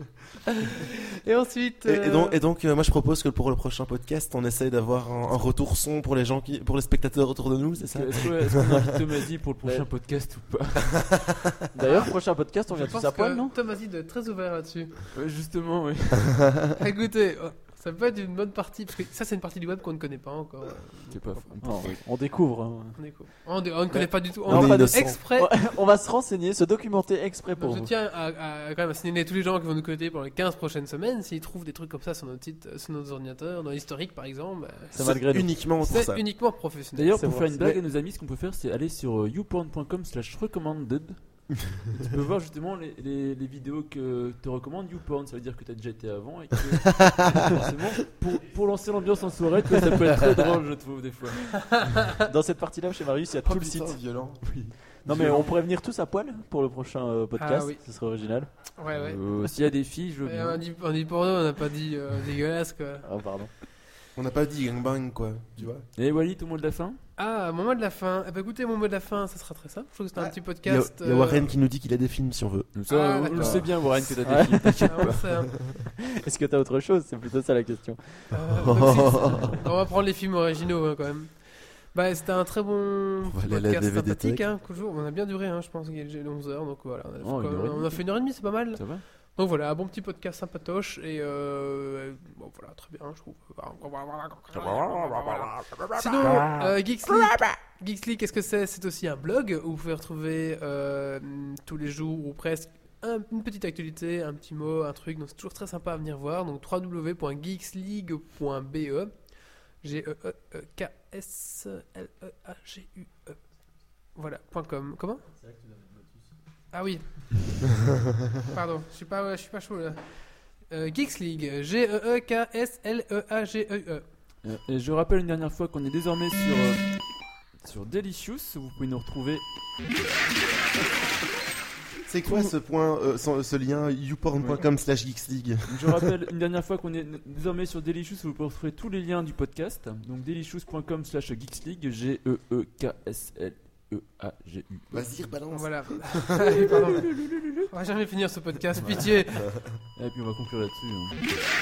Et ensuite.
Et donc, moi je propose que pour le prochain podcast, on essaye d'avoir un retour son pour les spectateurs autour de nous, c'est ça?
Est-ce qu'on invite Thomasy pour le prochain podcast ou pas?
D'ailleurs, prochain podcast, on vient
je
tous
pense
à poil,
que
non
Thomasy doit être très ouvert là-dessus.
Ouais, justement, oui.
Écoutez, ça peut être une bonne partie, parce que ça c'est une partie du web qu'on ne connaît pas encore.
C'est pas faux.
Non, on découvre. Hein.
On ne connaît pas du tout.
On est
On va
innocent.
exprès.
On va se renseigner, se documenter exprès pour
Donc, je
vous.
tiens quand même à signaler tous les gens qui vont nous écouter pour les 15 prochaines semaines. S'ils trouvent des trucs comme ça sur nos ordinateurs, dans l'historique par exemple,
C'est malgré nous.
Uniquement pour
c'est
ça.
uniquement professionnel.
D'ailleurs,
C'est
pour
vrai.
faire une blague à nos amis, ce qu'on peut faire, c'est aller sur youporn.com/recommanded. Tu peux voir justement les vidéos que te recommande YouPorn. Ça veut dire que tu as déjà été avant et que forcément, pour lancer l'ambiance en soirée, tu vois, ça peut être très drôle, je trouve, des fois.
Dans cette partie-là, chez Marius, il y a tout le site.
Violent.
Non, mais on pourrait venir tous à poil pour le prochain podcast.
Ah oui.
Ce serait original.
Ouais.
S'il y a des filles, je veux
Et
bien.
on dit porno, on n'a pas dit dégueulasse quoi.
Ah, pardon.
On n'a pas dit gangbang quoi, tu vois.
Et Walid, au mot de la fin.
Ah, mon mot de la fin. Eh ben, écoutez, mon mot de la fin, ça sera très simple. Je trouve que c'est un petit
Il y a,
podcast.
il y a Warren qui nous dit qu'il a des films si on veut.
Ça, on le
d'accord.
sait bien, Warren, que t'as
Ouais.
des filles, t'inquiète
Ah, on
pas.
sait, hein.
Est-ce que t'as autre chose? C'est plutôt ça la question.
On va prendre les films originaux hein, quand même. Bah, c'était un très bon
va
petit
aller à la
podcast
DVD
sympathique.
Tech.
Hein, toujours. On a bien duré, hein, je pense qu'il y a 11 heures. Donc voilà,
Oh, une heure et
on a
demie.
fait 1h30, c'est pas mal.
Ça va?
Donc voilà, un bon petit podcast sympatoche. Et bon, voilà, très bien, je trouve. Sinon, Geeks League, qu'est-ce que c'est? C'est aussi un blog où vous pouvez retrouver tous les jours ou presque une petite actualité, un petit mot, un truc. Donc c'est toujours très sympa à venir voir. Donc www.geeksleague.be GEEKSLEAGUE. Voilà, .com. Comment? Ah oui. Pardon, je suis pas chaud là. Geeks League, GEEKSLEAGEE.
Et je rappelle une dernière fois qu'on est désormais sur Delicious. Vous pouvez nous retrouver.
C'est quoi ce lien youporn.com/geeksleague?
Je rappelle une dernière fois qu'on est désormais sur Delicious. Vous pouvez retrouver tous les liens du podcast. Donc delicious.com/geeksleague. GEEKSLEAGU.
Vas-y, rebalance.
Voilà. Allez, pardon. On va jamais finir ce podcast, pitié.
Et puis on va conclure là-dessus. hein.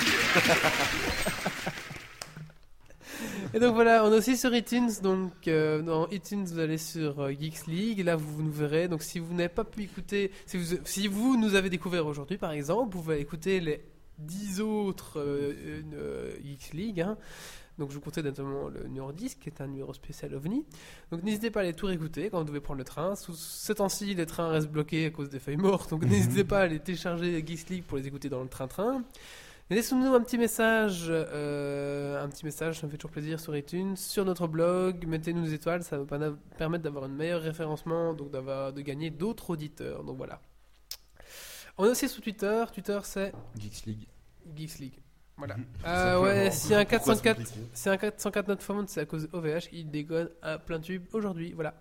Et donc voilà, on est aussi sur iTunes. Donc dans iTunes, vous allez sur Geeks League. Et là, vous nous verrez. Donc si vous n'avez pas pu écouter, si vous nous avez découvert aujourd'hui, par exemple, vous pouvez écouter les 10 autres Geeks League. Hein. Donc je vous conseille notamment le numéro 10 qui est un numéro spécial OVNI. Donc n'hésitez pas à les tout réécouter quand vous devez prendre le train. Sous ce temps-ci, les trains restent bloqués à cause des feuilles mortes. Donc n'hésitez pas à les télécharger Geeks League pour les écouter dans le train-train. Et laissez-nous un petit message, ça me fait toujours plaisir sur iTunes, sur notre blog. Mettez-nous des étoiles, ça va nous permettre d'avoir un meilleur référencement, donc de gagner d'autres auditeurs. Donc voilà. On est aussi sur Twitter. Twitter c'est
Geeks League.
Geeks League. Voilà.
Simplement.
Ouais, si un
Pourquoi se
404,
compliquer
c'est un 404 notre phone, c'est à cause de OVH, il dégonne à plein tube aujourd'hui, voilà.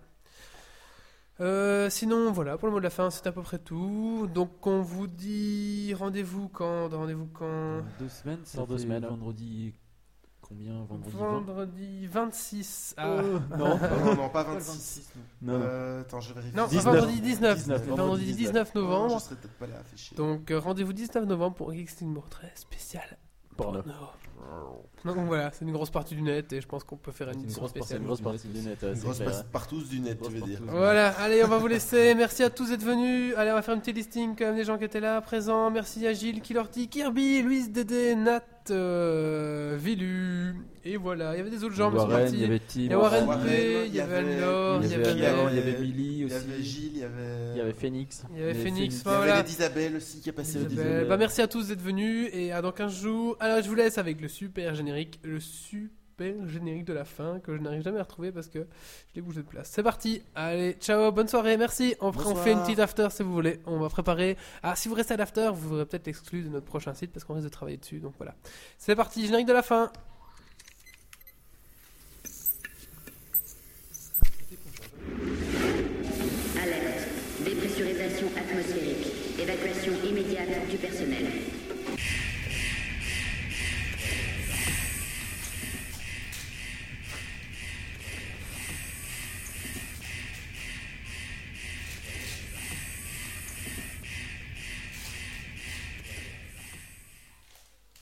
Sinon, voilà, pour le mot de la fin, c'est à peu près tout. Donc, on vous dit rendez-vous quand?
Dans 2 semaines, ça
Dans 2
fait
semaines, hein.
vendredi. Combien? Vendredi 20?
Vendredi 26. Ah.
Non,
Non, pas 26.
non.
Attends, je vérifie.
Non,
19.
vendredi 19.
19.
Vendredi 19 novembre.
Je serai peut-être pas là, fait chier.
Donc, rendez-vous 19 novembre pour Geeks League numéro 13 spécial
Porno.
Donc voilà, c'est une grosse partie du net et je pense qu'on peut faire une
C'est une
émission
grosse
C'est
spéciale.
une grosse partie du net.
Une
c'est
grosse
clair.
partouze du net, tu veux dire.
Voilà, allez, on va vous laisser. Merci à tous d'être venus. Allez, on va faire un petit listing quand même des gens qui étaient là, présents. Merci à Gilles, Kilorty, Kirby, Louise, Dédé, Nat, Vilu. Et voilà, il y avait des autres gens, mais ils sont
Warren,
partis.
il y avait Tim,
Il y a Warren
Warren,
B, il y avait Anne-Laure,
il y avait
Alain,
il y avait Millie
Il y
aussi.
avait Gilles,
Il y avait Phoenix.
il y avait Phoenix.
Phoenix.
il y
Enfin,
avait
voilà.
Isabelle aussi qui a passé au
Isabelle.
Disney.
Bah, merci à tous d'être venus et à dans 15 jours. Alors je vous laisse avec le super générique de la fin que je n'arrive jamais à retrouver parce que je l'ai bougé de place. C'est parti, allez, ciao, bonne soirée, merci. On
Bonsoir.
fait une petite after si vous voulez. On va préparer. Ah, si vous restez à l'after, vous aurez peut-être l'exclu de notre prochain site parce qu'on risque de travailler dessus. Donc voilà, c'est parti, générique de la fin.
Alerte. Dépressurisation atmosphérique. Évacuation immédiate du personnel.